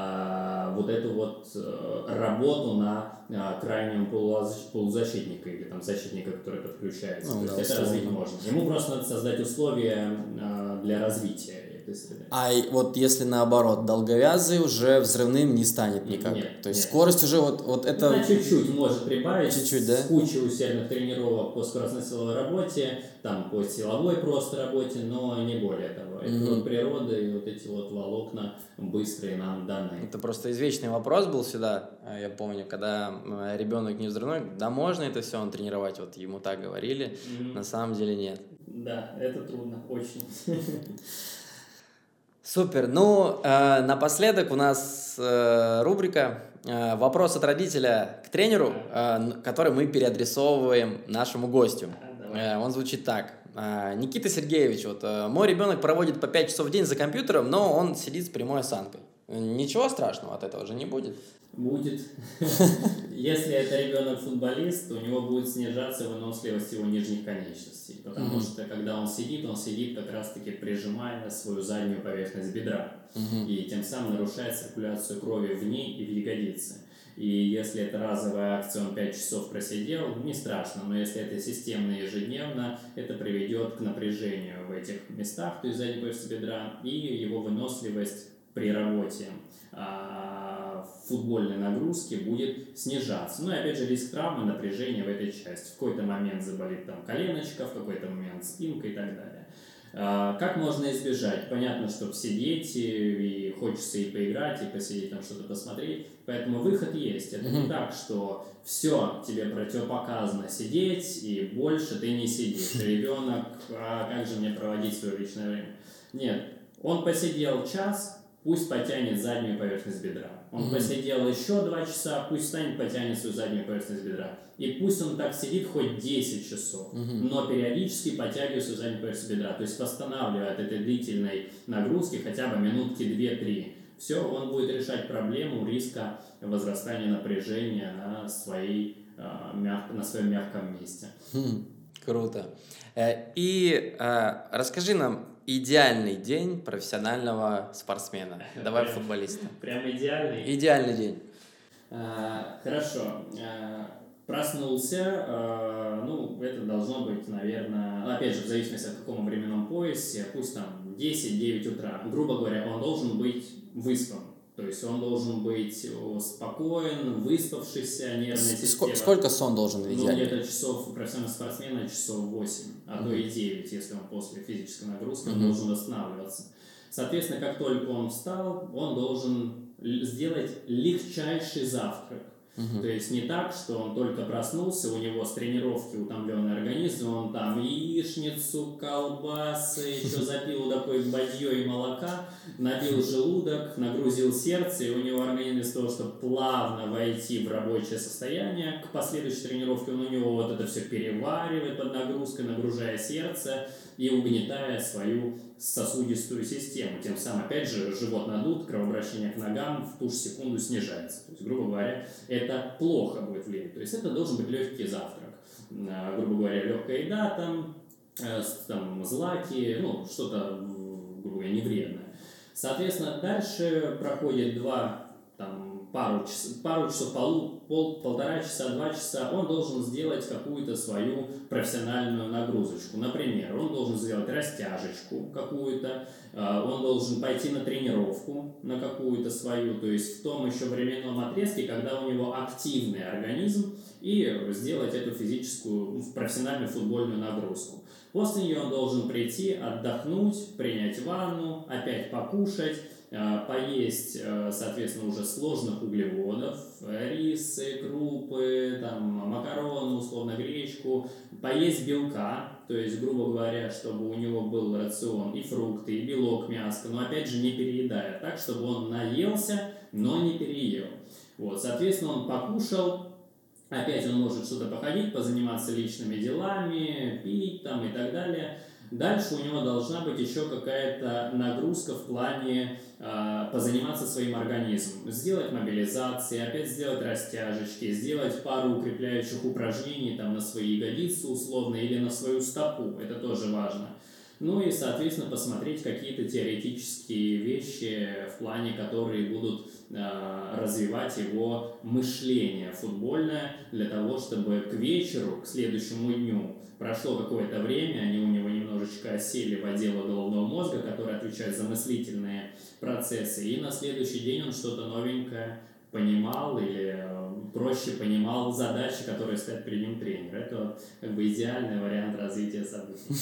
а, вот эту вот а, работу на а, крайнем полузащ- полузащитника или там защитника, который подключается. Ну То да, есть это развить условно. можно. Ему просто надо создать условия а, для развития этой среды. А и вот если наоборот, долговязый уже взрывным не станет никак. Нет, То есть нет. скорость уже вот, вот это... На чуть-чуть может прибавить, Чуть-чуть, с да? кучей усердных тренировок по скоростно-силовой работе, там по силовой просто работе, но не более того. Это Мгм. вот природа и вот эти вот волокна быстрые нам даны. Это просто извечный вопрос был всегда. А, Я помню, когда э, ребенок не взрывной, да можно это все он тренировать, вот ему так говорили. Мгм. На самом деле нет. Да, это трудно, очень. Супер. Ну, э, напоследок у нас э, рубрика э, «Вопрос от родителя к тренеру», э, н- который мы переадресовываем нашему гостю. Да, давай. Э, Он звучит так. Э, Никита Сергеевич, вот э, мой ребенок проводит по пять часов в день за компьютером, но он сидит с прямой осанкой. Ничего страшного от этого же не будет. Будет. Если это ребенок-футболист, то у него будет снижаться выносливость его нижних конечностей. Потому Мгм. что когда он сидит, он сидит как раз-таки прижимая свою заднюю поверхность бедра. Мгм. И тем самым нарушает циркуляцию крови в ней и в ягодице. И если это разовая акция, он пять часов просидел, не страшно, но если это системно и ежедневно, это приведет к напряжению в этих местах, то есть задней поверхности бедра, и его выносливость при работе а, футбольной нагрузки будет снижаться. Ну и опять же риск травмы, напряжения в этой части. В какой-то момент заболит там коленочка, в какой-то момент спинка и так далее. А, как можно избежать? Понятно, что сидеть и, и хочется и поиграть, и посидеть там что-то посмотреть. Поэтому выход есть. Это mm-hmm. не так, что все, тебе противопоказано сидеть, и больше ты не сидишь. Ребенок, а как же мне проводить свое личное время? Нет, он посидел час, пусть потянет заднюю поверхность бедра. Он mm-hmm. посидел еще два часа, пусть встанет, потянет свою заднюю поверхность бедра. И пусть он так сидит хоть десять часов, mm-hmm. но периодически подтягивает свою заднюю поверхность бедра. То есть восстанавливая от этой длительной нагрузки хотя бы минутки две-три. Все, он будет решать проблему риска возрастания напряжения на, своей, э, мягко, на своем мягком месте. Mm-hmm. Круто. И э, расскажи нам идеальный день профессионального спортсмена. Давай прям, футболиста. Прям идеальный? Идеальный день. А, хорошо. А, проснулся. А, ну, это должно быть, наверное, опять же, в зависимости от каком временном поясе, пусть там десять-девять утра. Грубо говоря, он должен быть выспан. То есть он должен быть спокоен, выспавшийся, нервная система. Сколько сон должен быть? Ну, где-то часов у профессионального спортсмена часов восемь, а mm-hmm. то и девять, если он после физической нагрузки, mm-hmm. он должен восстанавливаться. Соответственно, как только он встал, он должен сделать легчайший завтрак. Uh-huh. То есть не так, что он только проснулся, у него с тренировки утомленный организм, он там яичницу, колбасы, еще запил такой бадьей молока, набил желудок, нагрузил сердце, и у него организм из того, чтобы плавно войти в рабочее состояние, к последующей тренировке он у него вот это все переваривает под нагрузкой, нагружая сердце и угнетая свою сосудистую систему. Тем самым, опять же, живот надут, кровообращение к ногам в ту же секунду снижается. То есть, грубо говоря, это плохо будет влиять. То есть, это должен быть легкий завтрак. Грубо говоря, легкая еда, там, там злаки, ну, что-то, грубо говоря, невредное. Соответственно, дальше проходит два, там, пару часов, пару часов пол, пол, полтора часа, два часа, он должен сделать какую-то свою профессиональную нагрузочку. Например, он должен сделать растяжечку какую-то, он должен пойти на тренировку на какую-то свою, то есть в том еще временном отрезке, когда у него активный организм, и сделать эту физическую, профессиональную футбольную нагрузку. После нее он должен прийти, отдохнуть, принять ванну, опять покушать, поесть, соответственно, уже сложных углеводов, рисы, крупы, там, макароны, условно, гречку, поесть белка, то есть, грубо говоря, чтобы у него был рацион и фрукты, и белок, мяско, но, опять же, не переедая, так, чтобы он наелся, но не переел. Вот, соответственно, он покушал, опять он может что-то походить, позаниматься личными делами, пить там и так далее. Дальше у него должна быть еще какая-то нагрузка в плане э, позаниматься своим организмом. Сделать мобилизации, опять сделать растяжечки, сделать пару укрепляющих упражнений там, на свои ягодицы условно или на свою стопу. Это тоже важно. Ну и, соответственно, посмотреть какие-то теоретические вещи, в плане, которые будут э, развивать его мышление футбольное, для того, чтобы к вечеру, к следующему дню, прошло какое-то время, они у него немножечко осели в отделы головного мозга, который отвечает за мыслительные процессы, и на следующий день он что-то новенькое понимал или проще понимал задачи, которые стоят перед ним тренер. Это как бы идеальный вариант развития событий.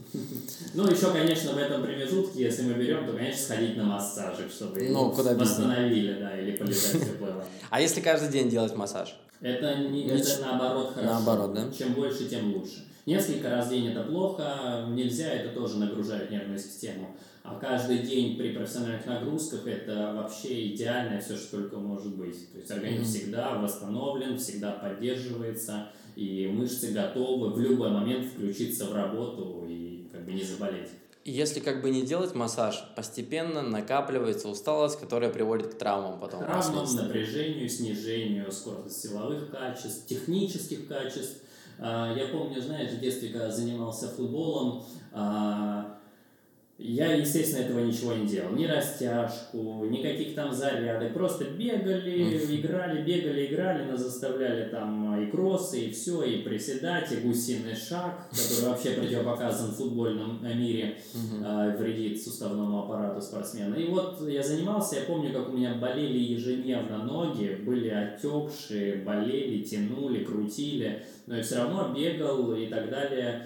Ну, еще, конечно, в этом промежутке, если мы берем, то, конечно, сходить на массажик, чтобы его восстановили, да, или полежать в теплой ванне. А если каждый день делать массаж? Это, не, это наоборот хорошо. Наоборот, да? Чем больше, тем лучше. Несколько раз в день это плохо, нельзя, это тоже нагружает нервную систему. А каждый день при профессиональных нагрузках это вообще идеальное все, что только может быть. То есть организм mm-hmm. всегда восстановлен, всегда поддерживается, и мышцы готовы в любой момент включиться в работу и как бы не заболеть. Если как бы не делать массаж, постепенно накапливается усталость, которая приводит к травмам потом. К травмам, напряжению, снижению скорости силовых качеств, технических качеств. Я помню, знаешь, в детстве, когда занимался футболом, Я, естественно, этого ничего не делал. Ни растяжку, никаких там зарядок. Просто бегали, играли, бегали, играли, нас заставляли там и кроссы, и все, и приседать, и гусиный шаг, который вообще противопоказан в футбольном мире, uh-huh. вредит суставному аппарату спортсмена. И вот я занимался, я помню, как у меня болели ежедневно ноги, были отекшие, болели, тянули, крутили, но я все равно бегал и так далее.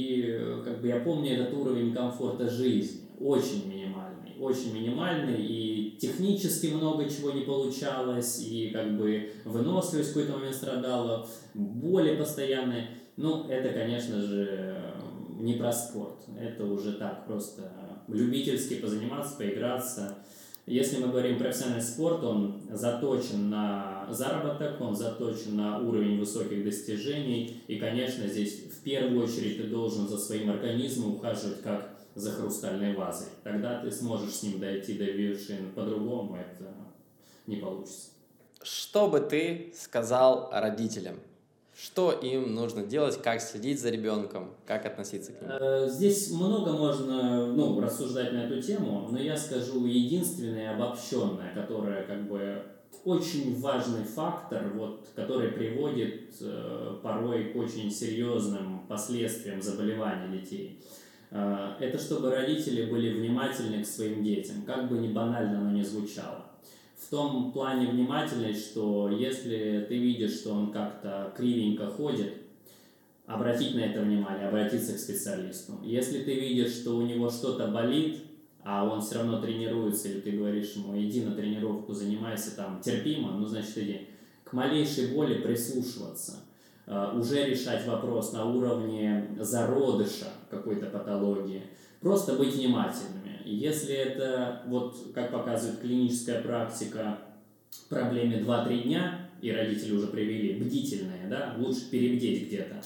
И как бы я помню этот уровень комфорта жизни. Очень минимальный, очень минимальный, и технически много чего не получалось, и как бы выносливость в какой-то момент страдала, боли постоянные. Ну, это, конечно же, не про спорт, это уже так, просто любительски позаниматься, поиграться. Если мы говорим про профессиональный спорт, он заточен на заработок, он заточен на уровень высоких достижений, и, конечно, здесь в первую очередь ты должен за своим организмом ухаживать как за хрустальной вазой. Тогда ты сможешь с ним дойти до вершин, по-другому это не получится. Что бы ты сказал родителям? Что им нужно делать, как следить за ребенком, как относиться к нему? Здесь много можно ну, рассуждать на эту тему, но я скажу единственное обобщенное, которое как бы очень важный фактор, вот, который приводит э, порой к очень серьезным последствиям заболеваний детей. Э, это чтобы родители были внимательны к своим детям, как бы ни банально оно ни звучало. В том плане внимательность, что если ты видишь, что он как-то кривенько ходит, обратить на это внимание, обратиться к специалисту. Если ты видишь, что у него что-то болит, а он все равно тренируется, или ты говоришь ему, иди на тренировку, занимайся там терпимо, ну, значит, иди. К малейшей боли прислушиваться, уже решать вопрос на уровне зародыша какой-то патологии, просто быть внимательными. Если это, вот как показывает клиническая практика, проблеме два-три дня, и родители уже привели, бдительные, да, лучше перебдеть где-то,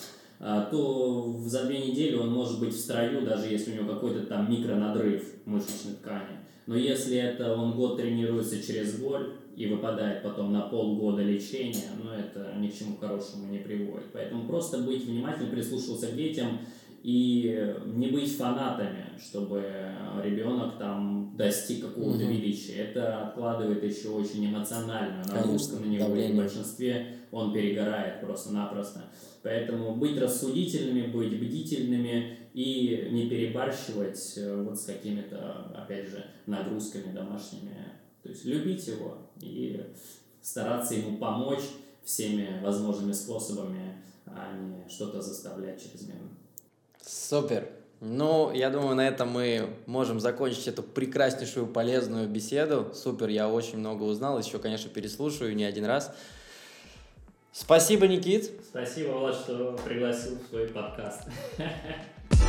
то за две недели он может быть в строю, даже если у него какой-то там микронадрыв мышечной ткани. Но если это он год тренируется через боль и выпадает потом на полгода лечения, ну это ни к чему хорошему не приводит. Поэтому просто быть внимательным, прислушиваться к детям и не быть фанатами, чтобы ребенок там достиг какого-то угу. величия. Это откладывает еще очень эмоциональную нагрузку на него, и в большинстве он перегорает просто-напросто. Поэтому быть рассудительными, быть бдительными и не перебарщивать вот с какими-то, опять же, нагрузками домашними. То есть любить его и стараться ему помочь всеми возможными способами, а не что-то заставлять чрезмерно. Супер! Ну, я думаю, на этом мы можем закончить эту прекраснейшую полезную беседу. Супер, я очень много узнал, еще, конечно, переслушаю не один раз. Спасибо, Никит. Спасибо, Влад, что пригласил в свой подкаст.